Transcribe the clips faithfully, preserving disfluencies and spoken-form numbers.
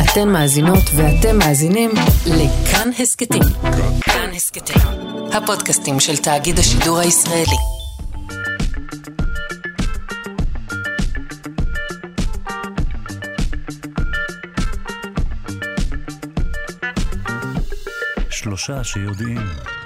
אתן מאזינות ואתם מאזינים לכאן הסקטים. כאן הסקטים, הפודקאסטים של תאגיד השידור הישראלי. שלושה שיודעים.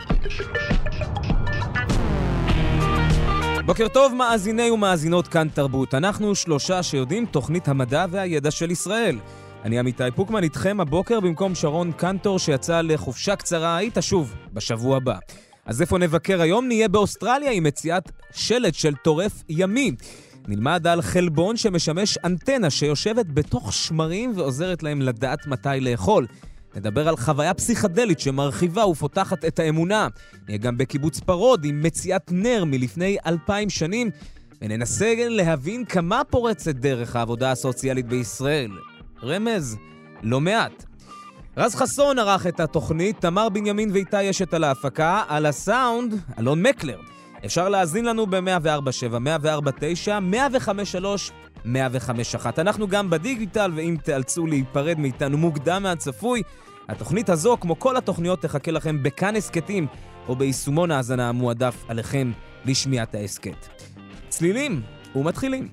בוקר טוב מאזיני ומאזינות כאן תרבות. אנחנו שלושה שיודעים, תוכנית המדע והידע של ישראל. אני אמיתי פוקמן איתכם הבוקר במקום שרון קנטור שיצא לחופשה קצרה. היית שוב בשבוע הבא. אז איפה נבקר היום? נהיה באוסטרליה עם מציאת שלט של טורף ימי. נלמד על חלבון שמשמש אנטנה שיושבת בתוך שמרים ועוזרת להם לדעת מתי לאכול. נדבר על חוויה פסיכדלית שמרחיבה ופותחת את האמונה. נהיה גם בקיבוץ פרוד עם מציאת נר מלפני אלפיים שנים, וננסה להבין כמה פורצת דרך העבודה הסוציאלית בישראל. רמז, לא מעט. רז חסון ערך את התוכנית, תמר בנימין ואיתי אשת על ההפקה, על הסאונד, אלון מקלר. אפשר להאזין לנו ב-מאה וארבע שבע, מאה וארבע תשע, מאה וחמש שלוש, מאה וחמש אחת. אנחנו גם בדיגיטל, ואם תאלצו להיפרד מאיתנו מוקדם מהצפוי, התוכנית הזו, כמו כל התוכניות, תחכה לכם בכאן הסקטים, או ביישומון ההאזנה המועדף עליכם לשמיעת ההסקט. צלילים ומתחילים.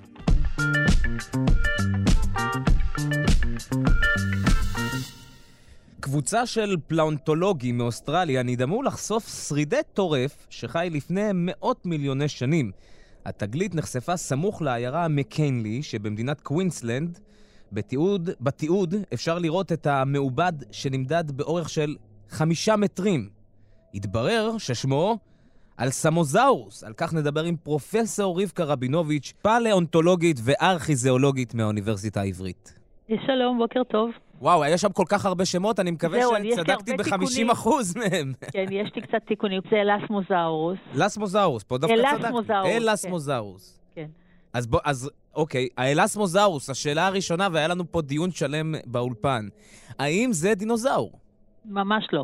קבוצה של פלאונטולוגים מאוסטרליה נדמו לחשוף שרידי טורף שחי לפני מאות מיליוני שנים. התגלית נחשפה סמוך לעיירה מקינלי שבמדינת קווינסלנד. בתיעוד, בתיעוד אפשר לראות את המעובד שנמדד באורך של חמישה מטרים. התברר ששמו אלסמוזאורוס. על כך נדבר עם פרופסור רבקה רבינוביץ', פלאונטולוגית וארכיזיאולוגית מהאוניברסיטה העברית. שלום, בוקר טוב. וואו, יש שם כל כך הרבה שמות, אני מקווה שצדקתי ב-חמישים אחוז מהם. כן, יש לי קצת תיקונים. זה אלסמוזאורוס. אלסמוזאורוס, פה דווקא צדקתי. אלסמוזאורוס. אלסמוזאורוס. כן. אז בוא, אז אוקיי, האלסמוזאורוס, השאלה הראשונה, והיה לנו פה דיון שלם באולפן. האם זה דינוזאור? ממש לא.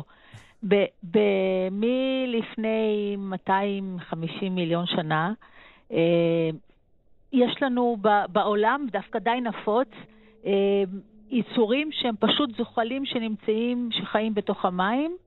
מלפני מאתיים וחמישים מיליון שנה, יש לנו בעולם דווקא די נפוץ, יצורים שהם פשוט זוחלים שנמצאים, שחיים בתוך המים.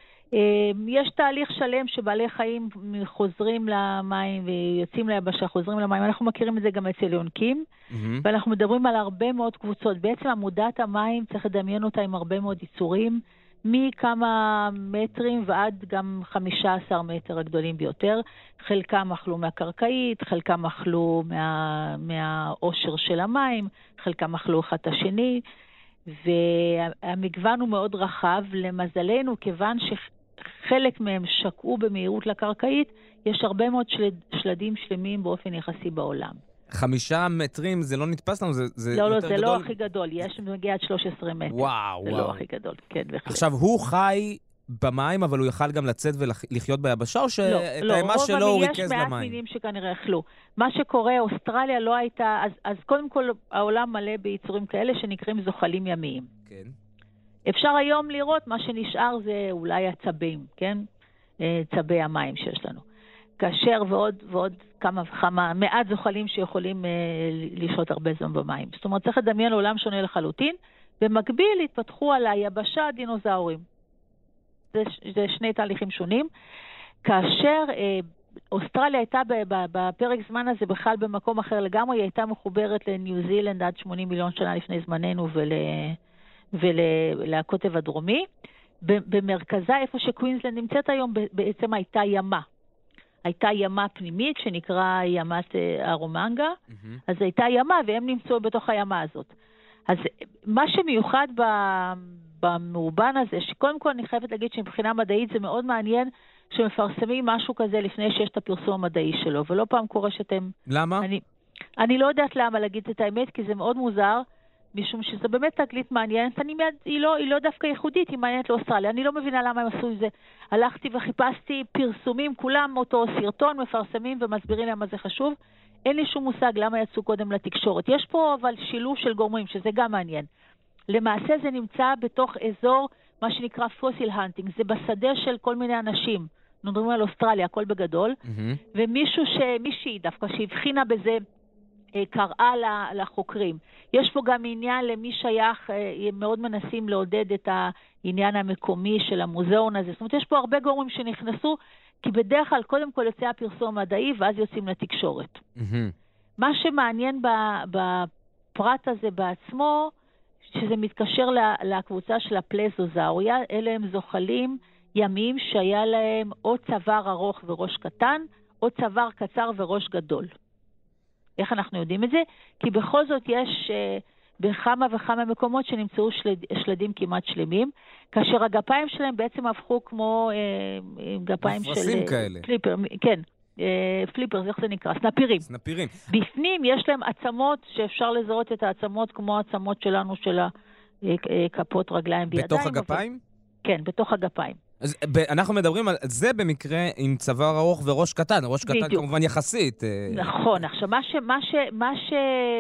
יש תהליך שלם שבעלי חיים חוזרים למים ויוצאים ליבשה, חוזרים למים. אנחנו מכירים את זה גם אצל יונקים, mm-hmm. ואנחנו מדברים על הרבה מאוד קבוצות. בעצם עמודת המים צריך לדמיין אותה עם הרבה מאוד יצורים, מכמה מטרים ועד גם חמישה עשר מטר הגדולים ביותר. חלקם אכלו מהקרקעית, חלקם אכלו מה, מהעושר של המים, חלקם אכלו אחד השני, והמגוון הוא מאוד רחב. למזלנו, כיוון שחלק מהם שקעו במהירות לקרקעית, יש הרבה מאוד שלד, שלדים שלמים באופן יחסי בעולם. חמישה מטרים זה לא נתפס לנו, זה, זה לא, יותר לא, זה גדול. לא הכי גדול, יש מגיע עד שלושה עשר מטר. וואו, זה וואו. לא הכי גדול, כן, בהחלט. עכשיו, הוא חי במים, אבל הוא יכל גם לצאת ולחיות ביבשה, או שאת לא, האימה לא, שלו הוא ריכז יש מעט למים? מינים שכנראה אכלו. מה שקורה, אוסטרליה לא הייתה, אז, אז קודם כל העולם מלא ביצורים כאלה שנקראים זוחלים ימיים. כן. אפשר היום לראות, מה שנשאר זה אולי הצבים, כן? צבי המים שיש לנו. כאשר ועוד, ועוד כמה וכמה, מעט זוחלים שיכולים אה, לשהות הרבה זמן במים. זאת אומרת, צריך לדמיין עולם שונה לחלוטין, במקביל התפתחו על היבשה דינוזאורים. זה, זה שני תהליכים שונים. כאשר אה, אוסטרליה הייתה בפרק זמן הזה בכלל במקום אחר לגמרי, היא הייתה מחוברת לניו זילנד עד שמונים מיליון שנה לפני זמננו ול, ולקוטב הדרומי. במרכזה, איפה שקווינסלנד נמצאת היום, בעצם הייתה ימה. הייתה ימה פנימית שנקרא ימת ארומנגה, mm-hmm. אז הייתה ימה והם נמצאו בתוך הימה הזאת. אז מה שמיוחד במאובן הזה, שקודם כל אני חייבת להגיד שמבחינה מדעית זה מאוד מעניין שמפרסמים משהו כזה לפני שיש את הפרסום המדעי שלו, ולא פעם קורה שאתם... למה? אני, אני לא יודעת למה להגיד את האמת, כי זה מאוד מוזר, משום שזה באמת תגלית מעניינת. אני, היא, לא, היא לא דווקא ייחודית, היא מעניינת לאוסטרליה. אני לא מבינה למה הם עשו את זה. הלכתי וחיפשתי פרסומים, כולם אותו סרטון, מפרסמים ומסבירים להם מה זה חשוב. אין לי שום מושג למה יצאו קודם לתקשורת. יש פה אבל שילוב של גורמים, שזה גם מעניין. למעשה זה נמצא בתוך אזור, מה שנקרא פוסיל הנטינג. זה בשדה של כל מיני אנשים. נדברים על אוסטרליה, הכל בגדול. Mm-hmm. ומישהו ש... מישהי דווקא שהבחינה בזה, קראה לחוקרים. יש פה גם עניין למי שייך, מאוד מנסים לעודד את העניין המקומי של המוזיאון הזה. זאת אומרת, יש פה הרבה גורמים שנכנסו, כי בדרך כלל קודם כל יוצא הפרסום המדעי, ואז יוצאים לתקשורת. מה שמעניין בפרט הזה בעצמו, שזה מתקשר לקבוצה של הפלזוזאוריה, אלה הם זוחלים ימיים שהיה להם או צוואר ארוך וראש קטן, או צוואר קצר וראש גדול. איך אנחנו יודעים את זה? כי בכל זאת יש uh, בכמה וכמה מקומות שנמצאו שלד, שלדים כמעט שלמים, כאשר הגפיים שלהם בעצם הפכו כמו uh, גפיים של... מפרסים כאלה. פליפר, כן, uh, פליפר, איך זה נקרא? סנפירים. סנפירים. בפנים יש להם עצמות שאפשר לזהות את העצמות כמו העצמות שלנו של הכפות רגליים וידיים. בתוך הגפיים? כן, בתוך הגפיים. אז אנחנו מדברים על זה במקרה עם צוואר ארוך וראש קטן, ראש קטן בדיוק. כמובן יחסית. נכון, עכשיו מה ש... מה ש... מה ש...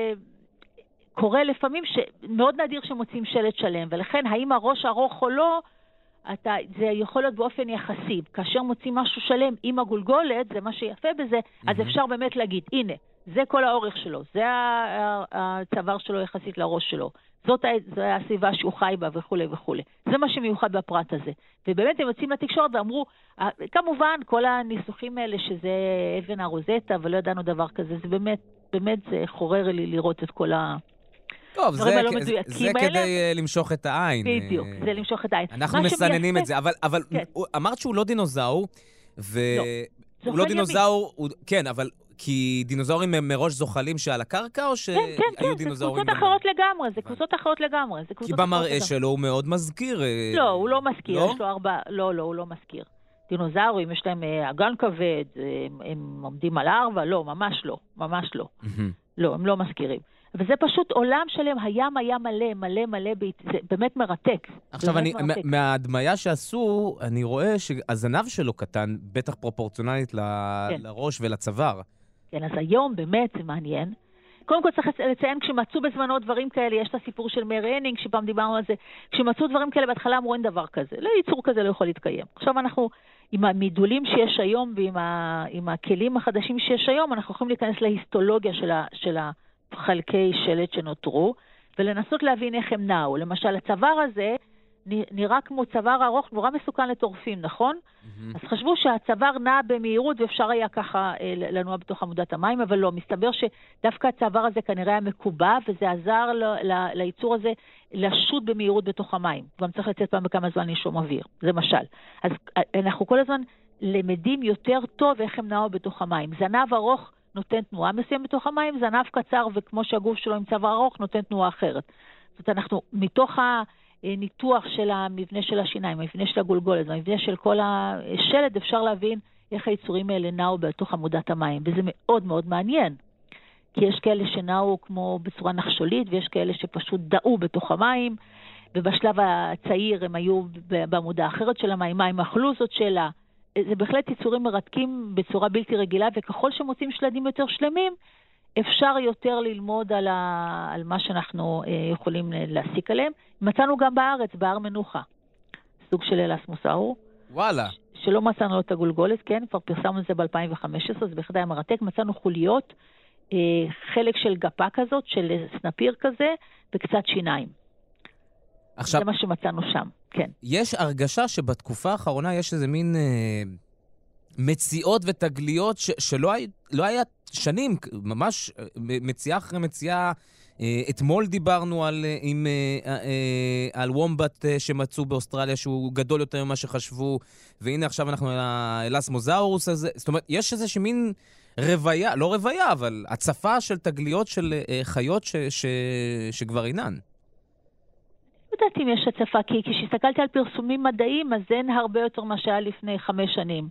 קורה לפעמים שמאוד נדיר שמוצאים שלט שלם, ולכן האם הראש ארוך או לא, אתה, זה יכול להיות באופן יחסי. כאשר מוצאים משהו שלם עם הגולגולת, זה מה שיפה בזה, mm-hmm. אז אפשר באמת להגיד, הנה, זה כל האורך שלו, זה הצוואר שלו יחסית לראש שלו. זאת הסביבה שהוא חי בה וכו' וכו'. זה מה שמיוחד בפרט הזה. ובאמת הם יוצאים לתקשורת ואמרו, כמובן כל הניסוחים האלה שזה אבן הרוזטה ולא ידענו דבר כזה, זה באמת, באמת זה חורר לי לראות את כל ה... טוב, זה, זה, זה כדי למשוך את העין. בדיוק, זה למשוך את העין. אנחנו מסננים את זה, אבל, אבל כן. אמרת שהוא לא דינוזאור, והוא לא, לא דינוזאור, הוא, כן, אבל... כי דינוזאורים הם מראש זוחלים שעל הקרקע, או שהיו כן, כן, כן, דינוזאורים? זה קבוצות אחרות לגמרי, זה קבוצות אחרות לגמרי. כי במראה שלו הוא מאוד מזכיר. לא, הוא לא מזכיר, יש לו ארבע, לא, לא, הוא לא מזכיר. דינוזאורים, יש להם אגן כבד, הם עומדים על ארבע, לא, ממש לא, ממש לא. לא, הם לא מזכירים. וזה פשוט עולם שלם, הים היה מלא, מלא, מלא, זה באמת מרתק. עכשיו, אני, מההדמיה שעשו, אני רואה שהזנב שלו קטן, בטח פרופורציונלית לראש ולצוואר. כן, אז היום באמת זה מעניין. קודם כל צריך לציין, כשמצאו בזמנו דברים כאלה, יש את הסיפור של מאיר הנינג, שפעם דיברנו על זה, כשמצאו דברים כאלה, בהתחלה אמרו אין דבר כזה, לא, ייצור כזה לא יכול להתקיים. עכשיו אנחנו, עם המידולים שיש היום, ועם ה, עם הכלים החדשים שיש היום, אנחנו יכולים להיכנס להיסטולוגיה של, ה, של החלקי שלט שנותרו, ולנסות להבין איך הם נעו. למשל, הצוואר הזה נראה כמו צוואר ארוך, נורא מסוכן לטורפים, נכון? Mm-hmm. אז חשבו שהצוואר נע במהירות, ואפשר היה ככה אה, לנוע בתוך עמודת המים, אבל לא, מסתבר שדווקא הצוואר הזה כנראה היה מקובע, וזה עזר ל- ל- ליצור הזה לשוט במהירות בתוך המים. גם צריך לצאת פעם בכמה זמן נשום אוויר, זה משל. אז אנחנו כל הזמן למדים יותר טוב איך הם נעו בתוך המים. זנב ארוך נותן תנועה מסוים בתוך המים, זנב קצר, וכמו שהגוף שלו עם צוואר ארוך, נותן תנועה אחרת. זאת אומרת, אנחנו מתוך ה... ניתוח של המבנה של השיניים, המבנה של הגולגולת, המבנה של כל השלד, אפשר להבין איך היצורים האלה נעו בתוך עמודת המים, וזה מאוד מאוד מעניין. כי יש כאלה שנעו כמו בצורה נחשולית, ויש כאלה שפשוט דעו בתוך המים, ובשלב הצעיר הם היו בעמודה האחרת של המים, מים אכלו זאת שאלה. זה בהחלט יצורים מרתקים בצורה בלתי רגילה, וככל שמוצאים שלדים יותר שלמים, אפשר יותר ללמוד על, ה... על מה שאנחנו אה, יכולים להסיק עליהם. מצאנו גם בארץ, בהר מנוחה, סוג של אלסמוסאור. וואלה. ש... שלא מצאנו לו את הגולגולת, כן, כבר פרסמנו את זה ב-אלפיים וחמש עשרה, זה בהחלט היה מרתק. מצאנו חוליות, אה, חלק של גפה כזאת, של סנפיר כזה, וקצת שיניים. עכשיו... זה מה שמצאנו שם, כן. יש הרגשה שבתקופה האחרונה יש איזה מין... אה... מציאות ותגליות ש- שלא היה, לא היה שנים, ממש מציאה אחרי מציאה. אתמול דיברנו על, עם, על וומבט שמצאו באוסטרליה, שהוא גדול יותר ממה שחשבו, והנה עכשיו אנחנו על האלסמוזאורוס הזה. זאת אומרת, יש איזה שמין רוויה, לא רוויה, אבל הצפה של תגליות של חיות ש- ש- שכבר אינן. לא יודעת אם יש הצפה, כי כשהסתכלתי על פרסומים מדעיים, אז אין הרבה יותר מה שהיה לפני חמש שנים.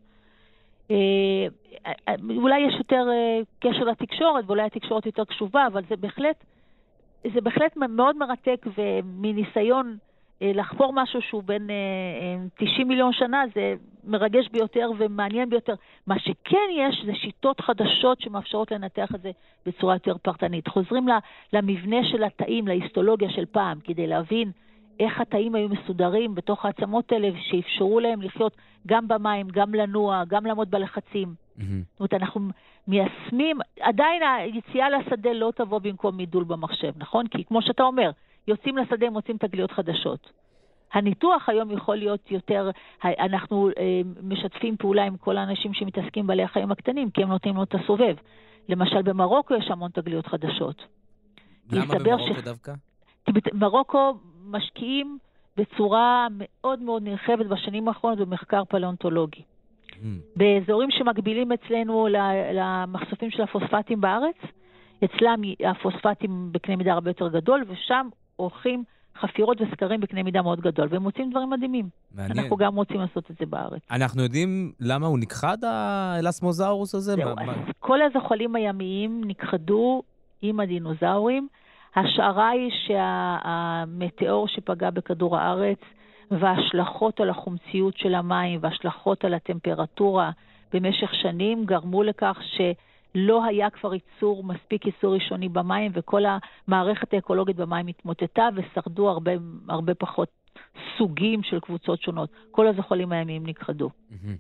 אולי יש יותר קשר לתקשורת, ואולי התקשורת יותר קשובה, אבל זה בהחלט, זה בהחלט מאוד מרתק, ומניסיון לחפור משהו שהוא בין תשעים מיליון שנה, זה מרגש ביותר ומעניין ביותר. מה שכן יש, זה שיטות חדשות שמאפשרות לנתח את זה בצורה יותר פרטנית. חוזרים למבנה של התאים, להיסטולוגיה של פעם, כדי להבין איך התאים היו מסודרים בתוך העצמות האלה, שאפשרו להם לחיות גם במים, גם לנוע, גם לעמוד בלחצים. זאת אומרת, אנחנו מיישמים, עדיין היציאה לשדה לא תבוא במקום מידול במחשב, נכון? כי כמו שאתה אומר, יוצאים לשדה, מוצאים תגליות חדשות. הניתוח היום יכול להיות יותר, אנחנו אה, משתפים פעולה עם כל האנשים שמתעסקים בעלי החיים הקטנים, כי הם נותנים לו את הסובב. למשל, במרוקו יש המון תגליות חדשות. למה במרוקו ש... דווקא? כי במרוקו משקיעים בצורה מאוד מאוד נרחבת בשנים האחרונות במחקר פלאונטולוגי. Mm. באזורים שמקבילים אצלנו למחשופים של הפוספטים בארץ, אצלם הפוספטים בקנה מידה הרבה יותר גדול, ושם עורכים חפירות וסקרים בקנה מידה מאוד גדול, והם מוצאים דברים מדהימים. מעניין. אנחנו גם רוצים לעשות את זה בארץ. אנחנו יודעים למה הוא נכחד, האלסמוזאורוס הזה? זהו, אז כל הזוחלים הימיים נכחדו עם הדינוזאורים. השערה היא שהמטאור שפגע בכדור הארץ, וההשלכות על החומציות של המים, וההשלכות על הטמפרטורה במשך שנים, גרמו לכך שלא היה כבר ייצור, מספיק ייצור ראשוני במים, וכל המערכת האקולוגית במים התמוטטה, ושרדו הרבה, הרבה פחות סוגים של קבוצות שונות. כל הזוחלים הימיים נכחדו.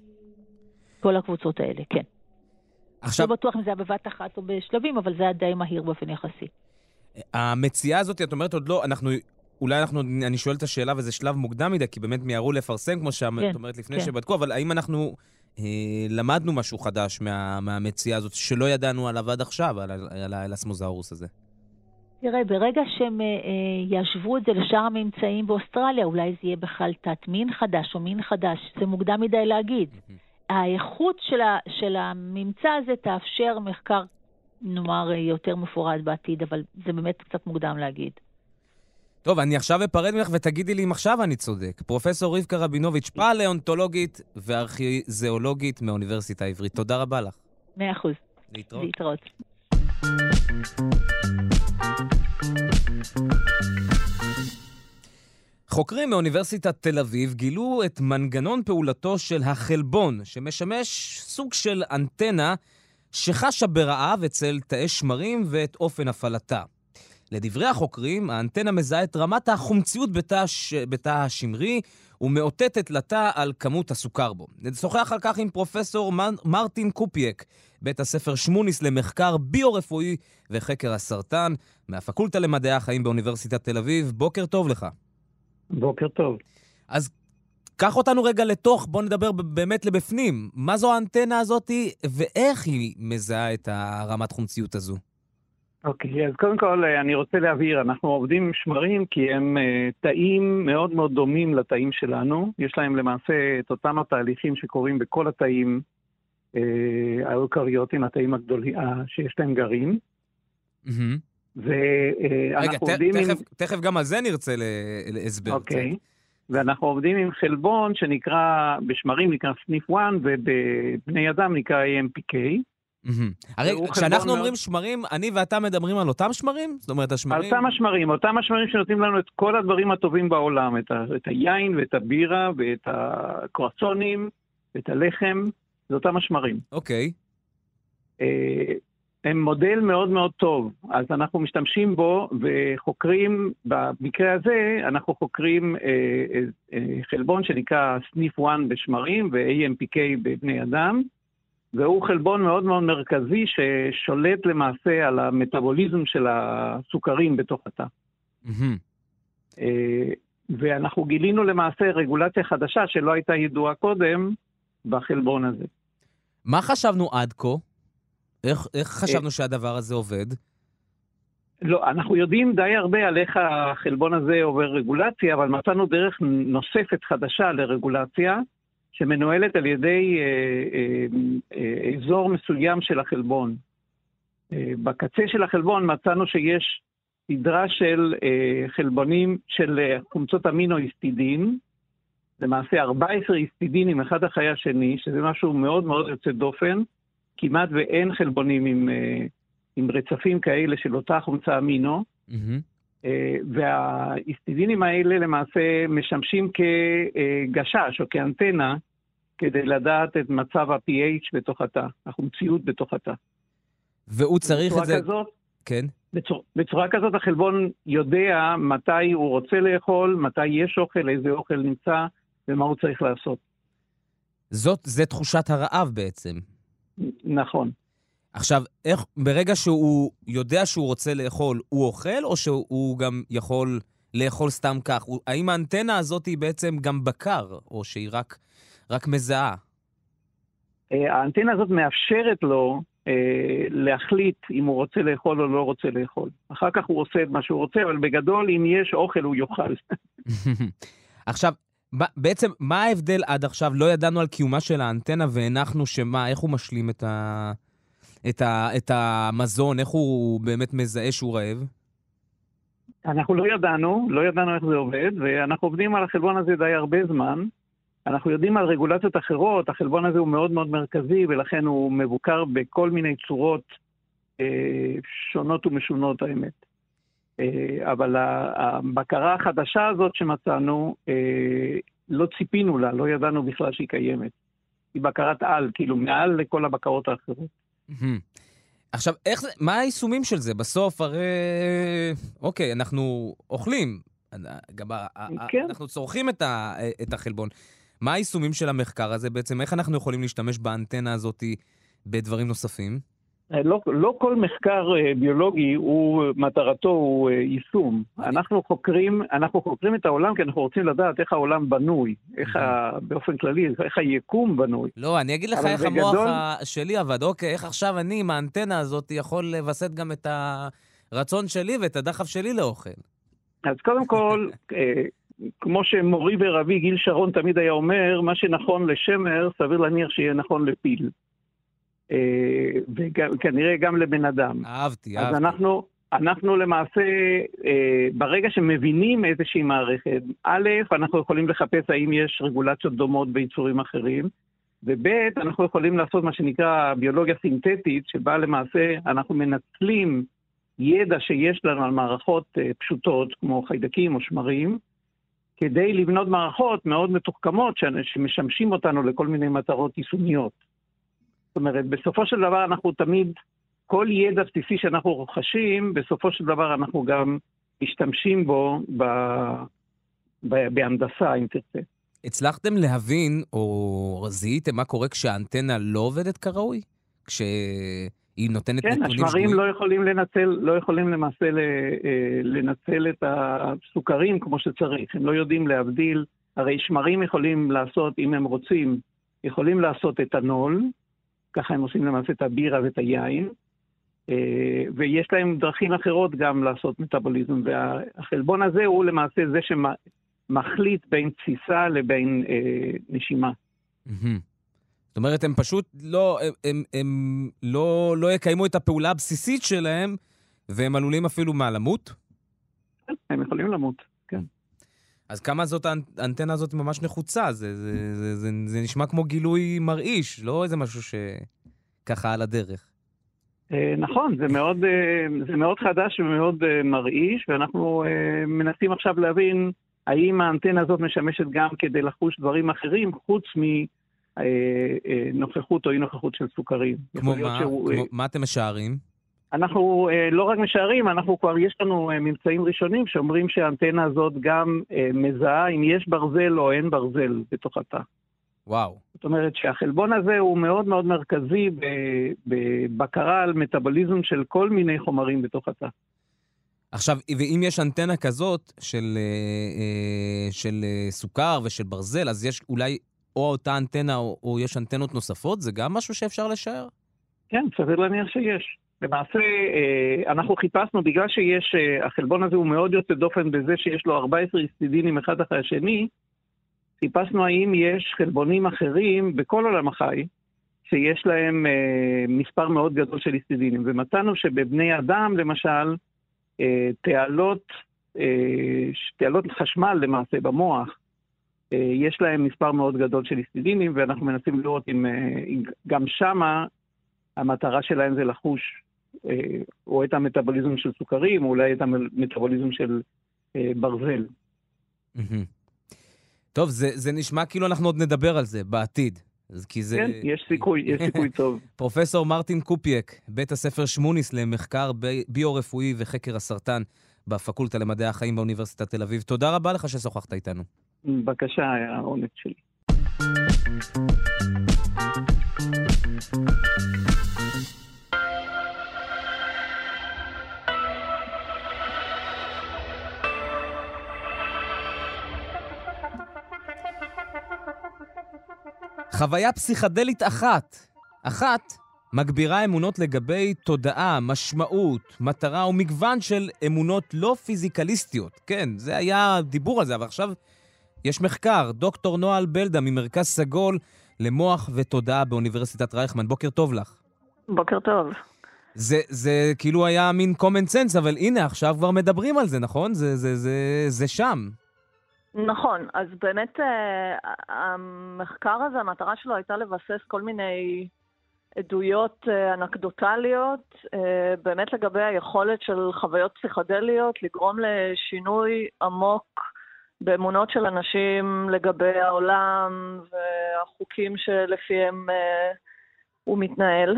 כל הקבוצות האלה, כן. עכשיו... לא בטוח אם זה היה בבת אחת או בשלבים, אבל זה היה די מהיר באופן יחסי. המציאה הזאת, את אומרת עוד לא, אנחנו, אולי אנחנו, אני שואל את השאלה, וזה שלב מוקדם מדי, כי באמת מיהרו לפרסם, כמו שאת כן, אומרת לפני כן. שבדקו, אבל האם אנחנו אה, למדנו משהו חדש מה, מהמציאה הזאת, שלא ידענו עליו עד עכשיו, על, על האלסמוזאורוס הזה? תראה, ברגע שהם אה, ישבו את זה לשאר הממצאים באוסטרליה, אולי זה יהיה בכלל תת מין חדש או מין חדש, זה מוקדם מדי להגיד. האיכות של, ה, של הממצא הזה תאפשר מחקר נאמר יותר מפורד בעתיד, אבל זה באמת קצת מוקדם להגיד. טוב, אני עכשיו אפרד ממך ותגידי לי אם עכשיו אני צודק. פרופסור רבקה רבינוביץ', פלאונטולוגית וארכיזואולוגית מהאוניברסיטה העברית. תודה רבה לך. מאה אחוז. להתראות. להתראות. חוקרים מאוניברסיטת תל אביב גילו את מנגנון פעולתו של החלבון, שמשמש סוג של אנטנה שחשה ברעב אצל תאי שמרים ואת אופן הפעלתה. לדברי החוקרים, האנטנה מזהה את רמת החומציות בתא, ש... בתא השמרי ומאותתת לתא על כמות הסוכר בו. נשוחח על כך עם פרופסור מר... מרטין קופייק, בית הספר שמוניס למחקר ביו-רפואי וחקר הסרטן, מהפקולטה למדעי החיים באוניברסיטת תל אביב. בוקר טוב לך. בוקר טוב. אז קח אותנו רגע לתוך, בוא נדבר באמת לבפנים. מה זו האנטנה הזאת ואיך היא מזהה את הרמת חומציות הזו? אוקיי, אז קודם כל אני רוצה להבהיר, אנחנו עובדים עם שמרים כי הם uh, תאים מאוד מאוד דומים לתאים שלנו. יש להם למעשה את אותם התהליכים שקורים בכל התאים uh, האוקריוטיים, התאים הגדולים, uh, שיש להם גרעין. Mm-hmm. ואנחנו רגע, עובדים תכף, עם... תכף גם על זה נרצה להסבר. אוקיי. ואנחנו עובדים עם חלבון שנקרא, בשמרים נקרא סניף אחת, ובבני אדם נקרא איי אם פי קיי. הרי כשאנחנו אומרים שמרים, אני ואתה מדברים על אותם שמרים? זאת אומרת, השמרים... על אותם השמרים, אותם השמרים שנותנים לנו את כל הדברים הטובים בעולם, את, ה, את היין ואת הבירה ואת הקרואסונים, ואת הלחם, זה אותם השמרים. אוקיי. הם מודל מאוד מאוד טוב, אז אנחנו משתמשים בו וחוקרים, במקרה הזה אנחנו חוקרים אה, אה, חלבון שנקרא סניף אחת בשמרים ו-איי אם פי קיי בבני אדם, והוא חלבון מאוד מאוד מרכזי ששולט למעשה על המטאבוליזם של הסוכרים בתוך התא. Mm-hmm. אה, ואנחנו גילינו למעשה רגולציה חדשה שלא הייתה ידועה קודם בחלבון הזה. מה חשבנו עד כה? איך, איך חשבנו שהדבר הזה עובד? לא, אנחנו יודעים די הרבה על איך החלבון הזה עובר רגולציה, אבל מצאנו דרך נוספת חדשה לרגולציה, שמנוהלת על ידי אה, אה, אה, אזור מסוים של החלבון. אה, בקצה של החלבון מצאנו שיש סדרה של אה, חלבונים של אה, חומצות אמינו היסטידין, למעשה ארבע עשרה היסטידינים אחד אחרי השני, שזה משהו מאוד מאוד יוצא דופן, כמעט ואין חלבונים עם, עם רצפים כאלה של אותה חומצה אמינו, mm-hmm. וההיסטידינים האלה למעשה משמשים כגשש או כאנטנה, כדי לדעת את מצב ה-פי אייץ' בתוך התא, החומציות בתוך התא. והוא צריך את זה... כזאת, כן. בצורה, בצורה כזאת החלבון יודע מתי הוא רוצה לאכול, מתי יש אוכל, איזה אוכל נמצא, ומה הוא צריך לעשות. זאת, זה תחושת הרעב בעצם. נכון. עכשיו, איך, ברגע שהוא יודע שהוא רוצה לאכול, הוא אוכל, או שהוא גם יכול לאכול סתם כך? הוא, האם האנטנה הזאת היא בעצם גם בקר, או שהיא רק, רק מזהה? האנטנה הזאת מאפשרת לו אה, להחליט אם הוא רוצה לאכול או לא רוצה לאכול. אחר כך הוא עושה את מה שהוא רוצה, אבל בגדול, אם יש אוכל, הוא יאכל. עכשיו, בעצם, מה ההבדל עד עכשיו? לא ידענו על קיומה של האנטנה, והנחנו שמה, איך הוא משלים את ה... את, ה, את המזון, איך הוא באמת מזהה שהוא רעב? אנחנו לא ידענו, לא ידענו איך זה עובד, ואנחנו עובדים על החלבון הזה די הרבה זמן. אנחנו יודעים על רגולציות אחרות, החלבון הזה הוא מאוד מאוד מרכזי, ולכן הוא מבוקר בכל מיני צורות אה, שונות ומשונות, האמת. אה, אבל הבקרה החדשה הזאת שמצאנו, אה, לא ציפינו לה, לא ידענו בכלל שהיא קיימת. היא בקרת על, כאילו מעל לכל הבקרות האחרות. עכשיו, איך זה, מה היישומים של זה? בסוף, הרי, אוקיי, אנחנו אוכלים, גם כן. אנחנו צורכים את, ה, את החלבון. מה היישומים של המחקר הזה בעצם? איך אנחנו יכולים להשתמש באנטנה הזאת בדברים נוספים? לא, לא כל מחקר ביולוגי הוא, מטרתו הוא יישום. אנחנו חוקרים, אנחנו חוקרים את העולם כי אנחנו רוצים לדעת איך העולם בנוי, איך ה, באופן כללי, איך היקום בנוי. לא, אני אגיד לך איך המוח שלי עבד. אוקיי, איך עכשיו אני עם האנטנה הזאת יכול לבסט גם את הרצון שלי ואת הדחף שלי לאוכל? אז קודם כל, כמו שמורי ורבי גיל שרון תמיד היה אומר, מה שנכון לשמר, סביר להניח שיהיה נכון לפיל. וכנראה גם לבן אדם. אהבתי, אז אהבתי. אז אנחנו, אנחנו למעשה, ברגע שמבינים איזושהי מערכת, א', אנחנו יכולים לחפש האם יש רגולציות דומות ביצורים אחרים, וב', אנחנו יכולים לעשות מה שנקרא ביולוגיה סינתטית, שבה למעשה אנחנו מנצלים ידע שיש לנו על מערכות פשוטות, כמו חיידקים או שמרים, כדי לבנות מערכות מאוד מתוחכמות שמשמשים אותנו לכל מיני מטרות יישומיות. זאת אומרת, בסופו של דבר אנחנו תמיד, כל ידע בסיסי שאנחנו רוכשים, בסופו של דבר אנחנו גם משתמשים בו ב, ב, בהנדסה, אם תרצה. הצלחתם להבין, או זיהיתם מה קורה כשהאנטנה לא עובדת כראוי? כשהיא נותנת כן, נתונים השמרים שגויים? לא יכולים לנצל, לא יכולים למעשה לנצל את הסוכרים כמו שצריך. הם לא יודעים להבדיל, הרי שמרים יכולים לעשות, אם הם רוצים, יכולים לעשות אתנול, ככה הם עושים למעשה את הבירה ואת היין, ויש להם דרכים אחרות גם לעשות מטאבוליזם, והחלבון הזה הוא למעשה זה שמחליט בין תסיסה לבין נשימה. זאת אומרת, הם פשוט לא, הם, הם, הם לא, לא יקיימו את הפעולה הבסיסית שלהם, והם עלולים אפילו מה, למות? הם יכולים למות, כן. אז כמה זאת, האנטנה הזאת ממש נחוצה? זה, זה, זה, זה, זה נשמע כמו גילוי מרעיש, לא איזה משהו שככה על הדרך. נכון, זה מאוד, זה מאוד חדש ומאוד מרעיש, ואנחנו מנסים עכשיו להבין האם האנטנה הזאת משמשת גם כדי לחוש דברים אחרים, חוץ מנוכחות או אי נוכחות של סוכרים. כמו מה? שהוא, כמו, מה אתם משערים? אנחנו לא רק משערים, אנחנו כבר, יש לנו ממצאים ראשונים שאומרים שהאנטנה הזאת גם מזהה אם יש ברזל או אין ברזל בתוך התא. וואו. זאת אומרת שהחלבון הזה הוא מאוד מאוד מרכזי בבקרה על מטאבוליזם של כל מיני חומרים בתוך התא. עכשיו, ואם יש אנטנה כזאת של, של סוכר ושל ברזל, אז יש אולי או אותה אנטנה או, או יש אנטנות נוספות? זה גם משהו שאפשר לשער? כן, סביר להניח שיש. למעשה, אנחנו חיפשנו, בגלל שיש, החלבון הזה הוא מאוד יוצא דופן בזה שיש לו ארבעה עשר היסטידינים אחד אחרי השני, חיפשנו האם יש חלבונים אחרים בכל עולם החי, שיש להם מספר מאוד גדול של היסטידינים, ומצאנו שבבני אדם, למשל, תעלות, תעלות חשמל למעשה במוח, יש להם מספר מאוד גדול של היסטידינים, ואנחנו מנסים לראות אם, אם גם שמה המטרה שלהם זה לחוש או את המטאבוליזם של סוכרים, או אולי את המטאבוליזם של ברזל. טוב, זה, זה נשמע כאילו אנחנו עוד נדבר על זה בעתיד. כי זה... כן, יש סיכוי, יש סיכוי טוב. פרופסור מרטין קופייק, בית הספר שמוניס למחקר ביו-רפואי וחקר הסרטן בפקולטה למדעי החיים באוניברסיטת תל אביב. תודה רבה לך ששוחחת איתנו. בבקשה, העונג שלי. חוויה פסיכדלית אחת. אחת מגבירה אמונות לגבי תודעה, משמעות, מטרה ומגוון של אמונות לא פיזיקליסטיות. כן, זה היה דיבור על זה, אבל עכשיו יש מחקר. דוקטור נועל בלדה ממרכז סגול למוח ותודעה באוניברסיטת רייכמן. בוקר טוב לך. בוקר טוב. זה, זה כאילו היה מין common sense, אבל הנה עכשיו כבר מדברים על זה, נכון? זה, זה, זה, זה שם. נכון, אז באמת המחקר הזה, המטרה שלו הייתה לבסס כל מיני עדויות אנקדוטליות, באמת לגבי היכולת של חוויות פסיכדליות לגרום לשינוי עמוק באמונות של אנשים לגבי העולם והחוקים שלפיהם הוא מתנהל.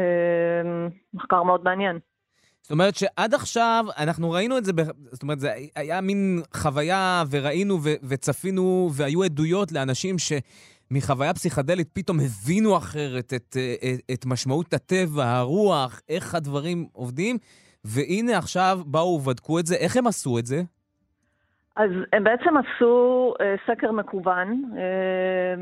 מחקר מאוד מעניין. זאת אומרת שעד עכשיו אנחנו ראינו את זה, זאת אומרת זה היה מין חוויה וראינו ו- וצפינו והיו עדויות לאנשים שמחוויה פסיכדלית פתאום הבינו אחרת את, את, את משמעות הטבע, הרוח, איך הדברים עובדים, והנה עכשיו באו ובדקו את זה. איך הם עשו את זה? אז הם בעצם עשו אה, סקר מקוון, אה,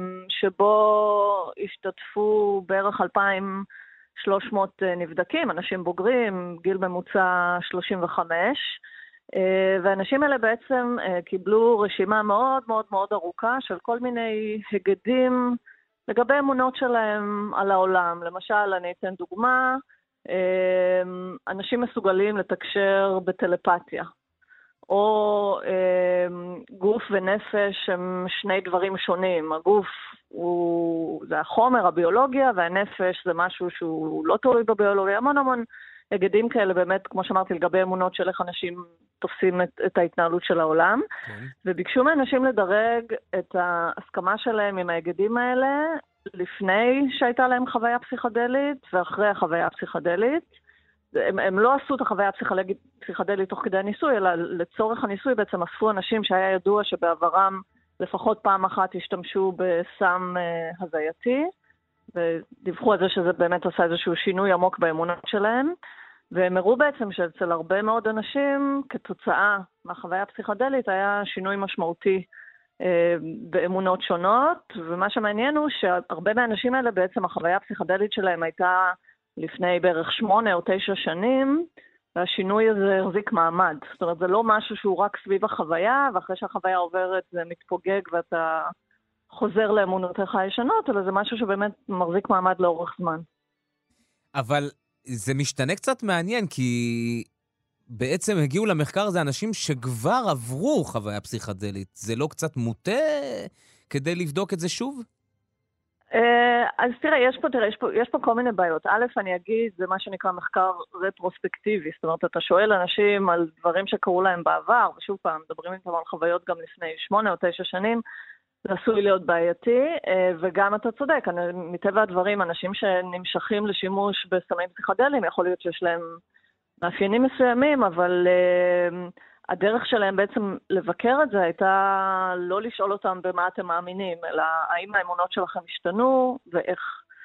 שבו השתתפו בערך אלפיים ושלוש מאות נבדקים, אנשים בוגרים, גיל ממוצע שלושים וחמש, והאנשים האלה בעצם קיבלו רשימה מאוד מאוד מאוד ארוכה של כל מיני הגדים לגבי אמונות שלהם על העולם. למשל, אני אתן דוגמה, אנשים מסוגלים לתקשר בטלפתיה, או גוף ונפש הם שני דברים שונים. הגוף הוא, זה החומר, הביולוגיה, והנפש זה משהו שהוא לא תלוי בביולוגיה. המון המון הגדים כאלה באמת, כמו שאמרתי, לגבי אמונות של איך אנשים תופסים את, את ההתנהלות של העולם. כן. וביקשו מאנשים לדרג את ההסכמה שלהם עם ההגדים האלה לפני שהייתה להם חוויה פסיכדלית ואחרי החוויה הפסיכדלית. הם, הם לא עשו את החוויה הפסיכדלית תוך כדי הניסוי, אלא לצורך הניסוי בעצם אספו אנשים שהיה ידוע שבעברם לפחות פעם אחת השתמשו בסם uh, הזייתי, ודיווחו על זה שזה באמת עשה איזשהו שינוי עמוק באמונות שלהם, והם הראו בעצם שאצל הרבה מאוד אנשים, כתוצאה מהחוויה הפסיכדלית, היה שינוי משמעותי uh, באמונות שונות, ומה שמעניין הוא שהרבה מהאנשים האלה בעצם החוויה הפסיכדלית שלהם הייתה לפני בערך שמונה או תשע שנים, והשינוי הזה החזיק מעמד. זאת אומרת, זה לא משהו שהוא רק סביב החוויה, ואחרי שהחוויה עוברת זה מתפוגג ואתה חוזר לאמונותיך הישנות, אלא זה משהו שבאמת מחזיק מעמד לאורך זמן. אבל זה משתנה קצת מעניין, כי בעצם הגיעו למחקר הזה אנשים שכבר עברו חוויה פסיכדלית. זה לא קצת מוטה כדי לבדוק את זה שוב? אז תראה, יש פה, תראה, יש פה, יש פה כל מיני בעיות. א', אני אגיד, זה מה שנקרא מחקר רטרוספקטיבי. זאת אומרת, אתה שואל אנשים על דברים שקרו להם בעבר, ושוב פעם, מדברים איתם על חוויות גם לפני שמונה או תשע שנים, זה עשוי להיות בעייתי, וגם אתה צודק, מטבע הדברים, אנשים שנמשכים לשימוש בסמים פסיכדליים, יכול להיות שיש להם מאפיינים מסוימים, אבל הדרך שלהם בעצם לבקר את זה הייתה לא לשאול אותם במה אתם מאמינים, אלא האם האמונות שלכם השתנו ואיך.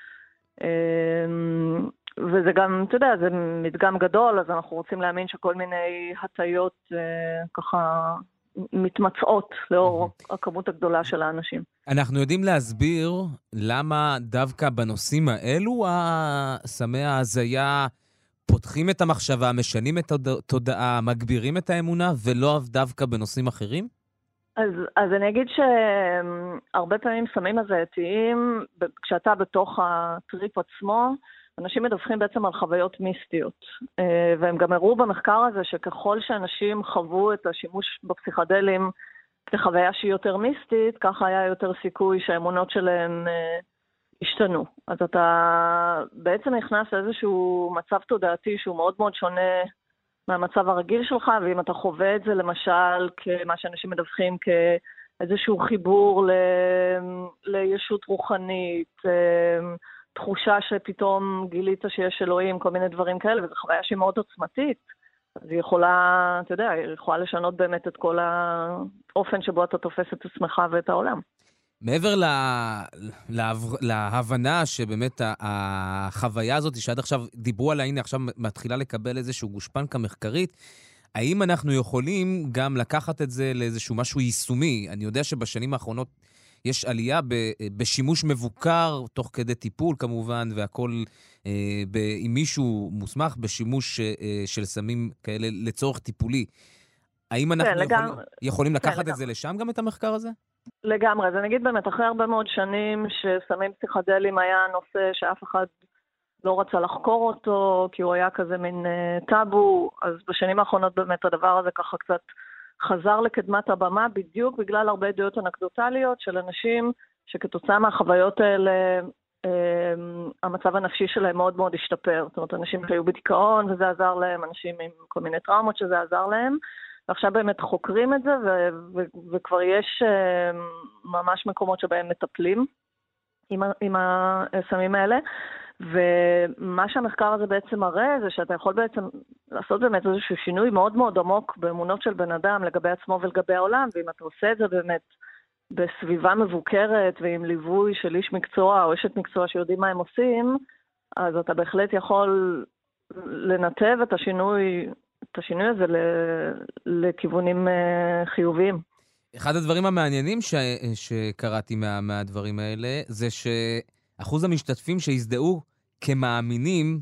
וזה גם, אתה יודע, זה מדגם גדול, אז אנחנו רוצים להאמין שכל מיני הטיות ככה מתמצאות לאור הכמות הגדולה של האנשים. אנחנו יודעים להסביר למה דווקא בנושאים האלו הסמי ההזיה פותחים את המחשבה, משנים את התודעה, מגבירים את האמונה, ולא דווקא בנושאים אחרים? אז, אז אני אגיד שהרבה פעמים סמים הזייתיים, כשאתה בתוך הטריפ עצמו, אנשים מדווחים בעצם על חוויות מיסטיות. והם גם הראו במחקר הזה שככל שאנשים חוו את השימוש בפסיכדלים כחוויה שהיא יותר מיסטית, ככה היה יותר סיכוי שהאמונות שלהם השתנו. אז אתה בעצם נכנס לאיזשהו מצב תודעתי שהוא מאוד מאוד שונה מהמצב הרגיל שלך, ואם אתה חווה את זה למשל כמה שאנשים מדווחים כאיזשהו חיבור ל... לישות רוחנית, תחושה שפתאום גילית שיש אלוהים, כל מיני דברים כאלה, וזו חוויה שהיא מאוד עוצמתית. אז היא יכולה, אתה יודע, היא יכולה לשנות באמת את כל האופן שבו אתה תופס את עצמך ואת העולם. מעבר לה, לה, להבנה שבאמת החוויה הזאת שעד עכשיו דיברו עליה, הנה עכשיו מתחילה לקבל איזשהו גושפנקה מחקרית, האם אנחנו יכולים גם לקחת את זה לאיזשהו משהו יישומי? אני יודע שבשנים האחרונות יש עלייה בשימוש מבוקר, תוך כדי טיפול כמובן, והכל עם מישהו מוסמך בשימוש של סמים כאלה לצורך טיפולי. האם אנחנו יכולים לקחת את זה לשם גם את המחקר הזה? לגמרי, זה נגיד באמת אחרי הרבה מאוד שנים שסמים פסיכדליים היה נושא שאף אחד לא רצה לחקור אותו, כי הוא היה כזה מין טאבו, אז בשנים האחרונות באמת הדבר הזה ככה קצת חזר לקדמת הבמה, בדיוק בגלל הרבה עדויות אנקדוטליות של אנשים שכתוצאה מהחוויות האלה, המצב הנפשי שלהם מאוד מאוד השתפר. זאת אומרת, אנשים שהיו בדיכאון וזה עזר להם, אנשים עם כל מיני טראומות שזה עזר להם, ועכשיו באמת חוקרים את זה, ו- ו- וכבר יש ממש מקומות שבהם מטפלים עם, עם הסמים האלה, ומה שהמחקר הזה בעצם מראה זה שאתה יכול בעצם לעשות באמת איזשהו שינוי מאוד מאוד עמוק באמונות של בן אדם לגבי עצמו ולגבי העולם, ואם אתה עושה את זה באמת בסביבה מבוקרת ועם ליווי של איש מקצוע או אשת מקצוע שיודעים מה הם עושים, אז אתה בהחלט יכול לנתב את השינוי, את השינוי הזה לכיוונים חיוביים. אחד הדברים המעניינים ש... שקראתי מה... מהדברים האלה זה שאחוז המשתתפים שהזדהו כמאמינים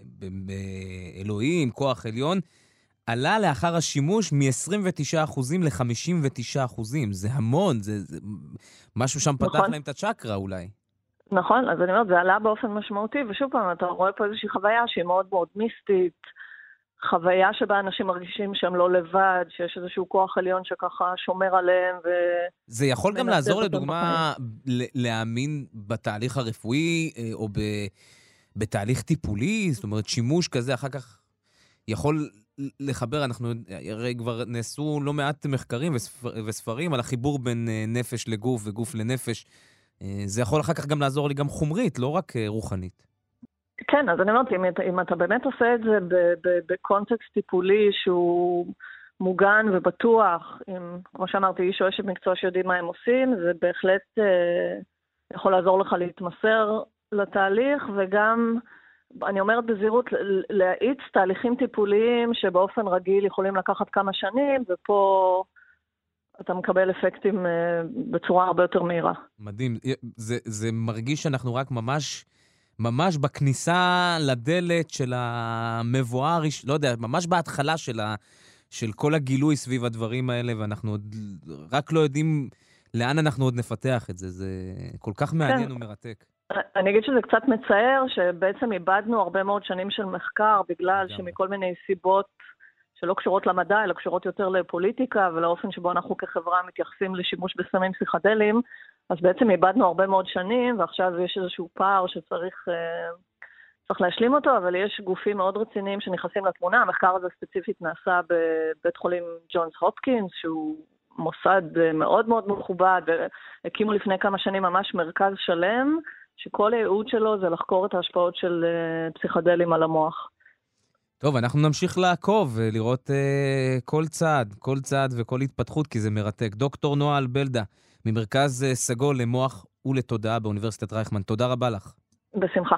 באלוהים, כוח עליון, עלה לאחר השימוש מ-עשרים ותשעה אחוזים ל-חמישים ותשעה אחוזים. זה המון, זה, זה משהו שם פתח נכון. להם את הצ'קרה אולי. נכון, אז אני אומרת, זה עלה באופן משמעותי, ושוב פעם, אתה רואה פה איזושהי חוויה שהיא מאוד מאוד מיסטית, חוויה שבה אנשים מרגישים שהם לא לבד, שיש איזשהו כוח עליון שככה שומר עליהם. ו... זה יכול גם לעזור לדוגמה להאמין בתהליך הרפואי, או ב... בתהליך טיפולי, זאת אומרת, שימוש כזה אחר כך יכול לחבר, אנחנו הרי כבר נעשו לא מעט מחקרים וספר, וספרים על החיבור בין נפש לגוף וגוף לנפש. זה יכול אחר כך גם לעזור לי גם חומרית, לא רק רוחנית. כן, אז אני אומרת, אם, אם אתה באמת עושה את זה בקונטקסט טיפולי שהוא מוגן ובטוח, עם, כמו שאמרתי, איש או אשת מקצוע שיודעים מה הם עושים, זה בהחלט אה, יכול לעזור לך להתמסר לתהליך, וגם, אני אומרת בזהירות, להאיץ תהליכים טיפוליים שבאופן רגיל יכולים לקחת כמה שנים, ופה אתה מקבל אפקטים בצורה הרבה יותר מהירה. מדהים. זה, זה מרגיש שאנחנו רק ממש, ממש בכניסה לדלת של המבואר, לא יודע, ממש בהתחלה של, ה, של כל הגילוי סביב הדברים האלה, ואנחנו עוד רק לא יודעים לאן אנחנו עוד נפתח את זה. זה כל כך מעניין כן. ומרתק. אני אגיד שזה קצת מצער, שבעצם איבדנו הרבה מאוד שנים של מחקר, בגלל שמכל מיני סיבות שלא קשורות למדע, אלא קשורות יותר לפוליטיקה, ולאופן שבו אנחנו כחברה מתייחסים לשימוש בסמים פסיכדליים, אז בעצם איבדנו הרבה מאוד שנים, ועכשיו יש איזשהו פער שצריך צריך להשלים אותו, אבל יש גופים מאוד רציניים שנכנסים לתמונה. המחקר הזה ספציפית נעשה בבית חולים ג'ונס הופקינס, שהוא מוסד מאוד מאוד מכובד, והקימו לפני כמה שנים ממש מרכז שלם, שכל הייעוד שלו זה לחקור את ההשפעות של uh, פסיכדלים על המוח. טוב, אנחנו נמשיך לעקוב ולראות uh, כל צעד, כל צעד וכל התפתחות, כי זה מרתק. דוקטור נועה אלבלדה, ממרכז uh, סגול למוח ולתודעה באוניברסיטת רייכמן. תודה רבה לך. בשמחה.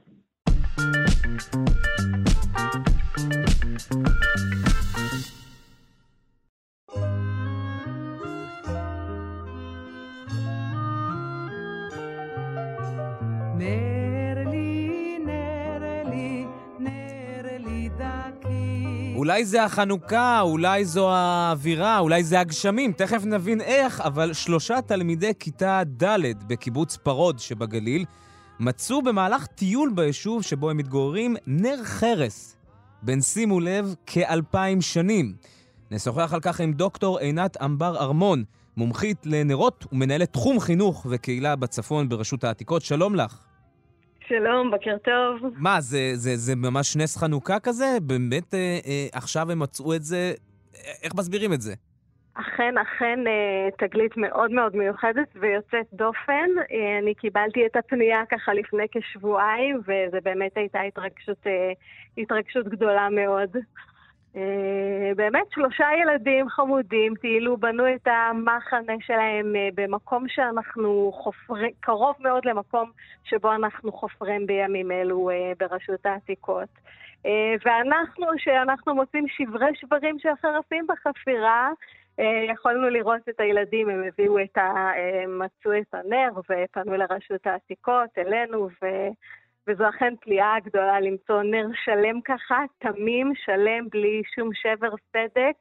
אולי זה החנוכה, אולי זו האווירה, אולי זה הגשמים, תכף נבין איך, אבל שלושה תלמידי כיתה ד' בקיבוץ פרוד שבגליל מצאו במהלך טיול ביישוב שבו הם מתגוררים נר חרס, בן שימו לב כאלפיים שנים. נשוחח על כך עם דוקטור עינת אמבר ארמון, מומחית לנרות ומנהלת תחום חינוך וקהילה בצפון ברשות העתיקות. שלום לך. שלום, בקר טוב. מה, זה, זה, זה ממש נס חנוכה כזה? באמת אה, אה, עכשיו הם מצאו את זה? איך מסבירים את זה? אכן, אכן אה, תגלית מאוד מאוד מיוחדת ויוצאת דופן. אה, אני קיבלתי את הפנייה ככה לפני כשבועיים, וזה באמת הייתה התרגשות, אה, התרגשות גדולה מאוד. באמת שלושה ילדים חמודים, טיילו, בנו את המחנה שלהם במקום שאנחנו חופרים, קרוב מאוד למקום שבו אנחנו חופרים בימים אלו ברשות העתיקות. ואנחנו, שאנחנו מוצאים שברי שברים של חרפים בחפירה, יכולנו לראות את הילדים, הם הביאו את ה... מצאו את הנר ופנו לרשות העתיקות, אלינו, ו... וזו אכן פליאה גדולה למצוא נר שלם ככה, תמים, שלם, בלי שום שבר סדק,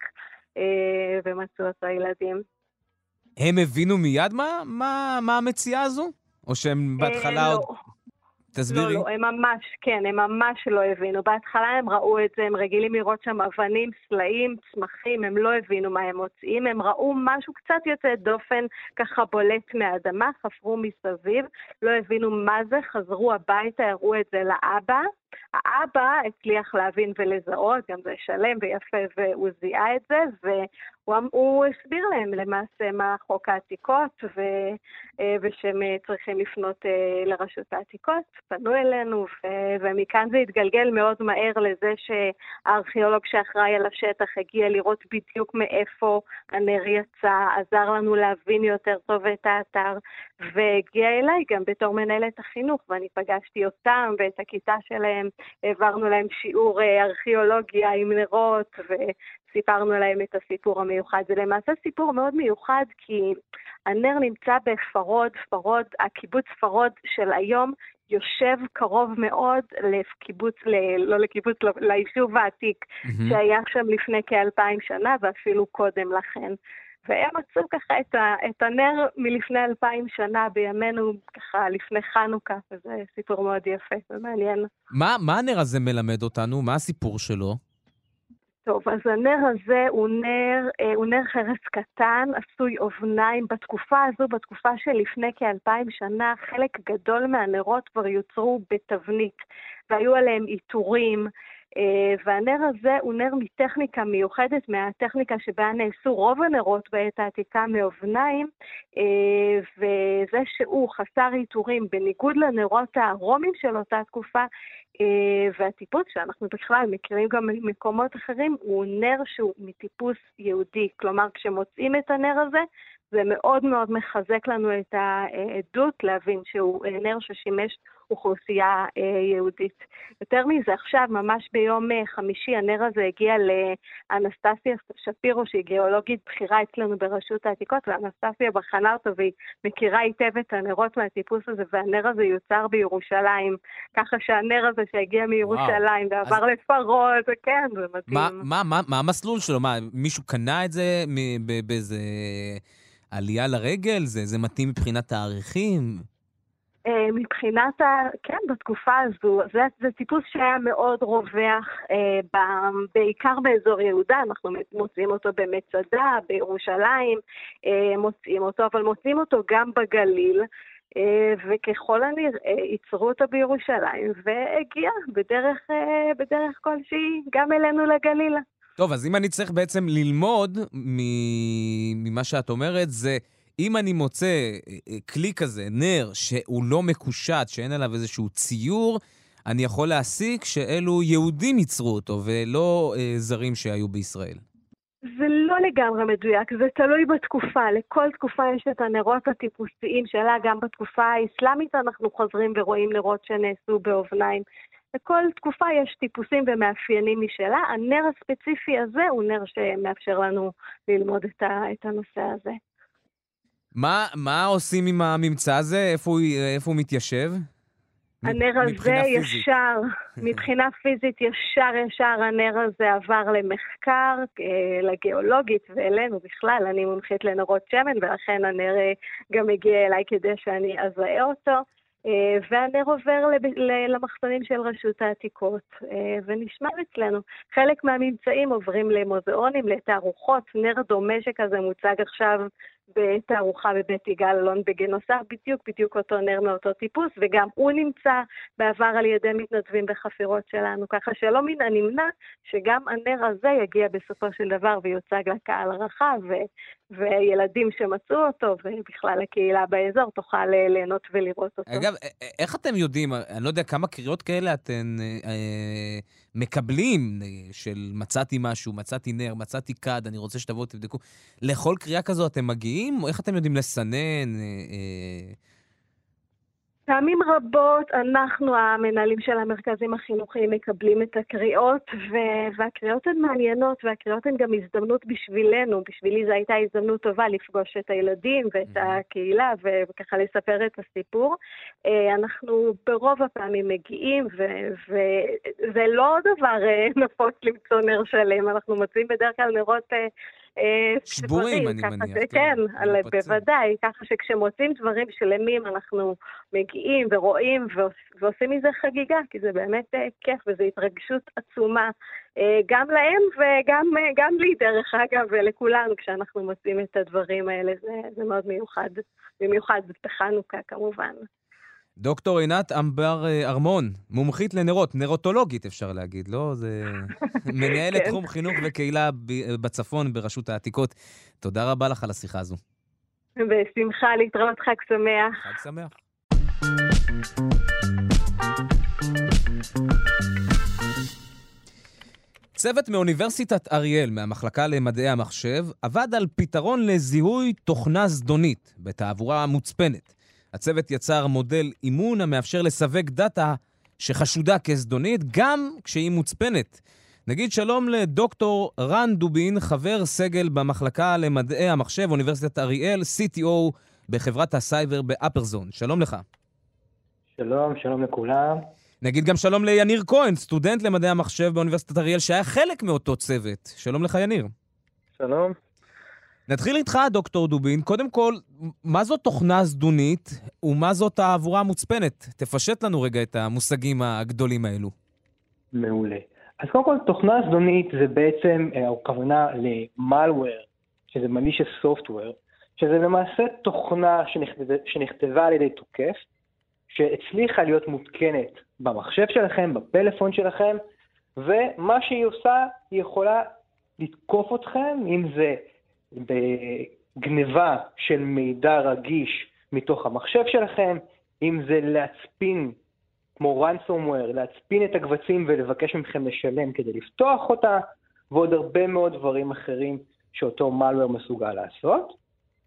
ומצאו את הילדים. הם הבינו מיד מה, מה, מה המציאה הזו? או שהם בהתחלה עוד... תסבירי. לא, לא, הם ממש, כן, הם ממש לא הבינו. בהתחלה הם ראו את זה, הם רגילים לראות שם אבנים, סלעים, צמחים, הם לא הבינו מה הם מוצאים, הם ראו משהו קצת יוצא דופן, ככה בולט מהאדמה, חפרו מסביב, לא הבינו מה זה, חזרו הביתה, הראו את זה לאבא. האבא הצליח להבין ולזהות, גם זה שלם ויפה, והוא זיהה את זה, והוא הסביר להם למעשה מה חוק העתיקות, ו, ושהם צריכים לפנות לרשות העתיקות, פנו אלינו, ו, ומכאן זה התגלגל מאוד מהר לזה שהארכיאולוג שאחראי על השטח הגיע לראות בדיוק מאיפה הנר יצא, עזר לנו להבין יותר טוב את האתר, והגיע אליי גם בתור מנהלת החינוך, ואני פגשתי אותם ואת הכיתה שלהם, העברנו להם שיעור ארכיאולוגיה עם נרות, וסיפרנו להם את הסיפור המיוחד. זה למעשה סיפור מאוד מיוחד, כי הנר נמצא בפרוד, פרוד, הקיבוץ פרוד של היום יושב קרוב מאוד לקיבוץ, לא לקיבוץ, ליישוב העתיק, mm-hmm. שהיה שם לפני כאלפיים שנה, ואפילו קודם לכן. והם מצאו ככה את, ה, את הנר מלפני אלפיים שנה בימינו, ככה לפני חנוכה, וזה סיפור מאוד יפה ומעניין. מה, מה הנר הזה מלמד אותנו? מה הסיפור שלו? טוב, אז הנר הזה הוא נר, הוא נר חרס קטן, עשוי אובניים. בתקופה הזו, בתקופה שלפני כאלפיים שנה, חלק גדול מהנרות כבר יוצרו בתבנית, והיו עליהם עיטורים, והנר הזה הוא נר מטכניקה מיוחדת, מהטכניקה שבה נעשו רוב הנרות בעת העתיקה מאובניים, וזה שהוא חסר עיטורים בניגוד לנרות הארומים של אותה תקופה, והטיפוס שאנחנו בכלל מכירים גם ממקומות אחרים, הוא נר שהוא מטיפוס יהודי. כלומר, כשמוצאים את הנר הזה, זה מאוד מאוד מחזק לנו את העדות להבין שהוא נר ששימש אוכלוסייה יהודית. יותר מזה, עכשיו, ממש ביום חמישי, הנר הזה הגיע לאנסטסיה שפירו, שהיא גיאולוגית בכירה אצלנו ברשות העתיקות, ואנסטסיה בחנה אותו והיא מכירה היטב את הנרות מהטיפוס הזה, והנר הזה יוצר בירושלים, ככה שהנר הזה שהגיע מירושלים ועבר אז... לפרוד, כן, זה מדהים. מה, מה, מה, מה המסלול שלו? מה, מישהו קנה את זה באיזה עלייה לרגל? זה, זה מתאים מבחינת תאריכים? מבחינת, ה... כן, בתקופה הזו, זה, זה טיפוס שהיה מאוד רווח, אה, ב... בעיקר באזור יהודה, אנחנו מוצאים אותו במצדה, בירושלים, אה, מוצאים אותו, אבל מוצאים אותו גם בגליל, אה, וככל הנראה ייצרו אותו בירושלים, והגיע בדרך, אה, בדרך כלשהי גם אלינו לגליל. טוב, אז אם אני צריך בעצם ללמוד ממה שאת אומרת, זה... אם אני מוצא כלי כזה, נר, שהוא לא מקושט, שאין עליו איזשהו ציור, אני יכול להסיק שאלו יהודים ייצרו אותו, ולא אה, זרים שהיו בישראל. זה לא לגמרי מדויק, זה תלוי בתקופה. לכל תקופה יש את הנרות הטיפוסיים שלה, גם בתקופה האסלאמית אנחנו חוזרים ורואים נרות שנעשו באובניים. לכל תקופה יש טיפוסים ומאפיינים משלה. הנר הספציפי הזה הוא נר שמאפשר לנו ללמוד את, ה, את הנושא הזה. מה, מה עושים עם הממצא הזה? איפה הוא, איפה הוא מתיישב? הנר הזה ישר, מבחינה פיזית ישר ישר הנר הזה עבר למחקר, לגיאולוגית ואלינו בכלל. אני מומחית לנרות שמן ולכן הנר גם הגיע אליי כדי שאני אזהה אותו. והנר עובר למחסנים של רשות העתיקות ונשמר אצלנו. חלק מהממצאים עוברים למוזיאונים, לתערוכות. נר דומה שכזה מוצג עכשיו בתערוכה בבית יגאל אלון בגינוסר, בדיוק בדיוק אותו נר מאותו טיפוס, וגם הוא נמצא בעבר על ידי מתנדבים בחפירות שלנו, ככה שלא מן הנמנע שגם הנר הזה יגיע בסופו של דבר ויוצג לקהל הרחב, ו- וילדים שמצאו אותו ובכלל הקהילה באזור תוכל ליהנות ולראות אותו. אגב, איך אתם יודעים, אני לא יודע כמה קריאות כאלה אתן אה, מקבלים של מצאתי משהו, מצאתי נר, מצאתי קד, אני רוצה שתבואו תבדקו. לכל קריאה כזו אתם מגיעים? או איך אתם יודעים לסנן? פעמים רבות אנחנו, המנהלים של המרכזים החינוכיים, מקבלים את הקריאות, ו- והקריאות הן מעניינות, והקריאות הן גם הזדמנות בשבילנו. בשבילי זו הייתה הזדמנות טובה לפגוש את הילדים ואת הקהילה, וככה לספר את הסיפור. אנחנו ברוב הפעמים מגיעים, וזה לא דבר נפוץ למצוא נר שלם. אנחנו מוצאים בדרך כלל נרות שבורים, אני מניח. כן, בוודאי, ככה שכשמוצאים דברים שלמים אנחנו מגיעים ורואים ועושים מזה חגיגה, כי זה באמת כיף וזו התרגשות עצומה, גם להם וגם לי דרך אגב, ולכולנו כשאנחנו מוצאים את הדברים האלה, זה מאוד מיוחד, במיוחד בחנוכה כמובן. דוקטור עינת אמבר ארמון, מומחית לנרות, נרוטולוגית אפשר להגיד, לא? זה מנהלת תחום חינוך וקהילה בצפון ברשות העתיקות. תודה רבה לך על השיחה הזו. בשמחה, להתראות, חג שמח. חג שמח. צוות מאוניברסיטת אריאל מהמחלקה למדעי המחשב עבד על פתרון לזיהוי תוכנה זדונית בתעבורה מוצפנת. הצוות יצר מודל אימון המאפשר לסווג דאטה שחשודה כזדונית גם כשהיא מוצפנת. נגיד שלום לדוקטור רן דובין, חבר סגל במחלקה למדעי המחשב, אוניברסיטת אריאל, סי טי או בחברת הסייבר באפרזון. שלום לך. שלום, שלום לכולם. נגיד גם שלום ליניר כהן, סטודנט למדעי המחשב באוניברסיטת אריאל, שהיה חלק מאותו צוות. שלום לך יניר. שלום. נתחיל איתך, דוקטור דובין. קודם כל, מה זו תוכנה זדונית ומה זו תעבורה מוצפנת? תפשט לנו רגע את המושגים הגדולים האלו. מעולה. אז קודם כל, תוכנה זדונית זה בעצם הכוונה ל-malware, שזה malicious software, שזה למעשה תוכנה שנכתבה, שנכתבה על ידי תוקף, שהצליחה להיות מותקנת במחשב שלכם, בפלאפון שלכם, ומה שהיא עושה, היא יכולה לתקוף אתכם, אם זה בגניבה של מידע רגיש מתוך המחשב שלכם, אם זה להצפין, כמו ransomware, להצפין את הקבצים ולבקש מכם לשלם כדי לפתוח אותה, ועוד הרבה מאוד דברים אחרים שאותו malware מסוגל לעשות.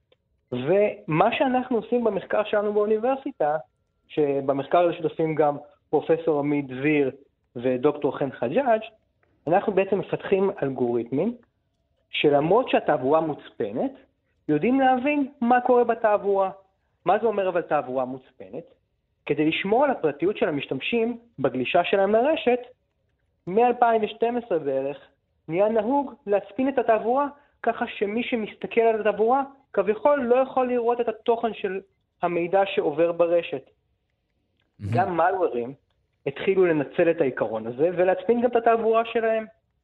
ומה שאנחנו עושים במחקר שלנו באוניברסיטה, שבמחקר הזה שותפים גם פרופסור עמית דביר ודוקטור חן חג'אג', אנחנו בעצם מפתחים אלגוריתמים, שלמרות שהתעבורה מוצפנת, יודעים להבין מה קורה בתעבורה. מה זה אומר אבל תעבורה מוצפנת? כדי לשמור על הפרטיות של המשתמשים בגלישה שלהם לרשת, מ-אלפיים ושתים עשרה בערך, נהיה נהוג להצפין את התעבורה, ככה שמי שמסתכל על התעבורה, כביכול לא יכול לראות את התוכן של המידע שעובר ברשת. Mm-hmm. גם מלוורים התחילו לנצל את העיקרון הזה, ולהצפין גם את התעבורה שלהם.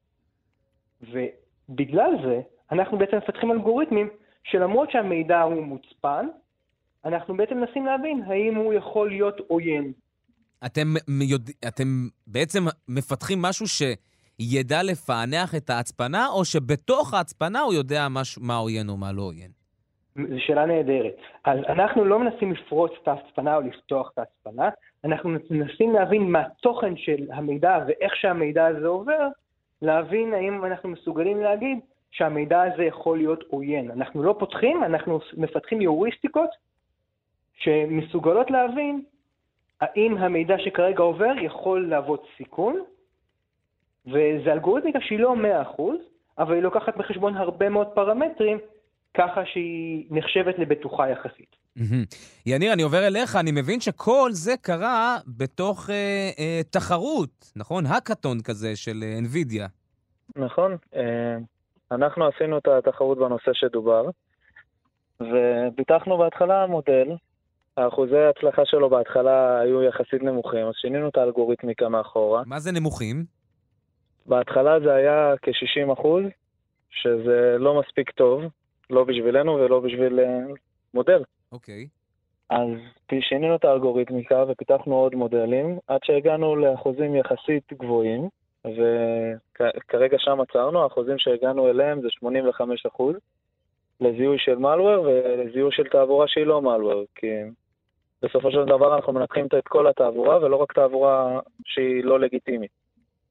ובגלל זה, אנחנו בעצם מפתחים אלגוריתמים, שלמרות שהמידע הוא מוצפן, אנחנו בעצם מנסים להבין האם הוא יכול להיות עוין. אתם, יודע, אתם בעצם מפתחים משהו שידע לפענח את ההצפנה, או שבתוך ההצפנה הוא יודע מה, מה עוין או מה לא עוין? זו שאלה נהדרת. אז אנחנו לא מנסים לפרוץ את ההצפנה או לפתוח את ההצפנה, אנחנו מנסים להבין מה התוכן של המידע ואיך שהמידע הזה עובר, להבין האם אנחנו מסוגלים להגיד שהמידע הזה יכול להיות עוין. אנחנו לא פותחים, אנחנו מפתחים יוריסטיקות שמסוגלות להבין האם המידע שכרגע עובר יכול להוות סיכון, וזה אלגוריתמיקה שהיא לא מאה אחוז, אבל היא לוקחת בחשבון הרבה מאוד פרמטרים, ככה שהיא נחשבת לבטוחה יחסית. יניר, אני עובר אליך, אני מבין שכל זה קרה בתוך אה, אה, תחרות, נכון? הקאטון כזה של אה, NVIDIA. נכון. אה, אנחנו עשינו את התחרות בנושא שדובר, ופיתחנו בהתחלה מודל, האחוזי ההצלחה שלו בהתחלה היו יחסית נמוכים, אז שינינו את האלגוריתמיקה מאחורה. מה זה נמוכים? בהתחלה זה היה כ-שישים אחוז, שזה לא מספיק טוב, לא בשבילנו ולא בשביל מודל. אוקיי. אז שינינו את האלגוריתמיקה ופיתחנו עוד מודלים, עד שהגענו לאחוזים יחסית גבוהים, וכרגע שם עצרנו, האחוזים שהגענו אליהם זה שמונים וחמישה אחוז, לזיהוי של malware ולזיהוי של תעבורה שהיא לא malware, כי בסופו של דבר אנחנו מנתחים את כל התעבורה ולא רק תעבורה שהיא לא לגיטימית.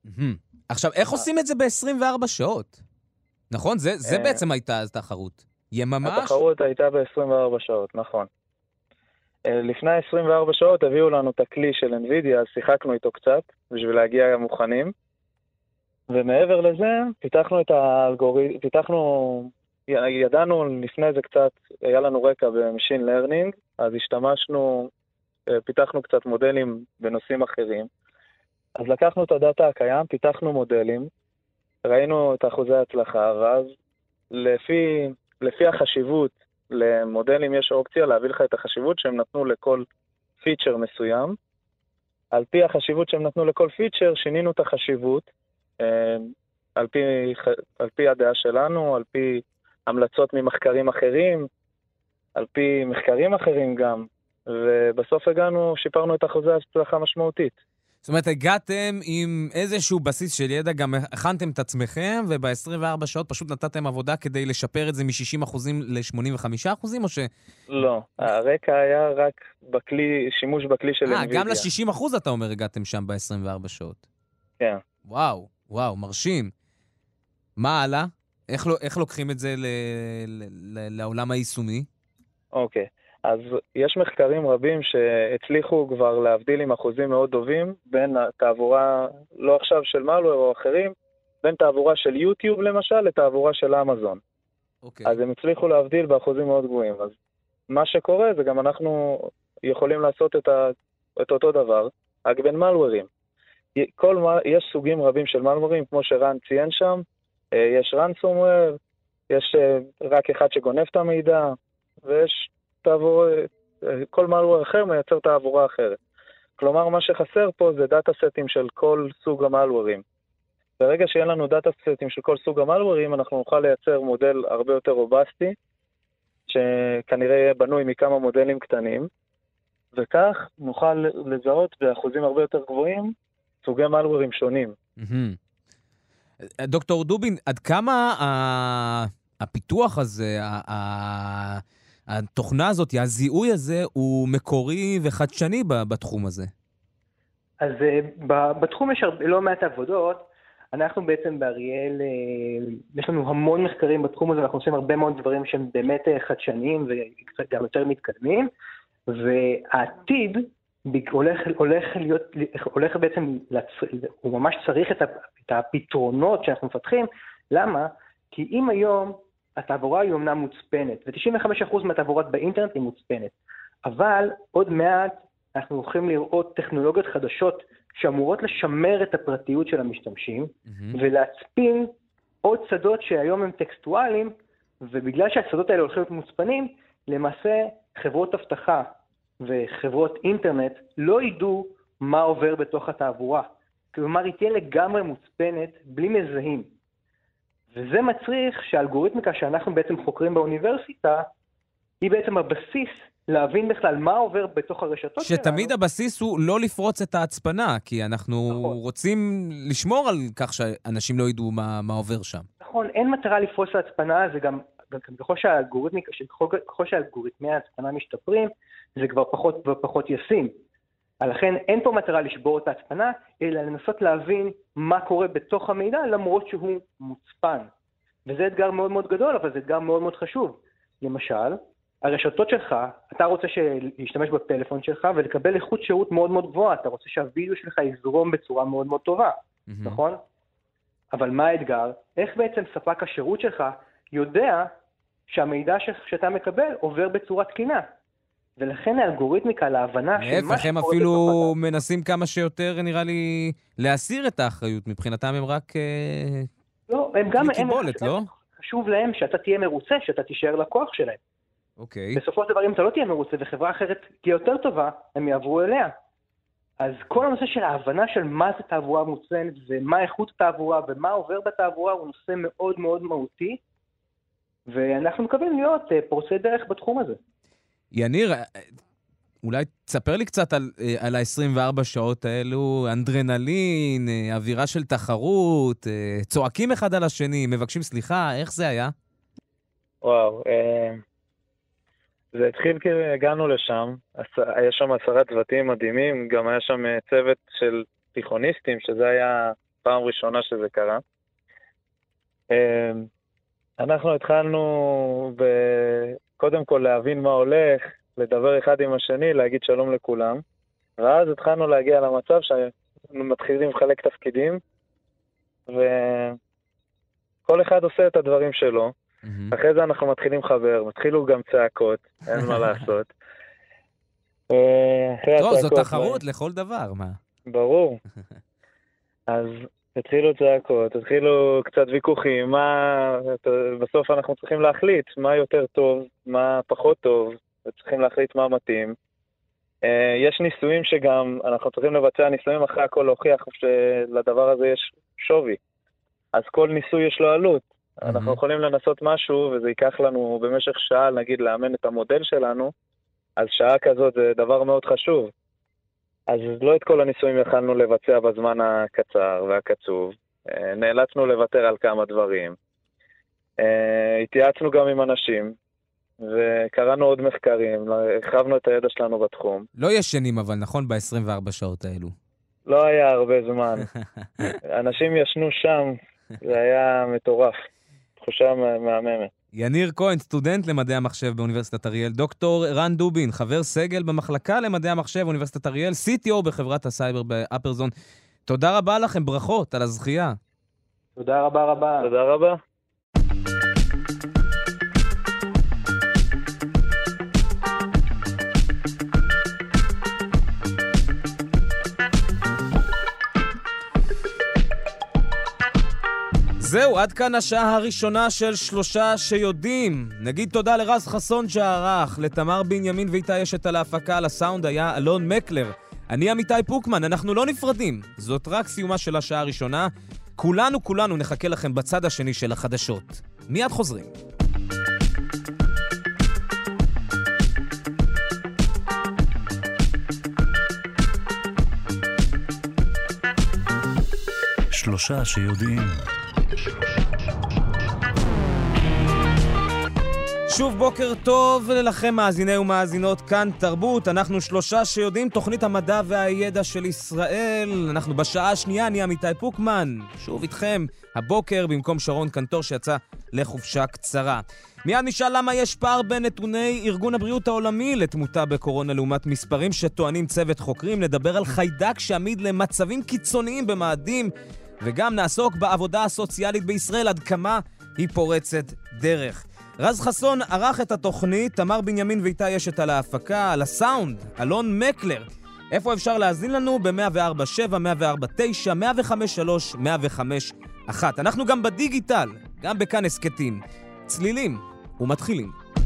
עכשיו, איך עושים את זה ב-עשרים וארבע שעות? נכון? זה בעצם הייתה התחרות. יממה? התחרות הייתה ב-עשרים וארבע שעות, נכון. לפני עשרים וארבע שעות הביאו לנו את הכלי של NVIDIA, אז שיחקנו איתו קצת, בשביל להגיע מוכנים. ומעבר לזה, פיתחנו את האלגוריתם, פיתחנו, ידענו לפני זה קצת, היה לנו רקע ב-Machine Learning, אז השתמשנו, פיתחנו קצת מודלים בנושאים אחרים. אז לקחנו את הדאטה הקיים, פיתחנו מודלים, ראינו את אחוזי ההצלחה, ואז לפי, לפי החשיבות למודלים יש אופציה להביא לך את החשיבות שהם נתנו לכל פיצ'ר מסוים. על פי החשיבות שהם נתנו לכל פיצ'ר, שינינו את החשיבות, על פי, על פי הדעה שלנו, על פי המלצות ממחקרים אחרים, על פי מחקרים אחרים גם, ובסוף הגענו, שיפרנו את אחוזי ההצלחה משמעותית. זאת אומרת, הגעתם עם איזשהו בסיס של ידע, גם הכנתם את עצמכם, וב-עשרים וארבע שעות פשוט נתתם עבודה כדי לשפר את זה מ-שישים אחוזים ל-שמונים וחמישה אחוזים, או ש... לא, הרקע היה רק בכלי, שימוש בכלי של NVIDIA. אה, גם ל-שישים אחוז אתה אומר הגעתם שם ב-עשרים וארבע שעות. כן. וואו, וואו, מרשים. מה הלאה? איך, איך לוקחים את זה ל- ל- ל- לעולם היישומי? אוקיי. אז יש מחקרים רבים שהצליחו כבר להבדיל עם אחוזים מאוד טובים בין תעבורה, לא עכשיו של מלוור או אחרים, בין תעבורה של יוטיוב למשל לתעבורה של אמזון. אוקיי. אז הם הצליחו להבדיל באחוזים מאוד גבוהים. אז מה שקורה זה גם אנחנו יכולים לעשות את, ה, את אותו דבר, רק בין מלוורים. כל, יש סוגים רבים של מלוורים, כמו שרן ציין שם, יש ransomware, יש רק אחד שגונב את המידע, ויש תעבור, כל מלוור אחר מייצר תעבורה אחרת. כלומר, מה שחסר פה זה דאטה סטים של כל סוג המלוורים. ברגע שיהיה לנו דאטה סטים של כל סוג המלוורים, אנחנו נוכל לייצר מודל הרבה יותר רובסטי, שכנראה יהיה בנוי מכמה מודלים קטנים, וכך נוכל לזהות באחוזים הרבה יותר גבוהים סוגי מלוורים שונים. דוקטור דובין, עד כמה הפיתוח הזה, התוכנה הזאת, הזיהוי הזה, הוא מקורי וחדשני בתחום הזה? אז בתחום יש לא מעט עבודות. אנחנו בעצם באריאל, יש לנו המון מחקרים בתחום הזה, אנחנו עושים הרבה מאוד דברים שהם באמת חדשניים וגם יותר מתקדמים, והעתיד הולך, הולך להיות, הולך בעצם, הוא ממש צריך את הפתרונות שאנחנו מפתחים. למה? כי אם היום התעבורה היא אומנם מוצפנת, ו-תשעים וחמישה אחוז מהתעבורות באינטרנט היא מוצפנת, אבל עוד מעט אנחנו הולכים לראות טכנולוגיות חדשות שאמורות לשמר את הפרטיות של המשתמשים, mm-hmm. ולהצפין עוד שדות שהיום הם טקסטואליים, ובגלל שהשדות האלה הולכים להיות מוצפנים, למעשה חברות אבטחה וחברות אינטרנט לא ידעו מה עובר בתוך התעבורה. כלומר, היא תהיה לגמרי מוצפנת בלי מזהים. וזה מצריך שהאלגוריתמיקה שאנחנו בעצם חוקרים באוניברסיטה, היא בעצם הבסיס להבין בכלל מה עובר בתוך הרשתות שלנו. שתמיד הבסיס הוא לא לפרוץ את ההצפנה, כי אנחנו נכון. רוצים לשמור על כך שאנשים לא ידעו מה, מה עובר שם. נכון, אין מטרה לפרוץ להצפנה, זה גם, ככל שהאלגוריתמיקה, ככל שהאלגוריתמי ההצפנה משתפרים, זה כבר פחות ופחות ישים. לכן אין פה מטרה לשבור את ההצפנה, אלא לנסות להבין מה קורה בתוך המידע, למרות שהוא מוצפן. וזה אתגר מאוד מאוד גדול, אבל זה אתגר מאוד מאוד חשוב. למשל, הרשתות שלך, אתה רוצה להשתמש בפלאפון שלך ולקבל איכות שירות מאוד מאוד גבוהה, אתה רוצה שהווידאו שלך יזרום בצורה מאוד מאוד טובה, mm-hmm. נכון? אבל מה האתגר? איך בעצם ספק השירות שלך יודע שהמידע שאתה מקבל עובר בצורה תקינה? ולכן האלגוריתמיקה להבנה להפך, הם אפילו מנסים כמה שיותר, נראה לי, להסיר את האחריות. מבחינתם הם רק לא, הם גם קיבולת, לא? חשוב להם שאתה תהיה מרוצה, שאתה תישאר לקוח שלהם. אוקיי. בסופו של דבר, אם אתה לא תהיה מרוצה וחברה אחרת תהיה יותר טובה, הם יעברו אליה. אז כל הנושא של ההבנה של מה זה תעבורה מוצפנת, ומה איכות התעבורה, ומה עובר בתעבורה, הוא נושא מאוד מאוד מהותי, ואנחנו מקווים להיות פורצי דרך בתחום הזה. יניר, אולי תספר לי קצת על, על ה-עשרים וארבע שעות האלו, אנדרנלין, אווירה של תחרות, צועקים אחד על השני, מבקשים סליחה, איך זה היה? וואו, זה התחיל כי הגענו לשם, היה שם עשרה צוותים מדהימים, גם היה שם צוות של תיכוניסטים, שזה היה פעם ראשונה שזה קרה. אנחנו התחלנו ב- קודם כל להבין מה הולך, לדבר אחד עם השני, להגיד שלום לכולם, ואז התחלנו להגיע למצב שאנחנו מתחילים לחלק תפקידים, וכל אחד עושה את הדברים שלו. Mm-hmm. אחרי זה אנחנו מתחילים לחבר, מתחילו גם צעקות, אין מה לעשות. טוב, זו תחרות לכל דבר, מה? ברור. אז התחילו צעקות, התחילו קצת ויכוחים, מה... בסוף אנחנו צריכים להחליט מה יותר טוב, מה פחות טוב, וצריכים להחליט מה מתאים. יש ניסויים שגם, אנחנו צריכים לבצע ניסויים אחרי הכל להוכיח שלדבר הזה יש שווי. אז כל ניסוי יש לו עלות. Mm-hmm. אנחנו יכולים לנסות משהו, וזה ייקח לנו במשך שעה, נגיד, לאמן את המודל שלנו, אז שעה כזאת זה דבר מאוד חשוב. אז לא את כל הניסויים יכלנו לבצע בזמן הקצר והקצוב. נאלצנו לוותר על כמה דברים. התייעצנו גם עם אנשים, וקראנו עוד מחקרים, הרחבנו את הידע שלנו בתחום. לא ישנים אבל, נכון? ב-עשרים וארבע שעות האלו. לא היה הרבה זמן. אנשים ישנו שם, זה היה מטורף. תחושה מהממת. יניר כהן, סטודנט למדעי המחשב באוניברסיטת אריאל, דוקטור רן דובין, חבר סגל במחלקה למדעי המחשב באוניברסיטת אריאל, סי טי או בחברת הסייבר באפרזון. תודה רבה לכם, ברכות על הזכייה. תודה רבה רבה. תודה רבה. זהו, עד כאן השעה הראשונה של שלושה שיודעים. נגיד תודה לרז חסון שערך, לתמר בנימין ואיתי אשת על ההפקה, על הסאונד היה אלון מקלר. אני עמיתי פוקמן, אנחנו לא נפרדים. זאת רק סיומה של השעה הראשונה. כולנו כולנו נחכה לכם בצד השני של החדשות. מיד חוזרים. שלושה שיודעים. שוב בוקר טוב לכם מאזיני ומאזינות כאן תרבות, אנחנו שלושה שיודעים, תוכנית המדע והידע של ישראל. אנחנו בשעה השנייה, אני עמיתי פוקמן, שוב איתכם הבוקר במקום שרון קנטור שיצא לחופשה קצרה. מיד נשאל למה יש פער בין נתוני ארגון הבריאות העולמי לתמותה בקורונה לעומת מספרים שטוענים צוות חוקרים. נדבר על חיידק שעמיד למצבים קיצוניים במאדים, וגם נעסוק בעבודה הסוציאלית בישראל, עד כמה היא פורצת דרך. רז חסון ערך את התוכנית, תמר בנימין ואיתי אשת על ההפקה, על הסאונד, אלון מקלר. איפה אפשר להזין לנו? ב-מאה וארבע שבע, מאה וארבע תשע, מאה וחמש שלוש, מאה וחמש אחת. אנחנו גם בדיגיטל, גם בכאן הסקטים. צלילים ומתחילים.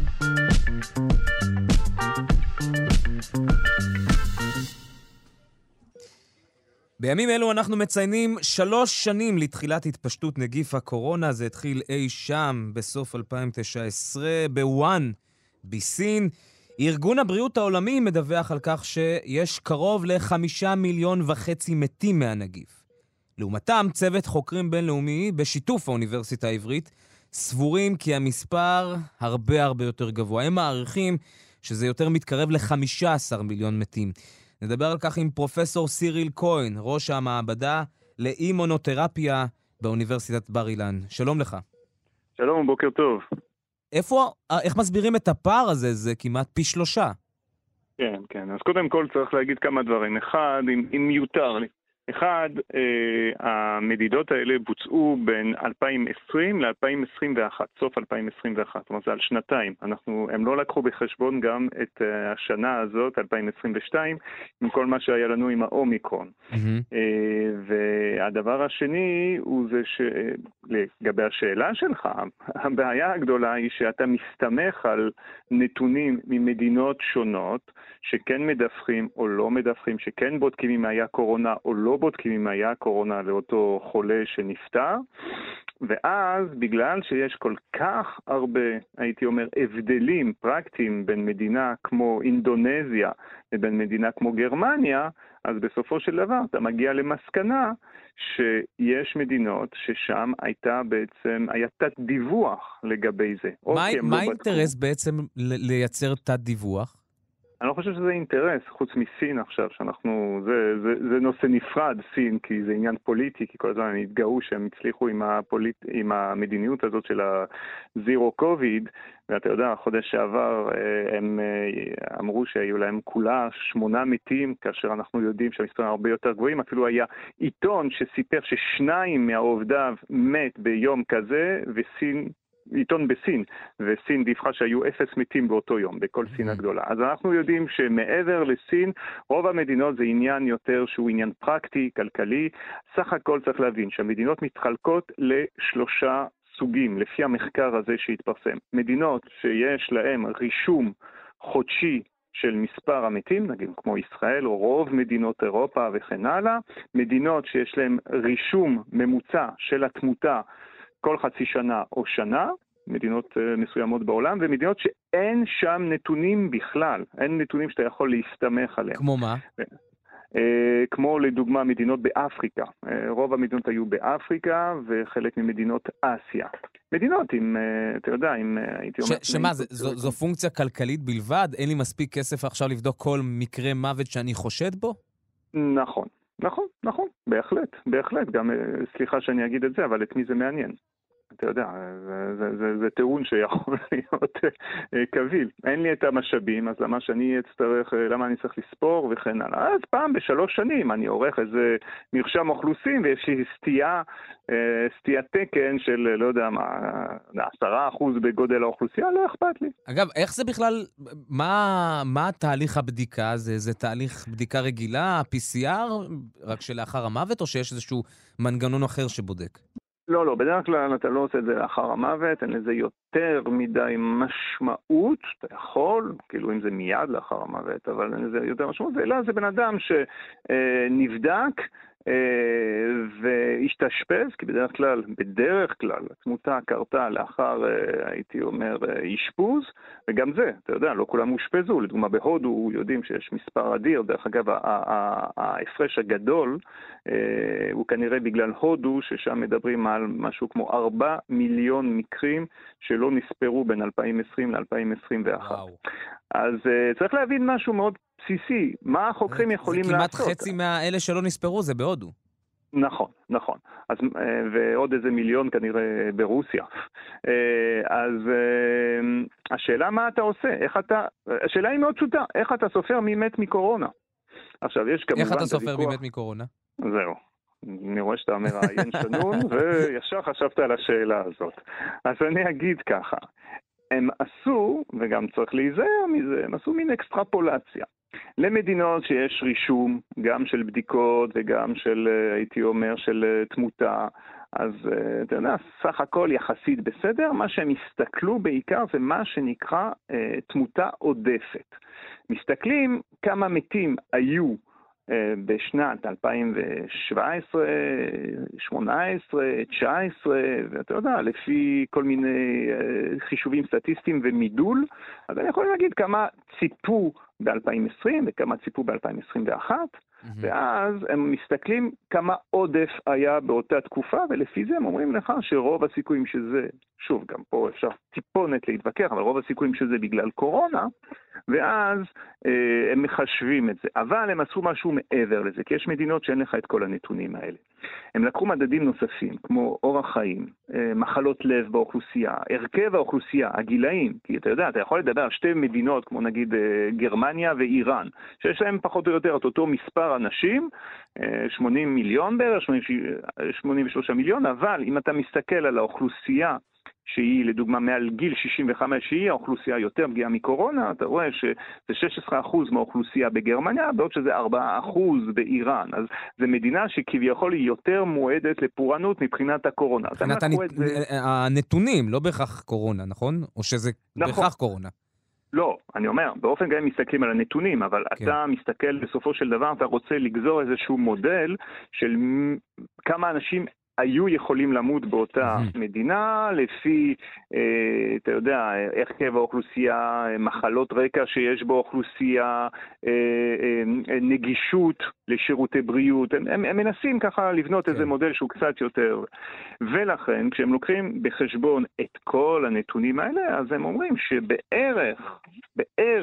בימים אלו אנחנו מציינים שלוש שנים לתחילת התפשטות נגיף הקורונה. זה התחיל אי שם בסוף אלפיים תשע עשרה בוואן בסין. ארגון הבריאות העולמי מדווח על כך שיש קרוב לחמישה מיליון וחצי מתים מהנגיף. לעומתם, צוות חוקרים בינלאומי בשיתוף האוניברסיטה העברית סבורים כי המספר הרבה הרבה יותר גבוה. הם מעריכים שזה יותר מתקרב ל-חמישה עשר מיליון מתים. נדבר על כך עם פרופסור סיריל כהן, ראש המעבדה לאימונותרפיה באוניברסיטת בר אילן. שלום לך. שלום, בוקר טוב. איפה, איך מסבירים את הפער הזה? זה כמעט פי שלושה. כן, כן. אז קודם כל צריך להגיד כמה דברים. אחד, אם, אם מיותר לי. אחד, אה, המדידות האלה בוצעו בין אלפיים עשרים ל-אלפיים עשרים ואחת, סוף אלפיים עשרים ואחת, זאת אומרת, זה על שנתיים. אנחנו, הם לא לקחו בחשבון גם את אה, השנה הזאת, אלפיים עשרים ושתיים, עם כל מה שהיה לנו עם האומיקרון. Mm-hmm. אה, והדבר השני הוא זה שלגבי השאלה שלך, הבעיה הגדולה היא שאתה מסתמך על נתונים ממדינות שונות, שכן מדווחים או לא מדווחים, שכן בודקים אם היה קורונה או לא בודקים אם היה קורונה לאותו חולה שנפטר, ואז בגלל שיש כל כך הרבה, הייתי אומר, הבדלים פרקטיים בין מדינה כמו אינדונזיה לבין מדינה כמו גרמניה, אז בסופו של דבר אתה מגיע למסקנה שיש מדינות ששם הייתה בעצם, היה תת דיווח לגבי זה. מה, מה לא האינטרס בדקו. בעצם לייצר תת דיווח? אני לא חושב שזה אינטרס, חוץ מסין עכשיו, שאנחנו, זה, זה, זה נושא נפרד, סין, כי זה עניין פוליטי, כי כל הזמן הם התגאו שהם הצליחו עם, הפוליט, עם המדיניות הזאת של הזירו קוביד, ואתה יודע, החודש שעבר הם אמרו שהיו להם כולה שמונה מתים, כאשר אנחנו יודעים שהמספרים הרבה יותר גבוהים, אפילו היה עיתון שסיפר ששניים מהעובדיו מת ביום כזה, וסין... עיתון בסין, וסין דיווחה שהיו אפס מתים באותו יום, בכל סין הגדולה. אז אנחנו יודעים שמעבר לסין, רוב המדינות זה עניין יותר שהוא עניין פרקטי, כלכלי. סך הכל צריך להבין שהמדינות מתחלקות לשלושה סוגים, לפי המחקר הזה שהתפרסם. מדינות שיש להם רישום חודשי של מספר המתים, נגיד כמו ישראל או רוב מדינות אירופה וכן הלאה. מדינות שיש להם רישום ממוצע של התמותה כל חצי שנה או שנה, מדינות מסוימות בעולם, ומדינות שאין שם נתונים בכלל, אין נתונים שאתה יכול להסתמך עליהם. כמו מה? כמו לדוגמה מדינות באפריקה. רוב המדינות היו באפריקה וחלק ממדינות אסיה. מדינות עם, אתה יודע, עם... שמה, זו פונקציה כלכלית בלבד? אין לי מספיק כסף עכשיו לבדוק כל מקרה מוות שאני חושד בו? נכון. נכון, נכון, בהחלט, בהחלט, גם סליחה שאני אגיד את זה, אבל את מי זה מעניין? אתה יודע, זה, זה, זה, זה טיעון שיכול להיות קביל. אין לי את המשאבים, אז למה שאני אצטרך, למה אני צריך לספור וכן הלאה. אז פעם בשלוש שנים אני עורך איזה מרשם אוכלוסין, ויש לי סטייה, סטיית תקן של, לא יודע מה, עשרה אחוז בגודל האוכלוסייה, לא אכפת לי. אגב, איך זה בכלל, מה, מה תהליך הבדיקה? זה, זה תהליך בדיקה רגילה, פי סי אר, רק שלאחר המוות, או שיש איזשהו מנגנון אחר שבודק? לא, לא, בדרך כלל אתה לא עושה את זה לאחר המוות, אין לזה יותר מדי משמעות, אתה יכול, כאילו אם זה מיד לאחר המוות, אבל אין לזה יותר משמעות, אלא זה בן אדם שנבדק והשתשפז, כי בדרך כלל, בדרך כלל, התמותה קרתה לאחר, הייתי אומר, אשפוז, וגם זה, אתה יודע, לא כולם הושפזו, לדוגמה בהודו יודעים שיש מספר אדיר, דרך אגב, ההפרש הגדול הוא כנראה בגלל הודו, ששם מדברים על משהו כמו ארבעה מיליון מקרים שלא נספרו בין אלפיים ועשרים ל-אלפיים עשרים ואחת. וואו. אז צריך להבין משהו מאוד בסיסי, מה החוקרים יכולים לעשות? זה כמעט חצי מהאלה שלא נספרו, זה בהודו. נכון, נכון. אז, ועוד איזה מיליון כנראה ברוסיה. אז השאלה מה אתה עושה? איך אתה, השאלה היא מאוד פשוטה, איך אתה סופר מי מת מקורונה? עכשיו, יש כמובן... איך אתה סופר מי מת מקורונה? זהו. אני רואה שאתה מראיין שנון, וישר חשבת על השאלה הזאת. אז אני אגיד ככה, הם עשו, וגם צריך להיזהר מזה, הם עשו מין אקסטרפולציה. למדינות שיש רישום, גם של בדיקות וגם של, הייתי אומר, של תמותה, אז אתה יודע, סך הכל יחסית בסדר, מה שהם הסתכלו בעיקר זה מה שנקרא תמותה עודפת. מסתכלים כמה מתים היו בשנת אלפיים שבע עשרה, שמונה עשרה, תשע עשרה, ואתה יודע, לפי כל מיני חישובים סטטיסטיים ומידול, אז אני יכול להגיד כמה ציפו ב-אלפיים עשרים וכמה ציפו ב-אלפיים עשרים ואחת, mm-hmm. ואז הם מסתכלים כמה עודף היה באותה תקופה, ולפי זה הם אומרים לך שרוב הסיכויים שזה, שוב, גם פה אפשר טיפונת להתווכח, אבל רוב הסיכויים שזה בגלל קורונה, ואז אה, הם מחשבים את זה. אבל הם עשו משהו מעבר לזה, כי יש מדינות שאין לך את כל הנתונים האלה. הם לקחו מדדים נוספים, כמו אורח חיים, אה, מחלות לב באוכלוסייה, הרכב האוכלוסייה, הגילאים, כי אתה יודע, אתה יכול לדבר על שתי מדינות, כמו נגיד אה, גרמניה ואיראן, שיש להם פחות או יותר את אותו מספר אנשים, אה, שמונים מיליון בערך, שמונים ושלושה מיליון, אבל אם אתה מסתכל על האוכלוסייה, שהיא לדוגמה מעל גיל שישים וחמש, שהיא האוכלוסייה יותר פגיעה מקורונה, אתה רואה שזה שש עשרה אחוז מהאוכלוסייה בגרמניה, בעוד שזה ארבעה אחוז באיראן. אז זו מדינה שכביכול היא יותר מועדת לפורענות מבחינת הקורונה. מבחינת הנתונים, לא בהכרח קורונה, נכון? או שזה בהכרח קורונה? לא, אני אומר, באופן גם מסתכלים על הנתונים, אבל כן. אתה מסתכל בסופו של דבר, אתה רוצה לגזור איזשהו מודל של כמה אנשים היו יכולים למות באותה mm-hmm. מדינה, לפי, אה, אתה יודע, הרכב האוכלוסייה, מחלות רקע שיש באוכלוסייה, אה, אה, נגישות לשירותי בריאות. הם, הם, הם מנסים ככה לבנות okay. איזה מודל שהוא קצת יותר. ולכן, כשהם לוקחים בחשבון את כל הנתונים האלה, אז הם אומרים שבערך, בערך,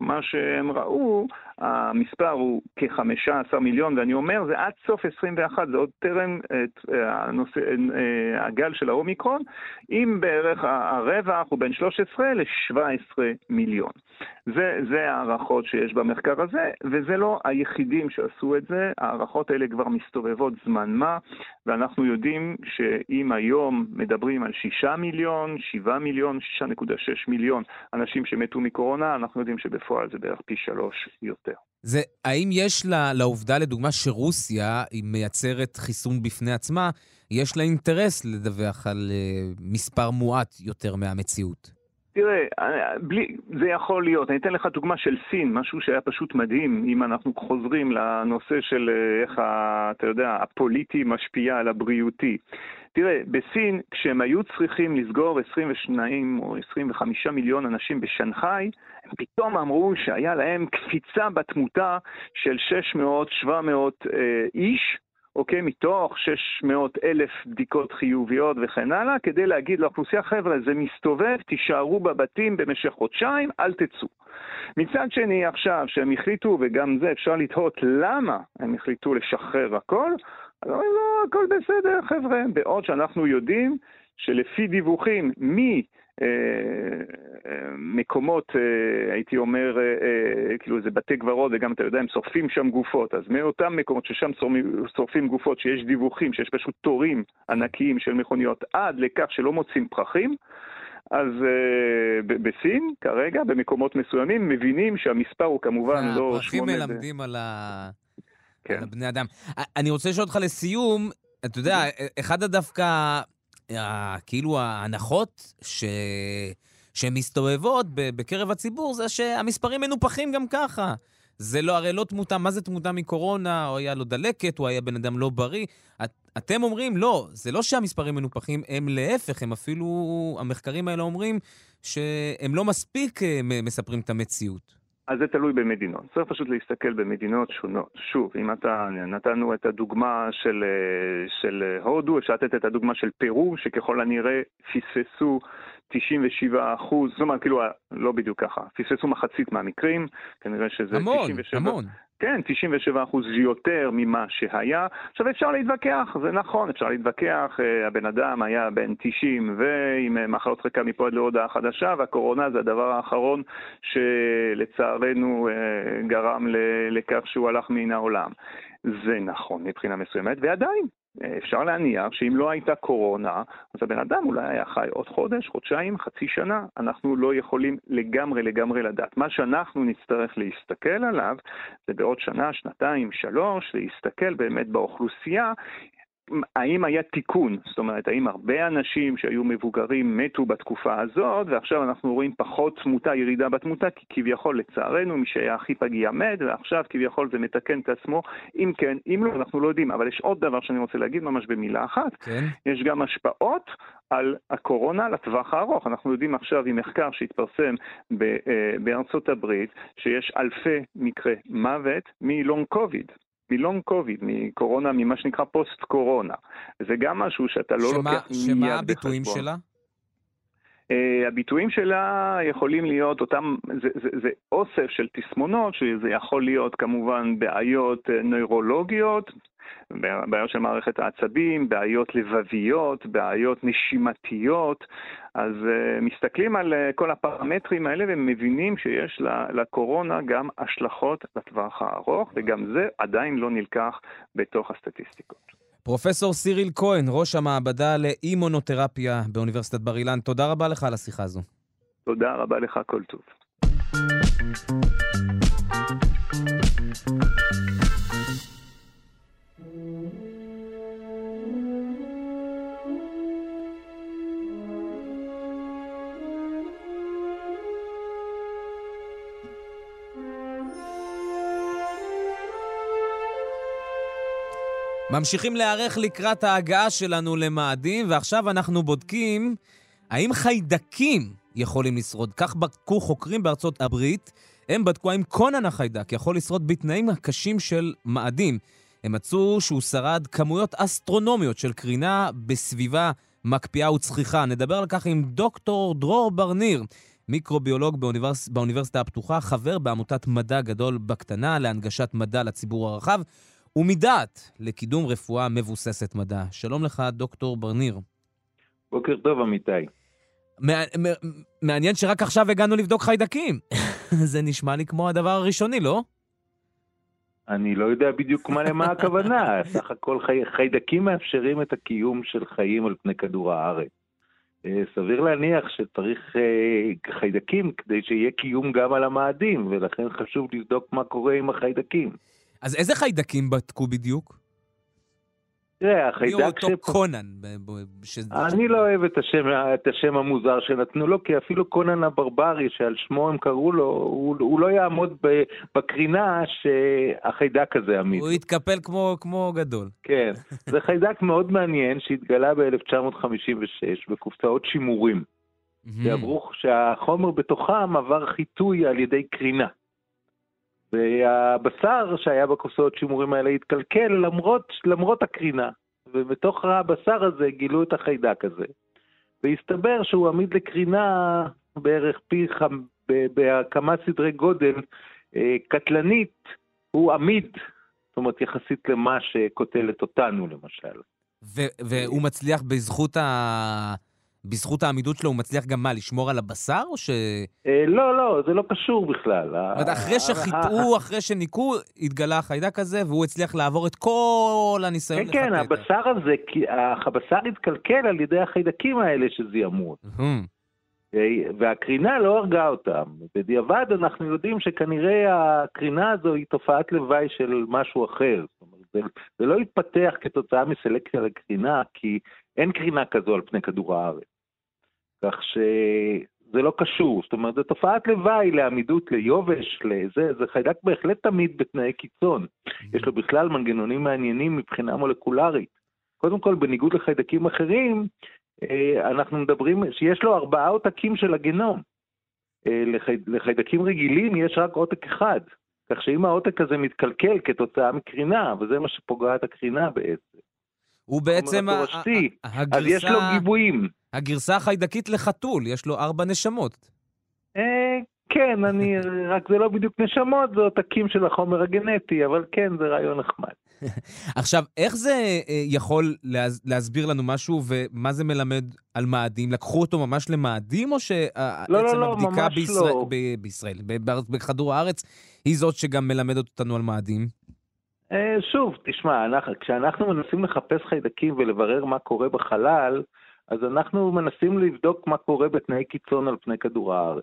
מה שהם ראו, המספר הוא כ-חמישה עשר מיליון, ואני אומר, זה עד סוף עשרים ואחת, זה עוד טרם את הנושא, הגל של האומיקרון, אם בערך הרווח הוא בין שלוש עשרה ל-שבע עשרה מיליון. זה, זה הערכות שיש במחקר הזה, וזה לא היחידים שעשו את זה, הערכות האלה כבר מסתובבות זמן מה, ואנחנו יודעים שאם היום מדברים על שישה מיליון, שבעה מיליון, שישה נקודה שש מיליון אנשים שמתו מקורונה, אנחנו יודעים שבפועל זה בערך פי שלוש יותר. זה, האם יש לה, לעובדה לדוגמה שרוסיה, היא מייצרת חיסון בפני עצמה, יש לה אינטרס לדווח על uh, מספר מועט יותר מהמציאות? תראה, בלי, זה יכול להיות. אני אתן לך דוגמה של סין, משהו שהיה פשוט מדהים, אם אנחנו חוזרים לנושא של איך, אתה יודע, הפוליטי משפיע על הבריאותי. תראה, בסין, כשהם היו צריכים לסגור עשרים ושניים או עשרים וחמישה מיליון אנשים בשנגחאי, הם פתאום אמרו שהיה להם קפיצה בתמותה של שש מאות שבע מאות אה, איש, אוקיי, מתוך שש מאות אלף בדיקות חיוביות וכן הלאה, כדי להגיד לאוכלוסייה, חבר'ה, זה מסתובב, תישארו בבתים במשך חודשיים, אל תצאו. מצד שני, עכשיו שהם החליטו, וגם זה אפשר לתהות למה הם החליטו לשחרר הכל, אז אומרים, לא, הכל בסדר, חבר'ה. בעוד שאנחנו יודעים שלפי דיווחים מי מקומות, הייתי אומר, כאילו זה בתי קברות, וגם אתה יודע, הם שורפים שם גופות, אז מאותם מקומות ששם שורפים גופות, שיש דיווחים, שיש פשוט תורים ענקיים של מכוניות, עד לכך שלא מוצאים פרחים, אז בסין, כרגע, במקומות מסוימים, מבינים שהמספר הוא כמובן לא... הפרחים מלמדים על הבני אדם. אני רוצה לשאול אותך לסיום, אתה יודע, אחד הדווקא... כאילו ההנחות ש... שמסתובבות בקרב הציבור זה שהמספרים מנופחים גם ככה. זה לא, הרי לא תמותה, מה זה תמותה מקורונה, או היה לו דלקת, או היה בן אדם לא בריא. את, אתם אומרים, לא, זה לא שהמספרים מנופחים, הם להפך, הם אפילו, המחקרים האלה אומרים שהם לא מספיק מספרים את המציאות. אז זה תלוי במדינות. צריך פשוט להסתכל במדינות שונות. שוב, אם אתה נתנו את הדוגמה של, של הודו, אפשר לתת את הדוגמה של פרו, שככל הנראה פספסו תשעים ושבעה אחוז, זאת אומרת, כאילו, לא בדיוק ככה, פספסו מחצית מהמקרים, כנראה שזה המון, תשעים ושבע... המון. כן, תשעים ושבעה אחוז יותר ממה שהיה. עכשיו אפשר להתווכח, זה נכון, אפשר להתווכח, הבן אדם היה בן תשעים ועם מחלות רקע מפה עד להודעה חדשה, והקורונה זה הדבר האחרון שלצערנו גרם לכך שהוא הלך מן העולם. זה נכון מבחינה מסוימת, ועדיין אפשר להניח שאם לא הייתה קורונה, אז הבן אדם אולי היה חי עוד חודש, חודשיים, חצי שנה. אנחנו לא יכולים לגמרי לגמרי לדעת. מה שאנחנו נצטרך להסתכל עליו, זה בעוד שנה, שנתיים, שלוש, להסתכל באמת באוכלוסייה, האם היה תיקון, זאת אומרת, האם הרבה אנשים שהיו מבוגרים מתו בתקופה הזאת, ועכשיו אנחנו רואים פחות תמותה, ירידה בתמותה, כי כביכול לצערנו מי שהיה הכי פגיע מת, ועכשיו כביכול זה מתקן את עצמו, אם כן, אם לא, אנחנו לא יודעים, אבל יש עוד דבר שאני רוצה להגיד ממש במילה אחת, כן. יש גם השפעות על הקורונה לטווח הארוך. אנחנו יודעים עכשיו עם מחקר שהתפרסם בארצות הברית, שיש אלפי מקרי מוות מלונג קוביד. מלונג קוביד, מקורונה, ממה שנקרא פוסט קורונה. זה גם משהו שאתה לא שמה, לוקח מיד בחשבון. שמה הביטויים שלה? Uh, הביטויים שלה יכולים להיות אותם, זה, זה, זה אוסף של תסמונות, שזה יכול להיות כמובן בעיות נוירולוגיות, בעיות של מערכת העצבים, בעיות לבביות, בעיות נשימתיות. אז uh, מסתכלים על uh, כל הפרמטרים האלה ומבינים שיש לקורונה גם השלכות לטווח הארוך, וגם זה עדיין לא נלקח בתוך הסטטיסטיקות. פרופסור סיריל כהן, ראש המעבדה לאימונותרפיה באוניברסיטת בר אילן, תודה רבה לך על השיחה הזו. תודה רבה לך, כל טוב. ממשיכים להיערך לקראת ההגעה שלנו למאדים, ועכשיו אנחנו בודקים האם חיידקים יכולים לשרוד. כך בדקו חוקרים בארצות הברית, הם בדקו האם קונן החיידק יכול לשרוד בתנאים הקשים של מאדים. הם מצאו שהוא שרד כמויות אסטרונומיות של קרינה בסביבה מקפיאה וצחיחה. נדבר על כך עם דוקטור דרור ברניר, מיקרוביולוג באוניברס... באוניברסיטה הפתוחה, חבר בעמותת מדע גדול בקטנה להנגשת מדע לציבור הרחב, ומדעת לקידום רפואה מבוססת מדע. שלום לך, דוקטור ברניר. בוקר טוב, אמיתי. מעניין שרק עכשיו הגענו לבדוק חיידקים. זה נשמע לי כמו הדבר הראשוני, לא? אני לא יודע בדיוק מה למה הכוונה. סך הכל חי... חיידקים מאפשרים את הקיום של חיים על פני כדור הארץ. סביר להניח שצריך חיידקים כדי שיהיה קיום גם על המאדים, ולכן חשוב לבדוק מה קורה עם החיידקים. אז איזה חיידקים בדקו בדיוק? תראה, החיידק... מי אותו קונן? אני לא אוהב את השם, את השם המוזר שנתנו לו, כי אפילו קונן הברברי, שעל שמו הם קראו לו, הוא, הוא לא יעמוד בקרינה שהחיידק הזה עמיד. הוא יתקפל כמו, כמו גדול. כן, זה חיידק מאוד מעניין שהתגלה ב-אלף תשע מאות חמישים ושש בקופסאות שימורים. שעברו שהחומר בתוכם עבר חיטוי על ידי קרינה. והבשר שהיה בקופסאות שימורים האלה התקלקל למרות, למרות הקרינה. ובתוך הבשר הזה גילו את החיידק הזה. והסתבר שהוא עמיד לקרינה בערך פי חם, בכמה סדרי גודל קטלנית, הוא עמיד, זאת אומרת יחסית למה שקוטלת אותנו למשל. ו- והוא מצליח בזכות ה... בזכות העמידות שלו הוא מצליח גם מה, לשמור על הבשר או ש... לא, לא, זה לא קשור בכלל. אחרי שחיטאו, אחרי שניקו, התגלה החיידק הזה, והוא הצליח לעבור את כל הניסיון לחטא. כן, כן, הבשר הזה, הבשר התקלקל על ידי החיידקים האלה שזיהמו. והקרינה לא הרגה אותם. בדיעבד אנחנו יודעים שכנראה הקרינה הזו היא תופעת לוואי של משהו אחר. זאת אומרת, זה, זה לא התפתח כתוצאה מסלקציה לקרינה, כי אין קרינה כזו על פני כדור הארץ. כך שזה לא קשור. זאת אומרת, זה תופעת לוואי לעמידות, ליובש, לזה, זה חיידק בהחלט תמיד בתנאי קיצון. יש לו בכלל מנגנונים מעניינים מבחינה מולקולרית. קודם כל, בניגוד לחיידקים אחרים, אנחנו מדברים שיש לו ארבעה עותקים של הגנום. לחיידקים רגילים יש רק עותק אחד. כך שאם העותק הזה מתקלקל כתוצאה מקרינה, וזה מה שפוגע את הקרינה בעצם. הוא בעצם הגרסה, אז יש לו גיבויים. הגרסה החיידקית לחתול, יש לו ארבע נשמות. אה, כן, אני, רק זה לא בדיוק נשמות, זה עותקים של החומר הגנטי, אבל כן, זה רעיון נחמד. עכשיו, איך זה יכול להסביר לנו משהו, ומה זה מלמד על מאדים? לקחו אותו ממש למאדים, או שעצם לא, לא, לא, הבדיקה בישראל, לא. ב- בישראל, בכדור הארץ, היא זאת שגם מלמדת אותנו על מאדים? שוב, תשמע, אנחנו, כשאנחנו מנסים לחפש חיידקים ולברר מה קורה בחלל, אז אנחנו מנסים לבדוק מה קורה בתנאי קיצון על פני כדור הארץ.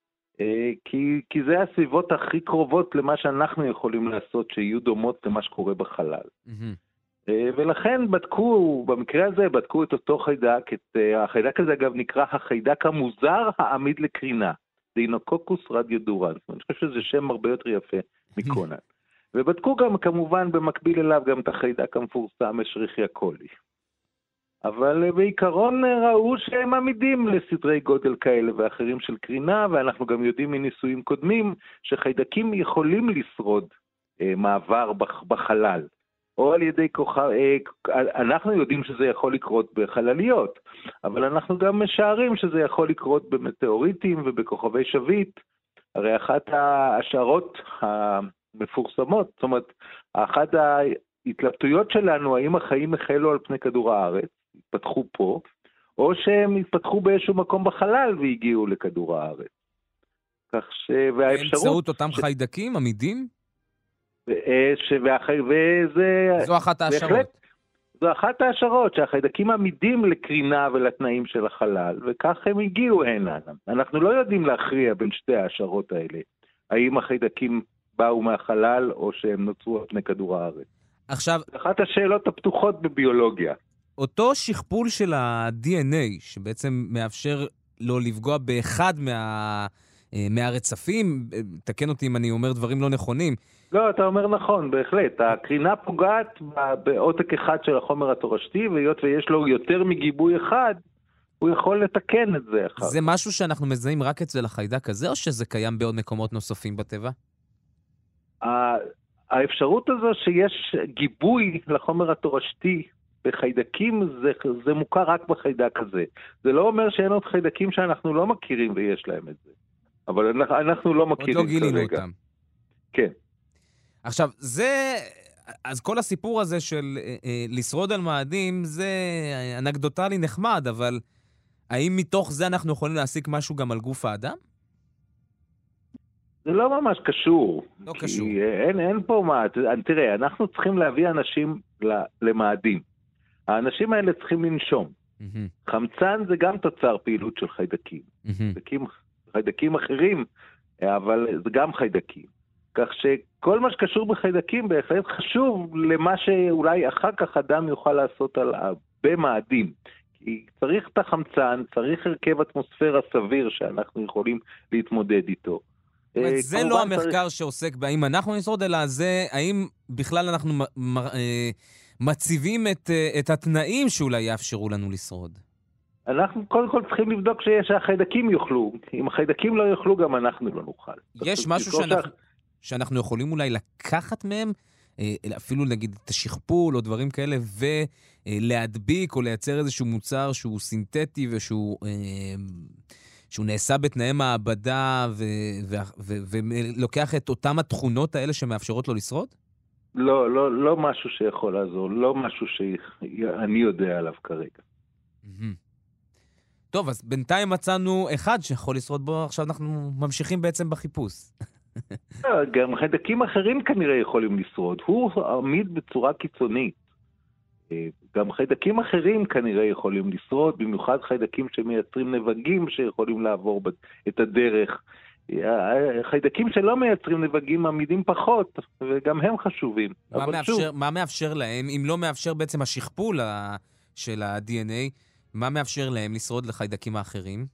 כי, כי זה הסביבות הכי קרובות למה שאנחנו יכולים לעשות, שיהיו דומות למה שקורה בחלל. Mm-hmm. ולכן בדקו, במקרה הזה בדקו את אותו חיידק, את, החיידק הזה אגב נקרא החיידק המוזר העמיד לקרינה, דינוקוקוס רדיודורנס, אני חושב שזה שם הרבה יותר יפה מקונן. ובדקו גם כמובן במקביל אליו גם את החיידק המפורסם אשריכיה קולי. אבל בעיקרון ראו שהם עמידים לסדרי גודל כאלה ואחרים של קרינה, ואנחנו גם יודעים מניסויים קודמים שחיידקים יכולים לשרוד אה, מעבר בח, בחלל. או על ידי כוכב, אה, אנחנו יודעים שזה יכול לקרות בחלליות, אבל אנחנו גם משערים שזה יכול לקרות במטאוריטים ובכוכבי שביט. הרי אחת ההשערות המפורסמות, זאת אומרת, אחת ההתלבטויות שלנו, האם החיים החלו על פני כדור הארץ, התפתחו פה, או שהם התפתחו באיזשהו מקום בחלל והגיעו לכדור הארץ. כך ש... והאפשרות... באמצעות אותם ש... חיידקים עמידים? ש... והחי... וזה... זו אחת ההשערות. בהחלט, זו אחת ההשערות, שהחיידקים עמידים לקרינה ולתנאים של החלל, וכך הם הגיעו הנה. אנחנו לא יודעים להכריע בין שתי ההשערות האלה. האם החיידקים באו מהחלל, או שהם נוצרו על פני כדור הארץ. עכשיו... אחת השאלות הפתוחות בביולוגיה. אותו שכפול של ה-די אן איי, שבעצם מאפשר לו לפגוע באחד מה... מהרצפים, תקן אותי אם אני אומר דברים לא נכונים. לא, אתה אומר נכון, בהחלט. הקרינה פוגעת בעותק אחד של החומר התורשתי, והיות ויש לו יותר מגיבוי אחד, הוא יכול לתקן את זה אחד. זה משהו שאנחנו מזהים רק אצל החיידק הזה, או שזה קיים בעוד מקומות נוספים בטבע? האפשרות הזו שיש גיבוי לחומר התורשתי בחיידקים זה, זה מוכר רק בחיידק הזה. זה לא אומר שאין עוד חיידקים שאנחנו לא מכירים ויש להם את זה. אבל אנחנו, אנחנו לא מכירים עוד לא גילינו אותם. כן. עכשיו, זה... אז כל הסיפור הזה של אה, אה, לשרוד על מאדים, זה אנקדוטלי נחמד, אבל האם מתוך זה אנחנו יכולים להסיק משהו גם על גוף האדם? זה לא ממש קשור. לא קשור. אין, אין פה מה, תראה, אנחנו צריכים להביא אנשים למאדים. האנשים האלה צריכים לנשום. Mm-hmm. חמצן זה גם תוצר פעילות של חיידקים. Mm-hmm. חיידקים, חיידקים אחרים, אבל זה גם חיידקים. כך שכל מה שקשור בחיידקים בהחלט חשוב למה שאולי אחר כך אדם יוכל לעשות על הרבה מאדים. כי צריך את החמצן, צריך הרכב אטמוספירה סביר שאנחנו יכולים להתמודד איתו. זה לא המחקר שעוסק בהאם אנחנו נשרוד, אלא זה האם בכלל אנחנו מציבים את, את התנאים שאולי יאפשרו לנו לשרוד. אנחנו קודם כל צריכים לבדוק שהחיידקים יוכלו. אם החיידקים לא יוכלו, גם אנחנו לא נוכל. יש משהו שאנחנו, שאנחנו יכולים אולי לקחת מהם, אפילו נגיד את השכפול או דברים כאלה, ולהדביק או לייצר איזשהו מוצר שהוא סינתטי ושהוא... שהוא נעשה בתנאי מעבדה ולוקח את אותם התכונות האלה שמאפשרות לו לשרוד? לא, לא, לא משהו שיכול לעזור, לא משהו שאני יודע עליו כרגע. טוב, אז בינתיים מצאנו אחד שיכול לשרוד בו, עכשיו אנחנו ממשיכים בעצם בחיפוש. גם חיידקים אחרים כנראה יכולים לשרוד, הוא עמיד בצורה קיצונית. גם חיידקים אחרים כנראה יכולים לשרוד, במיוחד חיידקים שמייצרים נבגים שיכולים לעבור את הדרך. חיידקים שלא מייצרים נבגים עמידים פחות, וגם הם חשובים. מה מאפשר, שוב, מה מאפשר להם, אם לא מאפשר בעצם השכפול של ה-די אן איי, מה מאפשר להם לשרוד לחיידקים האחרים?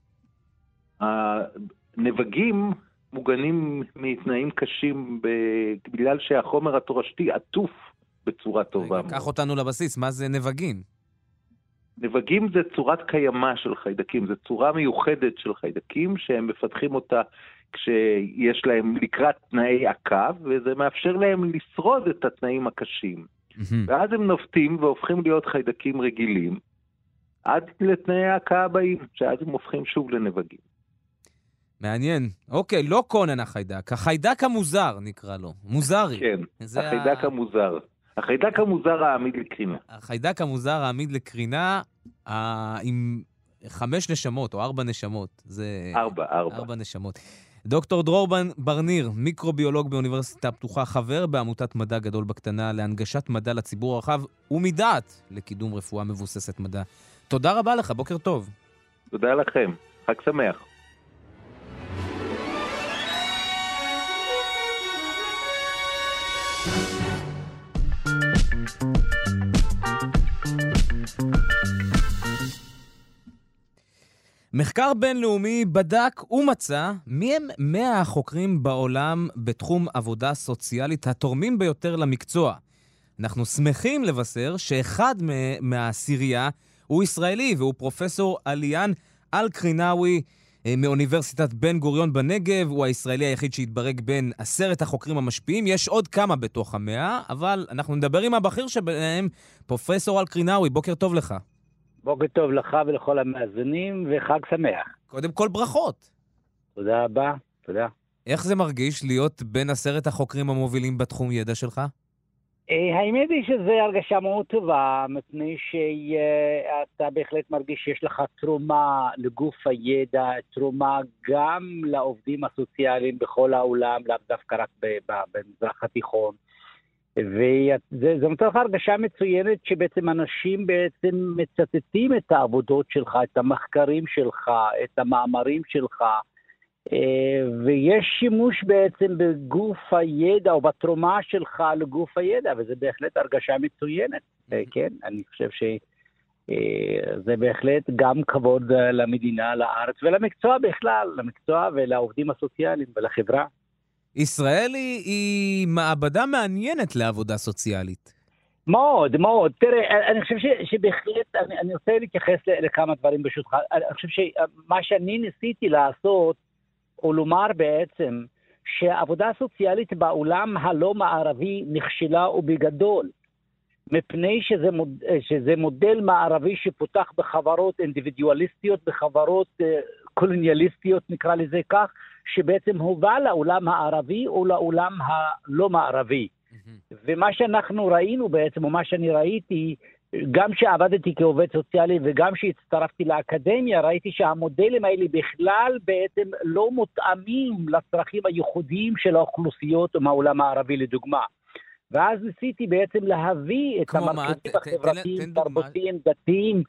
הנבגים מוגנים מתנאים קשים בגלל שהחומר התורשתי עטוף בצורה טובה. קח אותנו לבסיס, מה זה נבגים? נבגים זה צורת קיימה של חיידקים, זה צורה מיוחדת של חיידקים שהם מפתחים אותה כשיש להם לקראת תנאי עקה, וזה מאפשר להם לשרוד את התנאים הקשים. ואז הם נופתים והופכים להיות חיידקים רגילים, עד לתנאי העקה הבאים, שאז הם הופכים שוב לנבגים. מעניין. אוקיי, לא קונן החיידק, החיידק המוזר נקרא לו, מוזרי. כן, החיידק ה... המוזר. החיידק המוזר העמיד לקרינה. החיידק המוזר העמיד לקרינה ה... עם חמש נשמות או ארבע נשמות. זה... ארבע, ארבע. ארבע נשמות. דוקטור דרור ברניר, מיקרוביולוג באוניברסיטה הפתוחה, חבר בעמותת מדע גדול בקטנה להנגשת מדע לציבור הרחב ומדעת לקידום רפואה מבוססת מדע. תודה רבה לך, בוקר טוב. תודה לכם, חג שמח. מחקר בינלאומי בדק ומצא מי הם מאה החוקרים בעולם בתחום עבודה סוציאלית התורמים ביותר למקצוע. אנחנו שמחים לבשר שאחד מהעשירייה הוא ישראלי, והוא פרופסור עליאן אל-קרינאווי מאוניברסיטת בן גוריון בנגב. הוא הישראלי היחיד שהתברג בין עשרת החוקרים המשפיעים. יש עוד כמה בתוך המאה, אבל אנחנו נדבר עם הבכיר שבהם, פרופסור אל-קרינאווי. בוקר טוב לך. בוקר טוב לך ולכל המאזינים, וחג שמח. קודם כל ברכות. תודה רבה, תודה. איך זה מרגיש להיות בין עשרת החוקרים המובילים בתחום ידע שלך? האמת היא שזו הרגשה מאוד טובה, מפני שאתה בהחלט מרגיש שיש לך תרומה לגוף הידע, תרומה גם לעובדים הסוציאליים בכל העולם, לאו דווקא רק במזרח התיכון. וזה נותן לך הרגשה מצוינת שבעצם אנשים בעצם מצטטים את העבודות שלך, את המחקרים שלך, את המאמרים שלך, ויש שימוש בעצם בגוף הידע או בתרומה שלך לגוף הידע, וזה בהחלט הרגשה מצוינת. כן, אני חושב שזה בהחלט גם כבוד למדינה, לארץ ולמקצוע בכלל, למקצוע ולעובדים הסוציאליים ולחברה. ישראל היא, היא מעבדה מעניינת לעבודה סוציאלית. מאוד, מאוד. תראה, אני חושב ש, שבהחלט, אני, אני רוצה להתייחס לכמה דברים ברשותך. אני חושב שמה שאני ניסיתי לעשות, או לומר בעצם, שהעבודה הסוציאלית בעולם הלא מערבי נכשלה ובגדול. מפני שזה, מוד, שזה מודל מערבי שפותח בחברות אינדיבידואליסטיות, בחברות uh, קולוניאליסטיות, נקרא לזה כך, שבעצם הובא לעולם הערבי או לעולם הלא מערבי. Mm-hmm. ומה שאנחנו ראינו בעצם, או מה שאני ראיתי, גם שעבדתי כעובד סוציאלי וגם שהצטרפתי לאקדמיה, ראיתי שהמודלים האלה בכלל בעצם לא מותאמים לצרכים הייחודיים של האוכלוסיות מהעולם הערבי לדוגמה. ואז ניסיתי בעצם להביא את המרכיבים החברתיים, תרבותיים, דתיים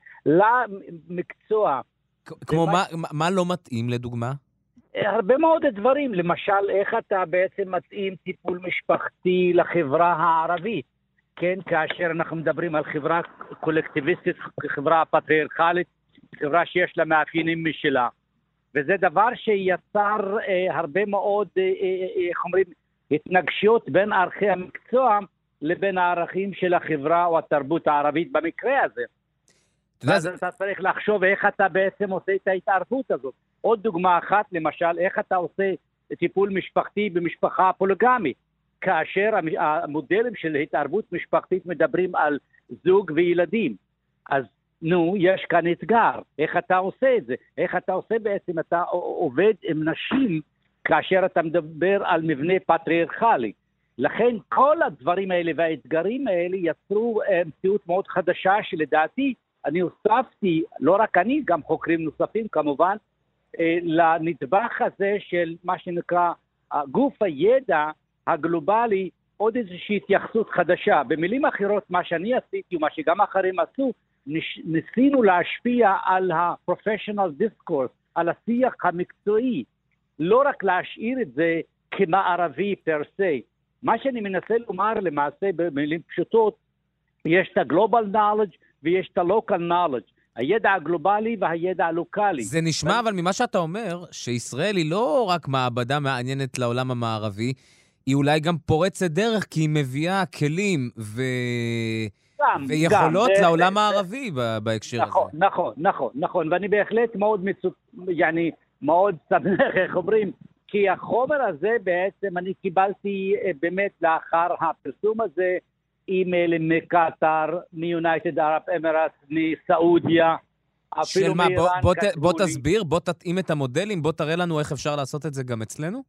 למקצוע. כמו מה, מה לא מתאים לדוגמה? הרבה מאוד דברים, למשל איך אתה בעצם מתאים טיפול משפחתי לחברה הערבית, כן, כאשר אנחנו מדברים על חברה קולקטיביסטית, חברה פטריארכלית, חברה שיש לה מאפיינים משלה. וזה דבר שיצר אה, הרבה מאוד, אה, אה, איך אומרים, התנגשויות בין ערכי המקצוע לבין הערכים של החברה או התרבות הערבית במקרה הזה. אז אתה צריך לחשוב איך אתה בעצם עושה את ההתערבות הזאת. עוד דוגמה אחת, למשל, איך אתה עושה טיפול משפחתי במשפחה פוליגמית, כאשר המודלים של התערבות משפחתית מדברים על זוג וילדים. אז נו, יש כאן אתגר. איך אתה עושה את זה? איך אתה עושה בעצם, אתה עובד עם נשים כאשר אתה מדבר על מבנה פטריארכלי. לכן כל הדברים האלה והאתגרים האלה יצרו מציאות מאוד חדשה שלדעתי אני הוספתי, לא רק אני, גם חוקרים נוספים כמובן, לנדבך הזה של מה שנקרא גוף הידע הגלובלי, עוד איזושהי התייחסות חדשה. במילים אחרות, מה שאני עשיתי ומה שגם אחרים עשו, ניסינו להשפיע על ה-professional discourse, על השיח המקצועי, לא רק להשאיר את זה כמערבי פר סי. מה שאני מנסה לומר למעשה במילים פשוטות, יש את ה-global knowledge ויש את ה-local knowledge, הידע הגלובלי והידע הלוקלי. זה נשמע, אבל ממה שאתה אומר, שישראל היא לא רק מעבדה מעניינת לעולם המערבי, היא אולי גם פורצת דרך, כי היא מביאה כלים ו... גם, ויכולות גם, לעולם זה, הערבי זה... בהקשר נכון, הזה. נכון, נכון, נכון, ואני בהחלט מאוד מצופ... yani, מאוד שמח, איך אומרים, כי החומר הזה בעצם אני קיבלתי באמת לאחר הפרסום הזה, אימייל מקטר, מיונייטד ערב אמירט, מסעודיה, אפילו מאיראן. בוא, בוא, בוא תסביר, בוא תתאים את המודלים, בוא תראה לנו איך אפשר לעשות את זה גם אצלנו.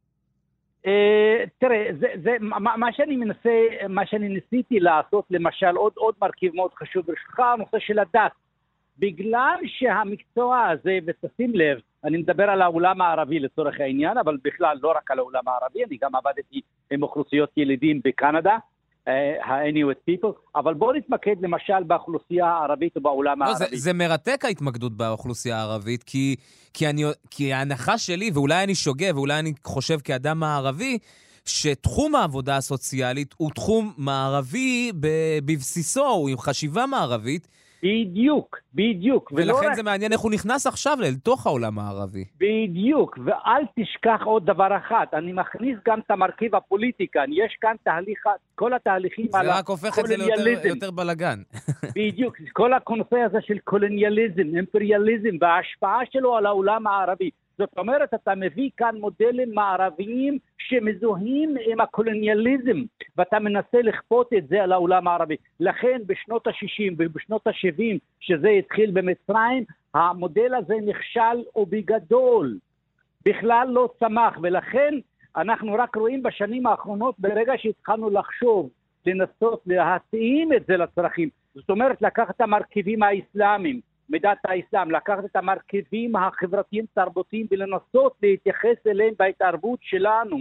Uh, תראה, זה, זה, מה, מה שאני מנסה, מה שאני ניסיתי לעשות, למשל, עוד, עוד מרכיב מאוד חשוב ברשותך, הנושא של הדת. בגלל שהמקצוע הזה, ותשים לב, אני מדבר על העולם הערבי לצורך העניין, אבל בכלל לא רק על העולם הערבי, אני גם עבדתי עם אוכלוסיות ילידים בקנדה, ה-Inuit people, אבל בואו נתמקד למשל באוכלוסייה הערבית ובעולם לא, הערבי. זה, זה מרתק ההתמקדות באוכלוסייה הערבית, כי, כי, אני, כי ההנחה שלי, ואולי אני שוגה, ואולי אני חושב כאדם מערבי, שתחום העבודה הסוציאלית הוא תחום מערבי בבסיסו, הוא עם חשיבה מערבית, בדיוק, בדיוק. ולכן רק... זה מעניין איך הוא נכנס עכשיו לתוך העולם הערבי. בדיוק, ואל תשכח עוד דבר אחד, אני מכניס גם את המרכיב הפוליטי כאן, יש כאן תהליך, כל התהליכים על זה רק הופך את זה ליותר יותר בלגן. בדיוק, כל הנושא הזה של קולוניאליזם, אימפריאליזם, וההשפעה שלו על העולם הערבי. זאת אומרת, אתה מביא כאן מודלים מערביים שמזוהים עם הקולוניאליזם, ואתה מנסה לכפות את זה על העולם הערבי. לכן בשנות ה-שישים ובשנות ה-שבעים, שזה התחיל במצרים, המודל הזה נכשל ובגדול. בכלל לא צמח, ולכן אנחנו רק רואים בשנים האחרונות, ברגע שהתחלנו לחשוב, לנסות להתאים את זה לצרכים. זאת אומרת, לקחת את המרכיבים האסלאמיים, מדת האסלאם, לקחת את המרכיבים החברתיים תרבותיים ולנסות להתייחס אליהם בהתערבות שלנו.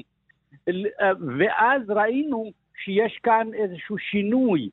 ואז ראינו שיש כאן איזשהו שינוי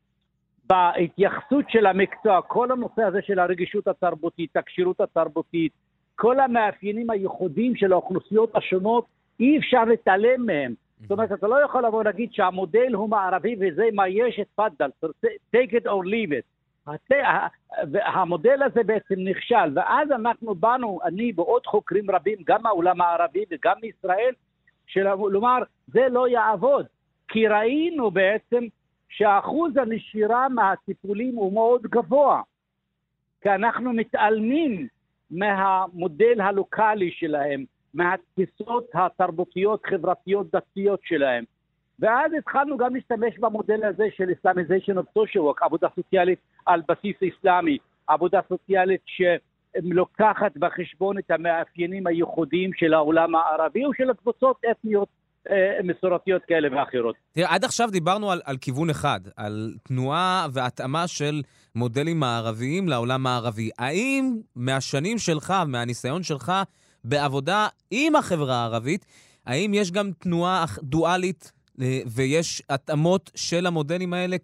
בהתייחסות של המקצוע, כל הנושא הזה של הרגישות התרבותית, הקשירות התרבותית, כל המאפיינים הייחודיים של האוכלוסיות השונות, אי אפשר להתעלם מהם. זאת אומרת, אתה לא יכול לבוא להגיד שהמודל הוא מערבי וזה מה יש, תפדל, take it or leave it. המודל הזה בעצם נכשל, ואז אנחנו באנו, אני ועוד חוקרים רבים, גם מהעולם הערבי וגם מישראל, שלומר, זה לא יעבוד, כי ראינו בעצם שאחוז הנשירה מהטיפולים הוא מאוד גבוה, כי אנחנו מתעלמים מהמודל הלוקלי שלהם, מהתפיסות התרבותיות, חברתיות, דתיות שלהם. ואז התחלנו גם להשתמש במודל הזה של Islamization of Social Work, עבודה סוציאלית על בסיס איסלאמי, עבודה סוציאלית שלוקחת בחשבון את המאפיינים הייחודיים של העולם הערבי או של הקבוצות אתניות אה, מסורתיות כאלה ואחרות. תראה, עד עכשיו דיברנו על, על כיוון אחד, על תנועה והתאמה של מודלים מערביים לעולם הערבי. האם מהשנים שלך, מהניסיון שלך בעבודה עם החברה הערבית, האם יש גם תנועה דואלית ויש התאמות של המודלים האלה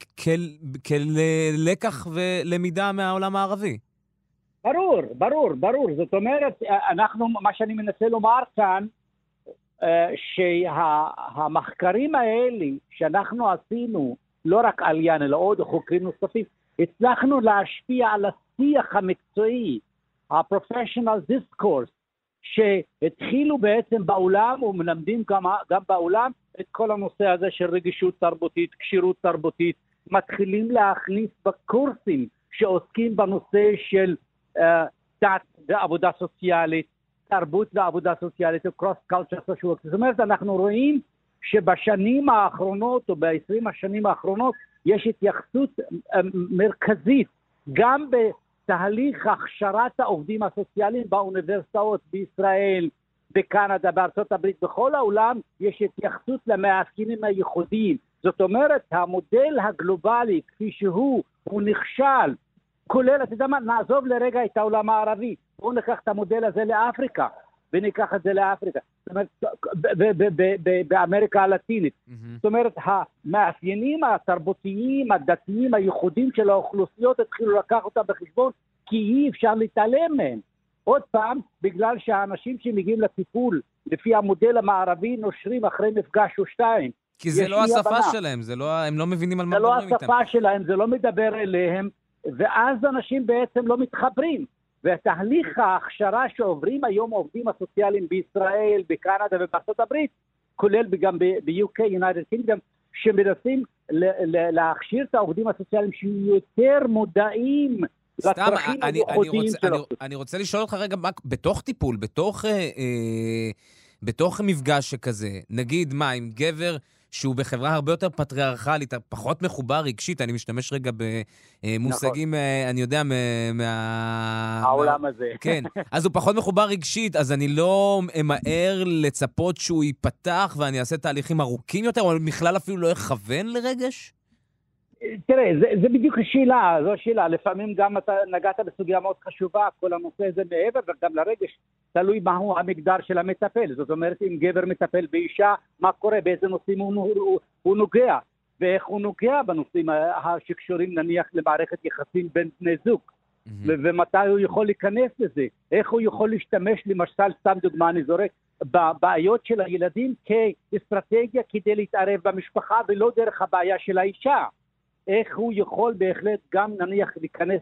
כלקח ולמידה מהעולם הערבי? ברור, ברור, ברור. זאת אומרת, אנחנו, מה שאני מנסה לומר כאן, שהמחקרים האלה שאנחנו עשינו, לא רק על יאן, אלא עוד חוקרים נוספים, הצלחנו להשפיע על השיח המקצועי, ה-professional discourse, שהתחילו בעצם בעולם ומלמדים גם, גם בעולם את כל הנושא הזה של רגישות תרבותית, קשירות תרבותית, מתחילים להכניס בקורסים שעוסקים בנושא של uh, דת ועבודה סוציאלית, תרבות ועבודה סוציאלית, cross culture social work. זאת אומרת, אנחנו רואים שבשנים האחרונות או ב-עשרים השנים האחרונות יש התייחסות uh, מרכזית גם ב... תהליך הכשרת העובדים הסוציאליים באוניברסיטאות בישראל, בקנדה, בארצות הברית, בכל העולם יש התייחסות למאפיינים הייחודיים. זאת אומרת, המודל הגלובלי כפי שהוא, הוא נכשל, כולל, אתה יודע מה, נעזוב לרגע את העולם הערבי, בואו ניקח את המודל הזה לאפריקה, וניקח את זה לאפריקה, זאת אומרת, באמריקה הלטינית. זאת אומרת, המאפיינים התרבותיים, הדתיים, הייחודיים של האוכלוסיות התחילו לקח אותם בחשבון, כי אי אפשר להתעלם מהם. עוד פעם, בגלל שהאנשים שמגיעים לטיפול, לפי המודל המערבי, נושרים אחרי מפגש או שתיים. כי זה לא השפה שלהם, זה לא, הם לא מבינים על מה מדברים איתם. זה לא השפה שלהם, זה לא מדבר אליהם, ואז אנשים בעצם לא מתחברים. והתהליך ההכשרה שעוברים היום העובדים הסוציאליים בישראל, בקנדה ובארצות הברית, כולל גם ב-יו קיי, United Kingdom, שמנסים להכשיר את העובדים הסוציאליים שיהיו יותר מודעים לצרכים הייחודיים שלו. אני רוצה לשאול אותך רגע, בתוך טיפול, בתוך, בתוך מפגש שכזה, נגיד מה, עם גבר שהוא בחברה הרבה יותר פטריארכלית, פחות מחובר רגשית, אני משתמש רגע במושגים, אני יודע, מה... העולם הזה. כן, אז הוא פחות מחובר רגשית, אז אני לא אמהר לצפות שהוא ייפתח, ואני אעשה תהליכים ארוכים יותר, או בכלל אפילו לא אכוון לרגש? תראה, זה, זה בדיוק השאלה, זו השאלה. לפעמים גם אתה נגעת בסוגיה מאוד חשובה, כל הנושא הזה מעבר, וגם לרגש, תלוי מהו המגדר של המטפל. זאת אומרת, אם גבר מטפל באישה, מה קורה, באיזה נושאים הוא, הוא, הוא נוגע, ואיך הוא נוגע בנושאים שקשורים נניח למערכת יחסים בין בני זוג, mm-hmm. ומתי הוא יכול להיכנס לזה, איך הוא יכול להשתמש, למשל, סתם דוגמה אני זורק, בבעיות של הילדים כאסטרטגיה כדי להתערב במשפחה, ולא דרך הבעיה של האישה. איך הוא יכול בהחלט גם נניח להיכנס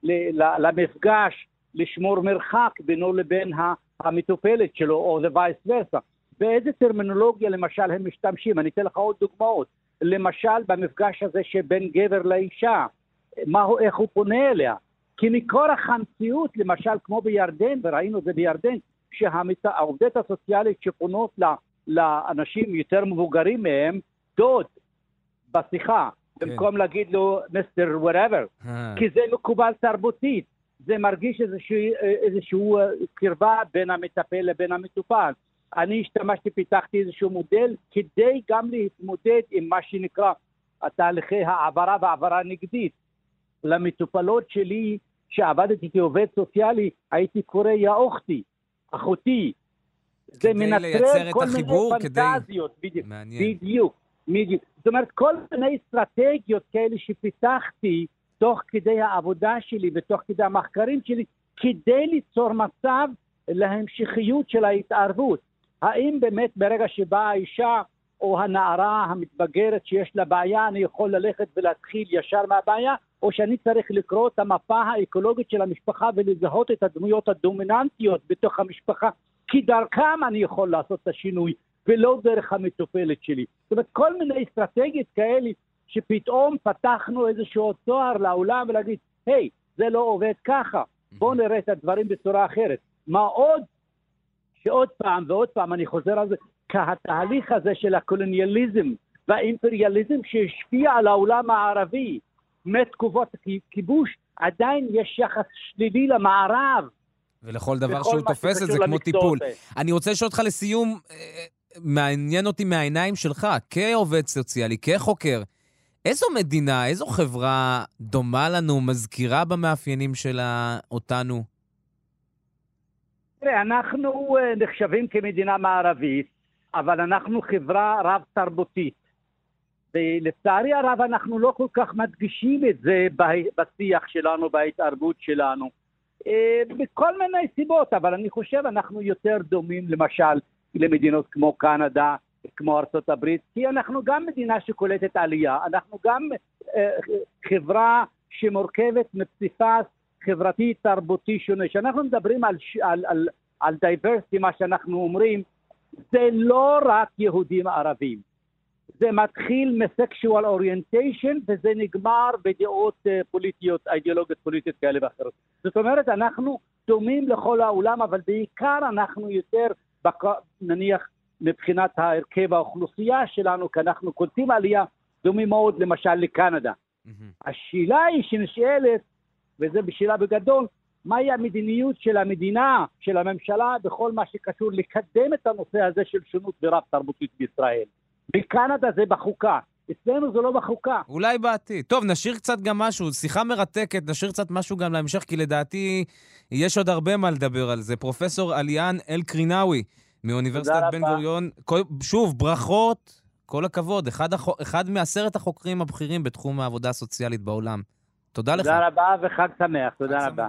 למפגש, לשמור מרחק בינו לבין המטופלת שלו, או וייס ורסה. באיזה טרמינולוגיה למשל הם משתמשים? אני אתן לך עוד דוגמאות. למשל במפגש הזה שבין גבר לאישה, מה, איך הוא פונה אליה? כי מכורח המציאות, למשל כמו בירדן, וראינו את זה בירדן, שהעובדות הסוציאלית שפונות לאנשים יותר מבוגרים מהם, דוד בשיחה, במקום להגיד לו מיסטר whatever, כי זה מקובל תרבותית, זה מרגיש איזשהו קרבה בין המטפל לבין המטופל. אני השתמשתי, פיתחתי איזשהו מודל כדי גם להתמודד עם מה שנקרא התהליכי העברה והעברה נגדית. למטופלות שלי שעבדתי כעובד סוציאלי, הייתי קורא יא אוכתי, אחותי. זה מנטרל כל מיני פנטזיות, בדיוק. בדיוק. בדיוק. זאת אומרת, כל מיני אסטרטגיות כאלה שפיתחתי תוך כדי העבודה שלי ותוך כדי המחקרים שלי, כדי ליצור מצב להמשכיות של ההתערבות. האם באמת ברגע שבאה האישה או הנערה המתבגרת שיש לה בעיה, אני יכול ללכת ולהתחיל ישר מהבעיה, או שאני צריך לקרוא את המפה האקולוגית של המשפחה ולזהות את הדמויות הדומיננטיות בתוך המשפחה, כי דרכם אני יכול לעשות את השינוי, ולא דרך המטופלת שלי. זאת אומרת, כל מיני אסטרטגיות כאלה שפתאום פתחנו איזשהו תואר לעולם ולהגיד, היי, זה לא עובד ככה, בואו נראה את הדברים בצורה אחרת. מה עוד? שעוד פעם ועוד פעם אני חוזר על זה, כהתהליך הזה של הקולוניאליזם והאימפריאליזם שהשפיע על העולם הערבי מתקופות הכיבוש, עדיין יש יחס שלילי למערב. ולכל דבר שהוא תופס את זה כמו טיפול. אני רוצה לשאול אותך לסיום, מעניין אותי מהעיניים שלך, כעובד סוציאלי, כחוקר, איזו מדינה, איזו חברה דומה לנו, מזכירה במאפיינים שלה אותנו? תראה, אנחנו נחשבים כמדינה מערבית, אבל אנחנו חברה רב-תרבותית. ולצערי הרב אנחנו לא כל כך מדגישים את זה בשיח שלנו, בהתערבות שלנו. בכל מיני סיבות, אבל אני חושב אנחנו יותר דומים למשל למדינות כמו קנדה, כמו ארצות הברית, כי אנחנו גם מדינה שקולטת עלייה, אנחנו גם חברה שמורכבת מפסיפס חברתי תרבותי שונה. כשאנחנו מדברים על, על, על, על diversity, מה שאנחנו אומרים, זה לא רק יהודים ערבים. זה מתחיל מסקשואל אוריינטיישן, וזה נגמר בדעות פוליטיות, אידיאולוגיות פוליטיות כאלה ואחרות. זאת אומרת, אנחנו דומים לכל העולם, אבל בעיקר אנחנו יותר, נניח, מבחינת ההרכב האוכלוסייה שלנו, כי אנחנו קולטים עלייה, דומים מאוד למשל לקנדה. Mm-hmm. השאלה היא שנשאלת, וזה בשאלה בגדול, מהי המדיניות של המדינה, של הממשלה, בכל מה שקשור לקדם את הנושא הזה של שונות ורב תרבותית בישראל. בקנדה זה בחוקה, אצלנו זה לא בחוקה. אולי בעתיד. טוב, נשאיר קצת גם משהו, שיחה מרתקת, נשאיר קצת משהו גם להמשך, כי לדעתי יש עוד הרבה מה לדבר על זה. פרופסור עליאן אל-קרינאווי, מאוניברסיטת בן גוריון. שוב, ברכות, כל הכבוד. אחד, הח... אחד מעשרת החוקרים הבכירים בתחום העבודה הסוציאלית בעולם. תודה לך. תודה רבה וחג שמח. תודה רבה.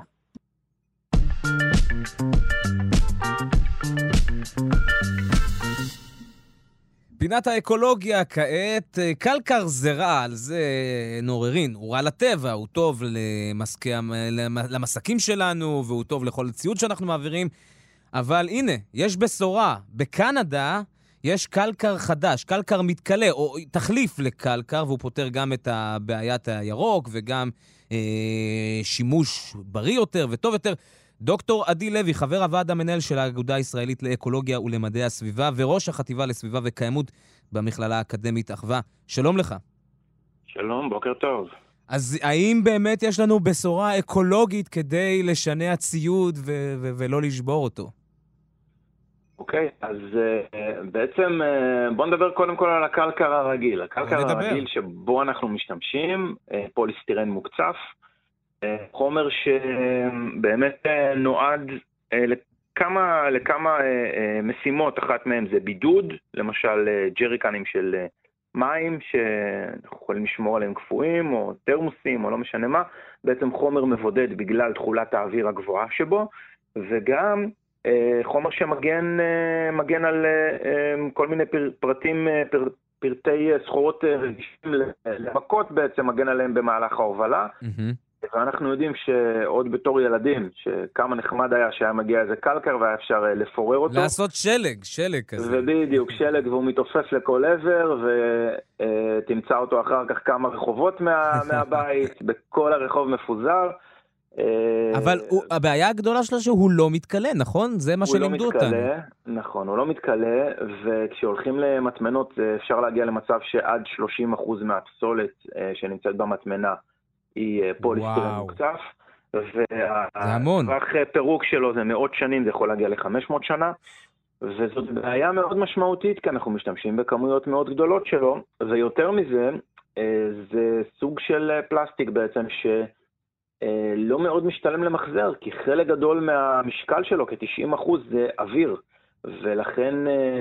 פינת האקולוגיה כעת, קלקר זה רע, על זה נוררין, הוא רע לטבע, הוא טוב למסקי, למסקים שלנו, והוא טוב לכל הציוד שאנחנו מעבירים, אבל הנה, יש בשורה, בקנדה יש קלקר חדש, קלקר מתקלה, או תחליף לקלקר, והוא פותר גם את בעיית הירוק, וגם אה, שימוש בריא יותר וטוב יותר. דוקטור עדי לוי, חבר הוועד המנהל של האגודה הישראלית לאקולוגיה ולמדעי הסביבה, וראש החטיבה לסביבה וקיימות במכללה האקדמית אחווה. שלום לך. שלום, בוקר טוב. אז האם באמת יש לנו בשורה אקולוגית כדי לשנע ציוד ו- ו- ולא לשבור אותו? אוקיי, אז uh, בעצם uh, בוא נדבר קודם כל על הקלקר הרגיל. הקלקר הרגיל שבו אנחנו משתמשים, uh, פוליסטירן מוקצף, חומר שבאמת נועד לכמה, לכמה משימות, אחת מהן זה בידוד, למשל ג'ריקנים של מים שאנחנו יכולים לשמור עליהם קפואים, או תרמוסים, או לא משנה מה, בעצם חומר מבודד בגלל תכולת האוויר הגבוהה שבו, וגם חומר שמגן מגן על כל מיני פרטים, פר, פרטי סחורות רגישים למכות בעצם, מגן עליהם במהלך ההובלה. Mm-hmm. ואנחנו יודעים שעוד בתור ילדים, שכמה נחמד היה שהיה מגיע איזה קלקר והיה אפשר לפורר אותו. לעשות שלג, שלג כזה. ובדיוק, שלג, והוא מתעופף לכל עבר, ותמצא אותו אחר כך כמה רחובות מה, מהבית, בכל הרחוב מפוזר. אבל הוא, הבעיה הגדולה שלה שהוא לא מתקלה, נכון? זה מה שלימדו אותנו. הוא לא מתקלה, נכון, הוא לא מתקלה, וכשהולכים למטמנות אפשר להגיע למצב שעד שלושים אחוז מהפסולת שנמצאת במטמנה, היא פוליסטירן מוקצף, והטווח פירוק שלו זה מאות שנים, זה יכול להגיע ל-חמש מאות שנה, וזאת בעיה מאוד משמעותית, כי אנחנו משתמשים בכמויות מאוד גדולות שלו, ויותר מזה, זה סוג של פלסטיק בעצם, שלא מאוד משתלם למחזר, כי חלק גדול מהמשקל שלו, כ-תשעים אחוז, זה אוויר, ולכן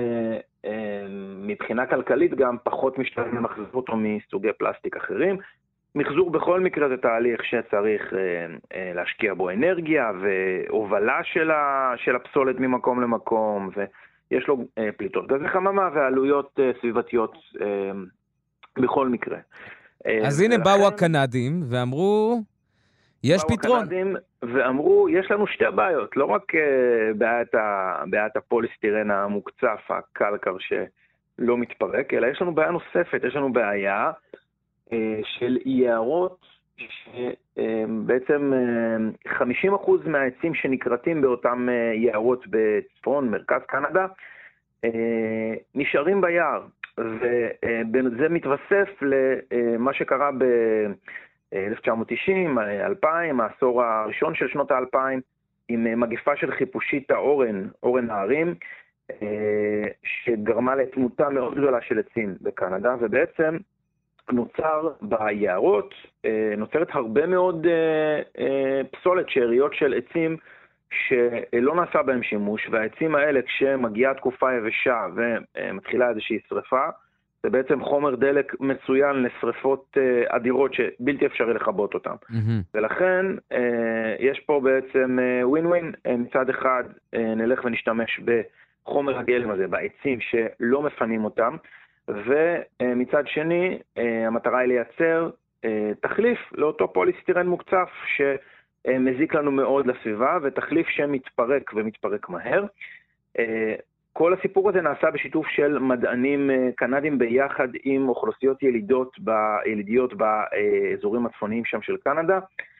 מבחינה כלכלית גם פחות משתלם למחזר אותו מסוגי פלסטיק אחרים. מחזור בכל מקרה זה תהליך שצריך אה, אה, להשקיע בו אנרגיה והובלה של, ה, של הפסולת ממקום למקום, ויש לו אה, פליטות גזי חממה ועלויות אה, סביבתיות אה, בכל מקרה. אז אה, הנה ולכן, באו הקנדים ואמרו, יש באו פתרון. הקנדים ואמרו, יש לנו שתי בעיות, לא רק אה, בעיית, ה, בעיית הפוליסטירן המוקצף, הקלקר שלא מתפרק, אלא יש לנו בעיה נוספת, יש לנו בעיה, של יערות שבעצם חמישים אחוז מהעצים שנקרטים באותם יערות בצפון, מרכז קנדה, נשארים ביער. וזה מתווסף למה שקרה ב-אלף תשע מאות תשעים, אלפיים, העשור הראשון של שנות האלפיים, עם מגפה של חיפושית האורן, אורן ההרים, שגרמה לתמותה מאוד גדולה של עצים בקנדה, ובעצם נוצר ביערות, נוצרת הרבה מאוד פסולת, שאריות של עצים שלא נעשה בהם שימוש, והעצים האלה כשמגיעה תקופה יבשה ומתחילה איזושהי שריפה, זה בעצם חומר דלק מצוין לשריפות אדירות שבלתי אפשרי לכבות אותם. Mm-hmm. ולכן יש פה בעצם ווין ווין, מצד אחד נלך ונשתמש בחומר הגלם הזה, בעצים שלא מפנים אותם, ומצד שני המטרה היא לייצר תחליף לאותו פוליסטירן מוקצף שמזיק לנו מאוד לסביבה, ותחליף שמתפרק ומתפרק מהר. כל הסיפור הזה נעשה בשיתוף של מדענים קנדים ביחד עם אוכלוסיות ילידות, ילידיות באזורים הצפוניים שם של קנדה,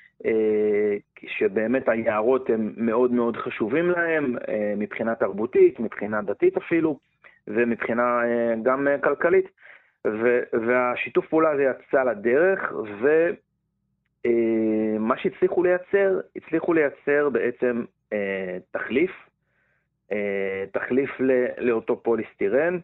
שבאמת היערות הם מאוד מאוד חשובים להם, מבחינה תרבותית, מבחינה דתית אפילו, ומבחינה גם כלכלית. והשיתוף פעולה הזה יצא לדרך, ומה שהצליחו לייצר, הצליחו לייצר בעצם תחליף, תחליף לאותו פוליסטירן,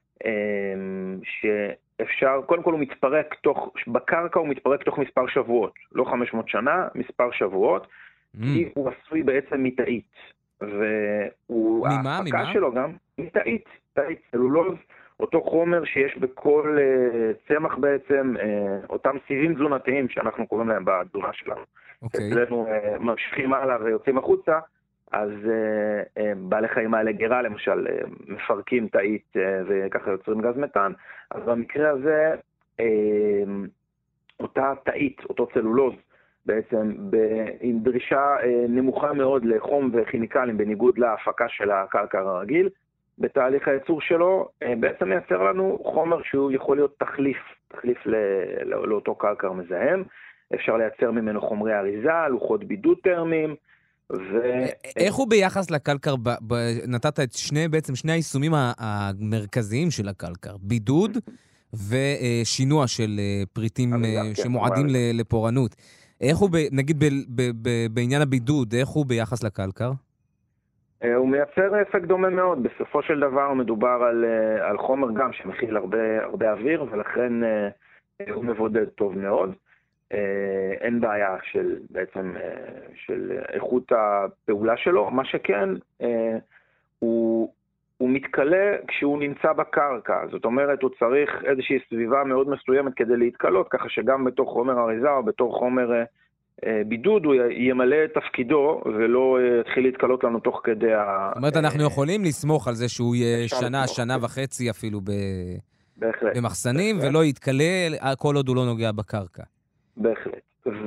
שאפשר, קודם כל הוא מתפרק תוך, בקרקע הוא מתפרק תוך מספר שבועות, לא חמש מאות שנה, מספר שבועות, mm. כי הוא עשוי בעצם מתאית, והוא, ההפקה שלו גם, מתאית, תאית, סלולוז, אותו חומר שיש בכל uh, צמח בעצם, uh, אותם סיבים תזונתיים שאנחנו קוראים להם בתזונה שלנו. אוקיי. אצלנו uh, ממשיכים הלאה ויוצאים החוצה, אז uh, uh, בעלי חיים האלה גרה למשל, uh, מפרקים תאית uh, וככה יוצרים גז מתאן, אז במקרה הזה uh, אותה תאית, אותו צלולוז, בעצם ב- עם דרישה uh, נמוכה מאוד לחום וכימיקלים בניגוד להפקה של הקרקע הרגיל, בתהליך הייצור שלו בעצם מייצר לנו חומר שהוא יכול להיות תחליף, תחליף לא, לא, לאותו קרקע מזהם, אפשר לייצר ממנו חומרי אריזה, לוחות בידוד טרמיים, ו... איך הוא ביחס לקלקר, ב... ב... נתת את שני, בעצם שני היישומים המרכזיים של הקלקר, בידוד ושינוע של פריטים שמועדים לפורענות. איך הוא, ב... נגיד ב... ב... ב... בעניין הבידוד, איך הוא ביחס לקלקר? הוא מייצר אפקט דומה מאוד. בסופו של דבר מדובר על, על חומר גם שמכיל הרבה, הרבה אוויר, ולכן הוא מבודד טוב מאוד. אין בעיה של, בעצם, של איכות הפעולה שלו. מה שכן, הוא, הוא מתקלה כשהוא נמצא בקרקע. זאת אומרת, הוא צריך איזושהי סביבה מאוד מסוימת כדי להתקלות, ככה שגם בתוך חומר אריזה או בתוך חומר בידוד הוא ימלא את תפקידו ולא יתחיל להתקלות לנו תוך כדי ה... זאת אומרת, אנחנו יכולים לסמוך על זה שהוא יהיה שנה, שנה וחצי אפילו במחסנים, ולא יתקלה כל עוד הוא לא נוגע בקרקע. בהחלט.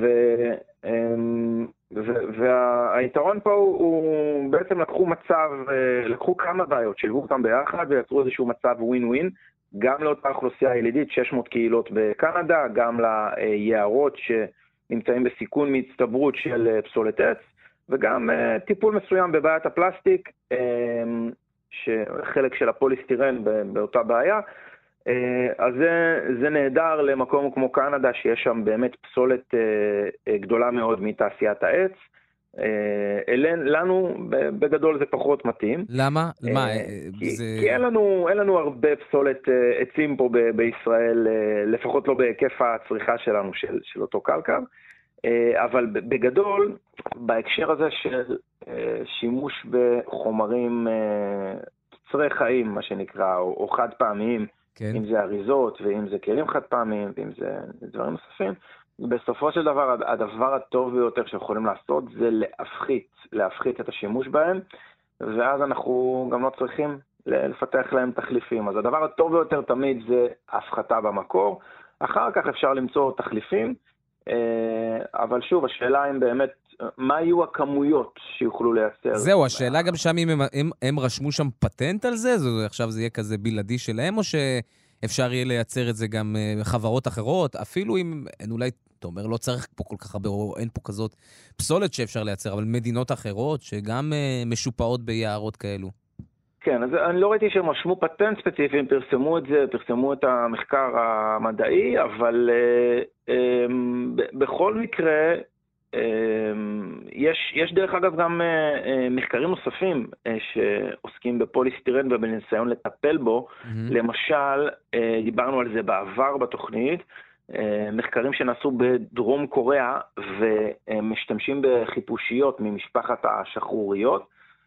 והיתרון פה הוא בעצם לקחו מצב, לקחו כמה בעיות, שילבו אותם ביחד ויצרו איזשהו מצב ווין ווין, גם לאותה אוכלוסייה ילידית, שש מאות קהילות בקנדה, גם ליערות ש... נמצאים בסיכון מהצטברות של פסולת עץ, וגם uh, טיפול מסוים בבעיית הפלסטיק, uh, שחלק של הפוליסטירן באותה בעיה, uh, אז זה, זה נהדר למקום כמו קנדה, שיש שם באמת פסולת uh, גדולה מאוד מתעשיית העץ, uh, אלן, לנו בגדול זה פחות מתאים. למה? Uh, מה? כי, זה... כי אין לנו, אין לנו הרבה פסולת uh, עצים פה ב- בישראל, uh, לפחות לא בהיקף הצריכה שלנו של, של אותו קלקר, uh, אבל בגדול, בהקשר הזה של uh, שימוש בחומרים uh, קצרי חיים, מה שנקרא, או, או חד פעמיים, כן. אם זה אריזות ואם זה כלים חד פעמיים ואם זה דברים נוספים, בסופו של דבר, הדבר הטוב ביותר שיכולים לעשות זה להפחית, להפחית את השימוש בהם, ואז אנחנו גם לא צריכים לפתח להם תחליפים. אז הדבר הטוב ביותר תמיד זה הפחתה במקור. אחר כך אפשר למצוא תחליפים, אבל שוב, השאלה אם באמת, מה יהיו הכמויות שיוכלו לייצר? זהו, השאלה גם שם, אם הם, הם, הם רשמו שם פטנט על זה, זה עכשיו זה יהיה כזה בלעדי שלהם, או שאפשר יהיה לייצר את זה גם חברות אחרות, אפילו אם, אולי, אתה אומר, לא צריך פה כל כך הרבה, או אין פה כזאת פסולת שאפשר לייצר, אבל מדינות אחרות שגם משופעות ביערות כאלו. כן, אז אני לא ראיתי שהם רשמו פטנט ספציפי, הם פרסמו את זה, פרסמו את המחקר המדעי, אבל uh, um, ב- בכל מקרה, um, יש, יש דרך אגב גם uh, uh, מחקרים נוספים uh, שעוסקים בפוליסטירן ובניסיון לטפל בו. Mm-hmm. למשל, uh, דיברנו על זה בעבר בתוכנית, uh, מחקרים שנעשו בדרום קוריאה ומשתמשים בחיפושיות ממשפחת השחרוריות,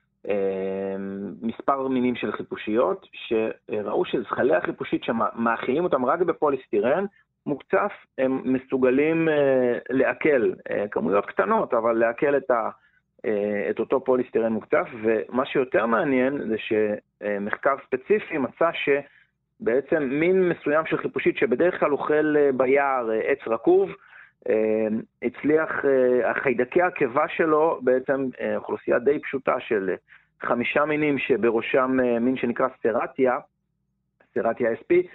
מספר מינים של חיפושיות, שראו שזחלי החיפושית שמאכילים אותם רק בפוליסטירן מוקצף, הם מסוגלים לעכל כמויות קטנות, אבל לעכל את, ה, את אותו פוליסטירן מוקצף. ומה שיותר מעניין זה שמחקר ספציפי מצא שבעצם מין מסוים של חיפושית שבדרך כלל אוכל ביער עץ רקוב, הצליח, החיידקי העקבה שלו, בעצם אוכלוסייה די פשוטה של חמישה מינים שבראשם מין שנקרא סרטיה, סרטיה אס פי,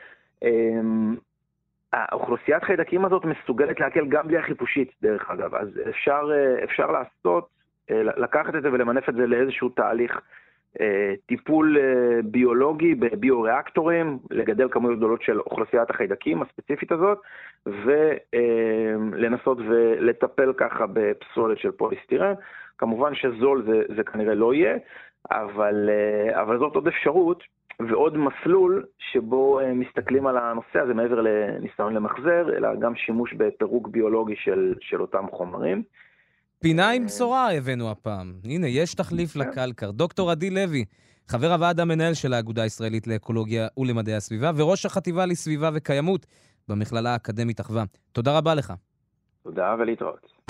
האוכלוסיית חיידקים הזאת מסוגלת להקל גם בלי החיפושית דרך אגב, אז אפשר, אפשר לעשות, לקחת את זה ולמנף את זה לאיזשהו תהליך טיפול ביולוגי בביוריאקטורים, לגדל כמויות גדולות של אוכלוסיית החיידקים הספציפית הזאת, ולנסות ולטפל ככה בפסולת של פוליסטירן. כמובן שזול זה, זה כנראה לא יהיה, אבל, אבל זאת עוד אפשרות ועוד מסלול שבו מסתכלים על הנושא הזה מעבר לניסיון למחזר, אלא גם שימוש בפירוק ביולוגי של, של אותם חומרים. פינה עם בשורה הבאנו הפעם. הנה, יש תחליף לקלקר. דוקטור עדי לוי, חבר הוועד המנהל של האגודה הישראלית לאקולוגיה ולמדעי הסביבה, וראש החטיבה לסביבה וקיימות במכללה האקדמית אחווה. תודה רבה לך. תודה ולהתראות.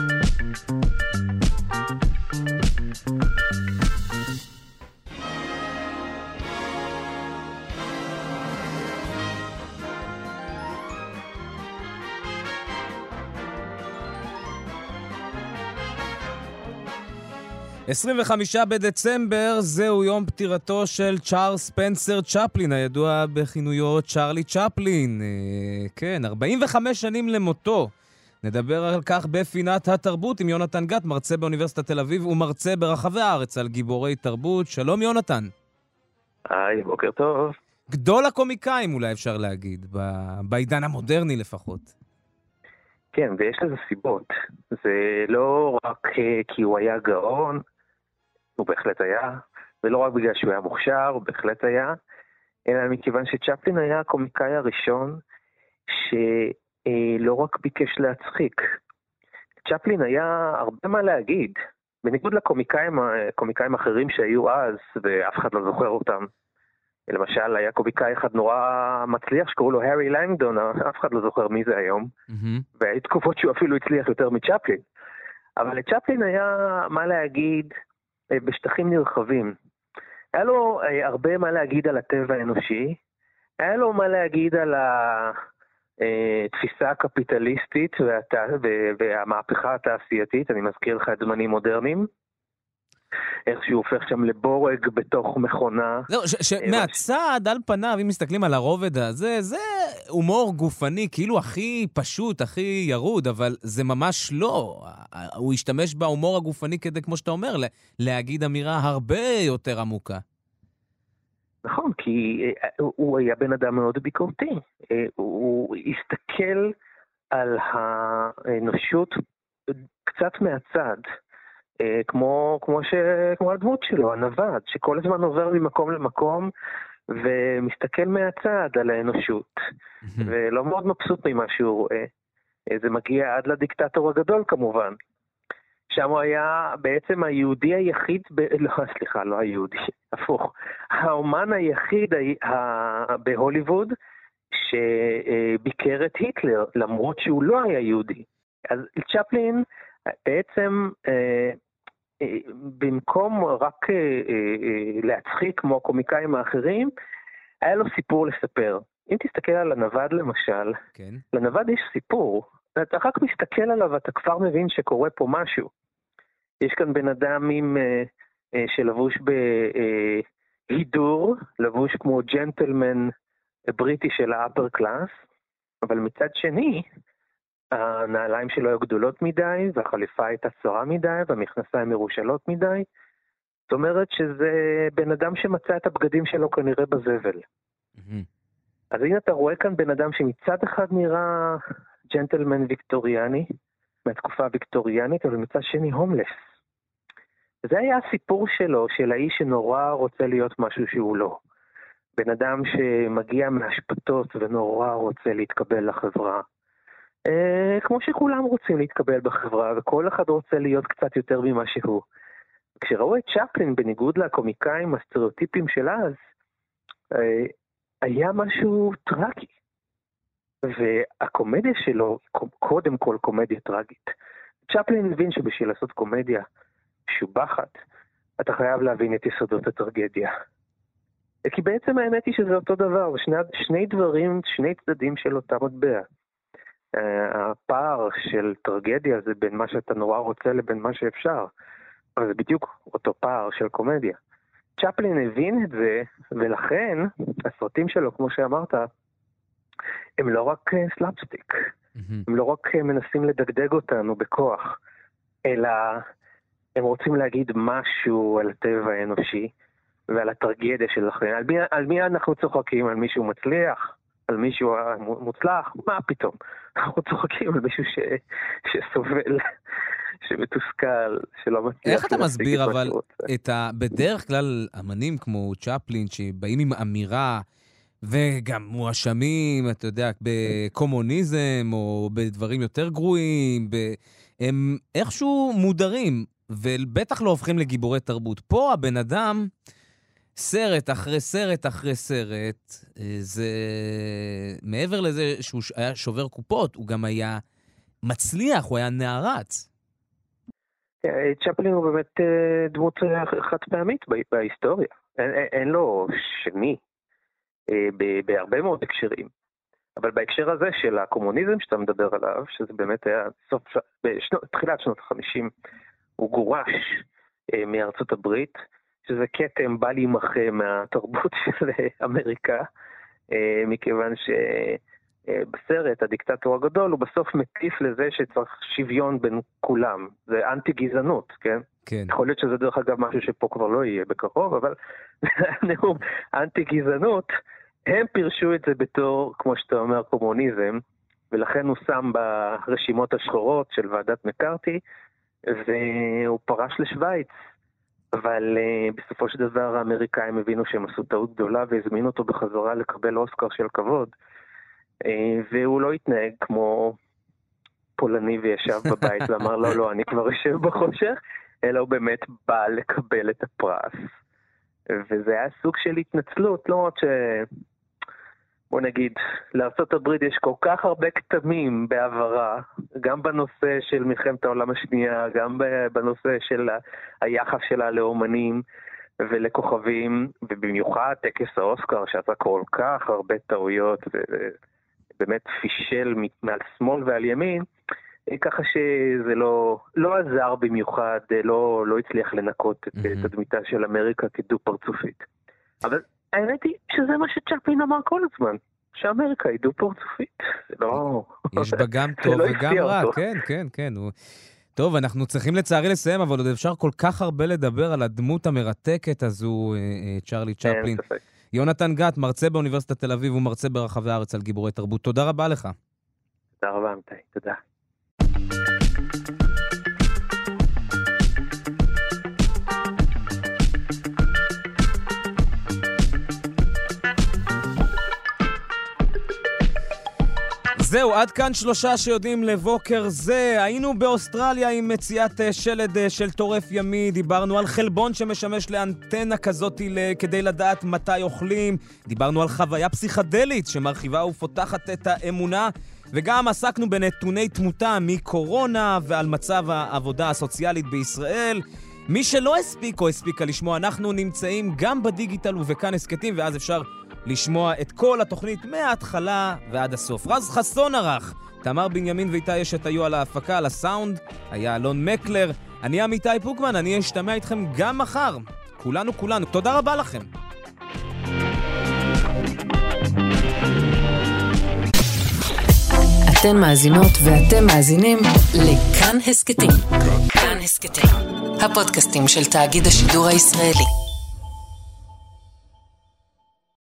עשרים וחמישה בדצמבר זהו יום פטירתו של צ'ארלס ספנסר צ'פלין, הידוע בכינויו צ'רלי צ'פלין. אה, כן, ארבעים וחמש שנים למותו. נדבר על כך בפינת התרבות עם יונתן גת, מרצה באוניברסיטת תל אביב ומרצה ברחבי הארץ על גיבורי תרבות. שלום יונתן. היי, בוקר טוב. גדול הקומיקאים אולי אפשר להגיד, בעידן המודרני לפחות. כן, ויש לזה סיבות. זה לא רק כי הוא היה גאון, הוא בהחלט היה, ולא רק בגלל שהוא היה מוכשר, הוא בהחלט היה, אלא מכיוון שצ'פלין היה הקומיקאי הראשון שלא רק ביקש להצחיק. צ'פלין היה הרבה מה להגיד, בניגוד לקומיקאים, קומיקאים אחרים שהיו אז, ואף אחד לא זוכר אותם. למשל, היה קומיקאי אחד נורא מצליח שקראו לו הארי לנגדון, אף אחד לא זוכר מי זה היום, mm-hmm. והיו תקופות שהוא אפילו הצליח יותר מצ'פלין. אבל לצ'פלין היה מה להגיד בשטחים נרחבים. היה לו הרבה מה להגיד על הטבע האנושי, היה לו מה להגיד על התפיסה הקפיטליסטית והמהפכה התעשייתית, אני מזכיר לך את זמנים מודרניים, איך שהוא הופך שם לבורג בתוך מכונה. לא, שמהצד, על פניו, אם מסתכלים על הרובד הזה, זה הומור גופני, כאילו הכי פשוט, הכי ירוד, אבל זה ממש לא. הוא השתמש בהומור הגופני כדי, כמו שאתה אומר, להגיד אמירה הרבה יותר עמוקה. נכון, כי הוא היה בן אדם מאוד ביקורתי. הוא הסתכל על האנושות קצת מהצד. כמו, כמו, ש, כמו הדמות שלו, הנווד, שכל הזמן עובר ממקום למקום ומסתכל מהצד על האנושות, ולא מאוד מבסוט ממה שהוא רואה. זה מגיע עד לדיקטטור הגדול כמובן. שם הוא היה בעצם היהודי היחיד, ב... לא, סליחה, לא היהודי, הפוך. האומן היחיד ה... בהוליווד שביקר את היטלר, למרות שהוא לא היה יהודי. אז צ'פלין בעצם, אה, אה, במקום רק אה, אה, להצחיק כמו הקומיקאים האחרים, היה לו סיפור לספר. אם תסתכל על הנווד למשל, כן. לנווד יש סיפור. אתה רק מסתכל עליו ואתה כבר מבין שקורה פה משהו. יש כאן בן אדם עם, אה, אה, שלבוש בהידור, אה, לבוש כמו ג'נטלמן בריטי של האפר קלאס, אבל מצד שני, הנעליים שלו היו גדולות מדי, והחליפה הייתה צרה מדי, והמכנסיים מרושלות מדי, זאת אומרת שזה בן אדם שמצא את הבגדים שלו כנראה בזבל. Mm-hmm. אז הנה אתה רואה כאן בן אדם שמצד אחד נראה ג'נטלמן ויקטוריאני, מהתקופה הוויקטוריאנית, אבל מצד שני הומלס. זה היה הסיפור שלו, של האיש שנורא רוצה להיות משהו שהוא לא. בן אדם שמגיע מהשפטות ונורא רוצה להתקבל לחברה. אה, כמו שכולם רוצים להתקבל בחברה, וכל אחד רוצה להיות קצת יותר ממה שהוא. כשראו את צ'פלין, בניגוד לקומיקאים הסטריאוטיפיים של אז, אה, היה משהו טרגי. והקומדיה שלו, קודם כל קומדיה טרגית. צ'פלין הבין שבשביל לעשות קומדיה שובחת, אתה חייב להבין את יסודות הטרגדיה. כי בעצם האמת היא שזה אותו דבר, שני, שני דברים, שני צדדים של אותה מטבע. Uh, הפער של טרגדיה זה בין מה שאתה נורא רוצה לבין מה שאפשר, אבל זה בדיוק אותו פער של קומדיה. צ'פלין הבין את זה, ולכן הסרטים שלו, כמו שאמרת, הם לא רק סלאפסטיק, mm-hmm. הם לא רק מנסים לדגדג אותנו בכוח, אלא הם רוצים להגיד משהו על הטבע האנושי, ועל הטרגדיה של החיים. על מי, על מי אנחנו צוחקים? על מישהו מצליח? על מישהו מוצלח? מה פתאום? אנחנו צוחקים על מישהו ש, שסובל, שמתוסכל, שלא מצליח. איך אתה מסביר אבל את ה... בדרך כלל אמנים כמו צ'פלין שבאים עם אמירה וגם מואשמים, אתה יודע, בקומוניזם או בדברים יותר גרועים, ב... הם איכשהו מודרים ובטח לא הופכים לגיבורי תרבות. פה הבן אדם סרט אחרי סרט אחרי סרט, זה מעבר לזה שהוא היה שובר קופות, הוא גם היה מצליח, הוא היה נערץ. צ'פלין הוא באמת דמות חד פעמית בהיסטוריה. אין, אין לו שני בהרבה מאוד הקשרים. אבל בהקשר הזה של הקומוניזם שאתה מדבר עליו, שזה באמת היה סוף, בשנות, תחילת שנות ה-חמישים, הוא גורש מארצות הברית, שזה קטם בא להימחה מהתרבות של אמריקה, מכיוון שבסרט הדיקטטור הגדול הוא בסוף מטיף לזה שצריך שוויון בין כולם. זה אנטי גזענות, כן? כן. יכול להיות שזה דרך אגב משהו שפה כבר לא יהיה בקרוב, אבל נאום אנטי גזענות, הם פירשו את זה בתור, כמו שאתה אומר, קומוניזם, ולכן הוא שם ברשימות השחורות של ועדת מקארתי, והוא פרש לשוויץ. אבל uh, בסופו של דבר האמריקאים הבינו שהם עשו טעות גדולה והזמינו אותו בחזרה לקבל אוסקר של כבוד. Uh, והוא לא התנהג כמו פולני וישב בבית ואמר לא, לא, אני כבר יושב בחושך, אלא הוא באמת בא לקבל את הפרס. וזה היה סוג של התנצלות, לא עוד ש... בוא נגיד, לארצות הברית יש כל כך הרבה כתמים בעברה, גם בנושא של מלחמת העולם השנייה, גם בנושא של היחס שלה לאומנים ולכוכבים, ובמיוחד טקס האוסקר שעשה כל כך הרבה טעויות, ובאמת פישל מעל שמאל ועל ימין, ככה שזה לא, לא עזר במיוחד, לא, לא הצליח לנקות את mm-hmm. תדמיתה של אמריקה כדו פרצופית. אבל האמת היא שזה מה שצ'פלין אמר כל הזמן, שאמריקה היא דו פרצופית. זה לא... יש בה גם טוב לא וגם רע, כן, כן, כן. הוא... טוב, אנחנו צריכים לצערי לסיים, אבל עוד אפשר כל כך הרבה לדבר על הדמות המרתקת הזו, צ'רלי צ'פלין. יונתן גת, מרצה באוניברסיטת תל אביב ומרצה ברחבי הארץ על גיבורי תרבות. תודה רבה לך. תודה רבה, מתי. תודה. זהו, עד כאן שלושה שיודעים לבוקר זה. היינו באוסטרליה עם מציאת שלד של טורף ימי, דיברנו על חלבון שמשמש לאנטנה כזאת כדי לדעת מתי אוכלים, דיברנו על חוויה פסיכדלית שמרחיבה ופותחת את האמונה, וגם עסקנו בנתוני תמותה מקורונה ועל מצב העבודה הסוציאלית בישראל. מי שלא הספיק או הספיקה לשמוע, אנחנו נמצאים גם בדיגיטל ובכאן הסקטים, ואז אפשר לשמוע את כל התוכנית מההתחלה ועד הסוף. רז חסון ערך, תמר בנימין ואיתי אשת היו על ההפקה, על הסאונד, היה אלון מקלר, אני עמיתי פוקמן, אני אשתמע איתכם גם מחר. כולנו כולנו, תודה רבה לכם. אתן מאזינות ואתם מאזינים לכאן הסקטים. כאן הסקטים, הפודקאסטים של תאגיד השידור הישראלי.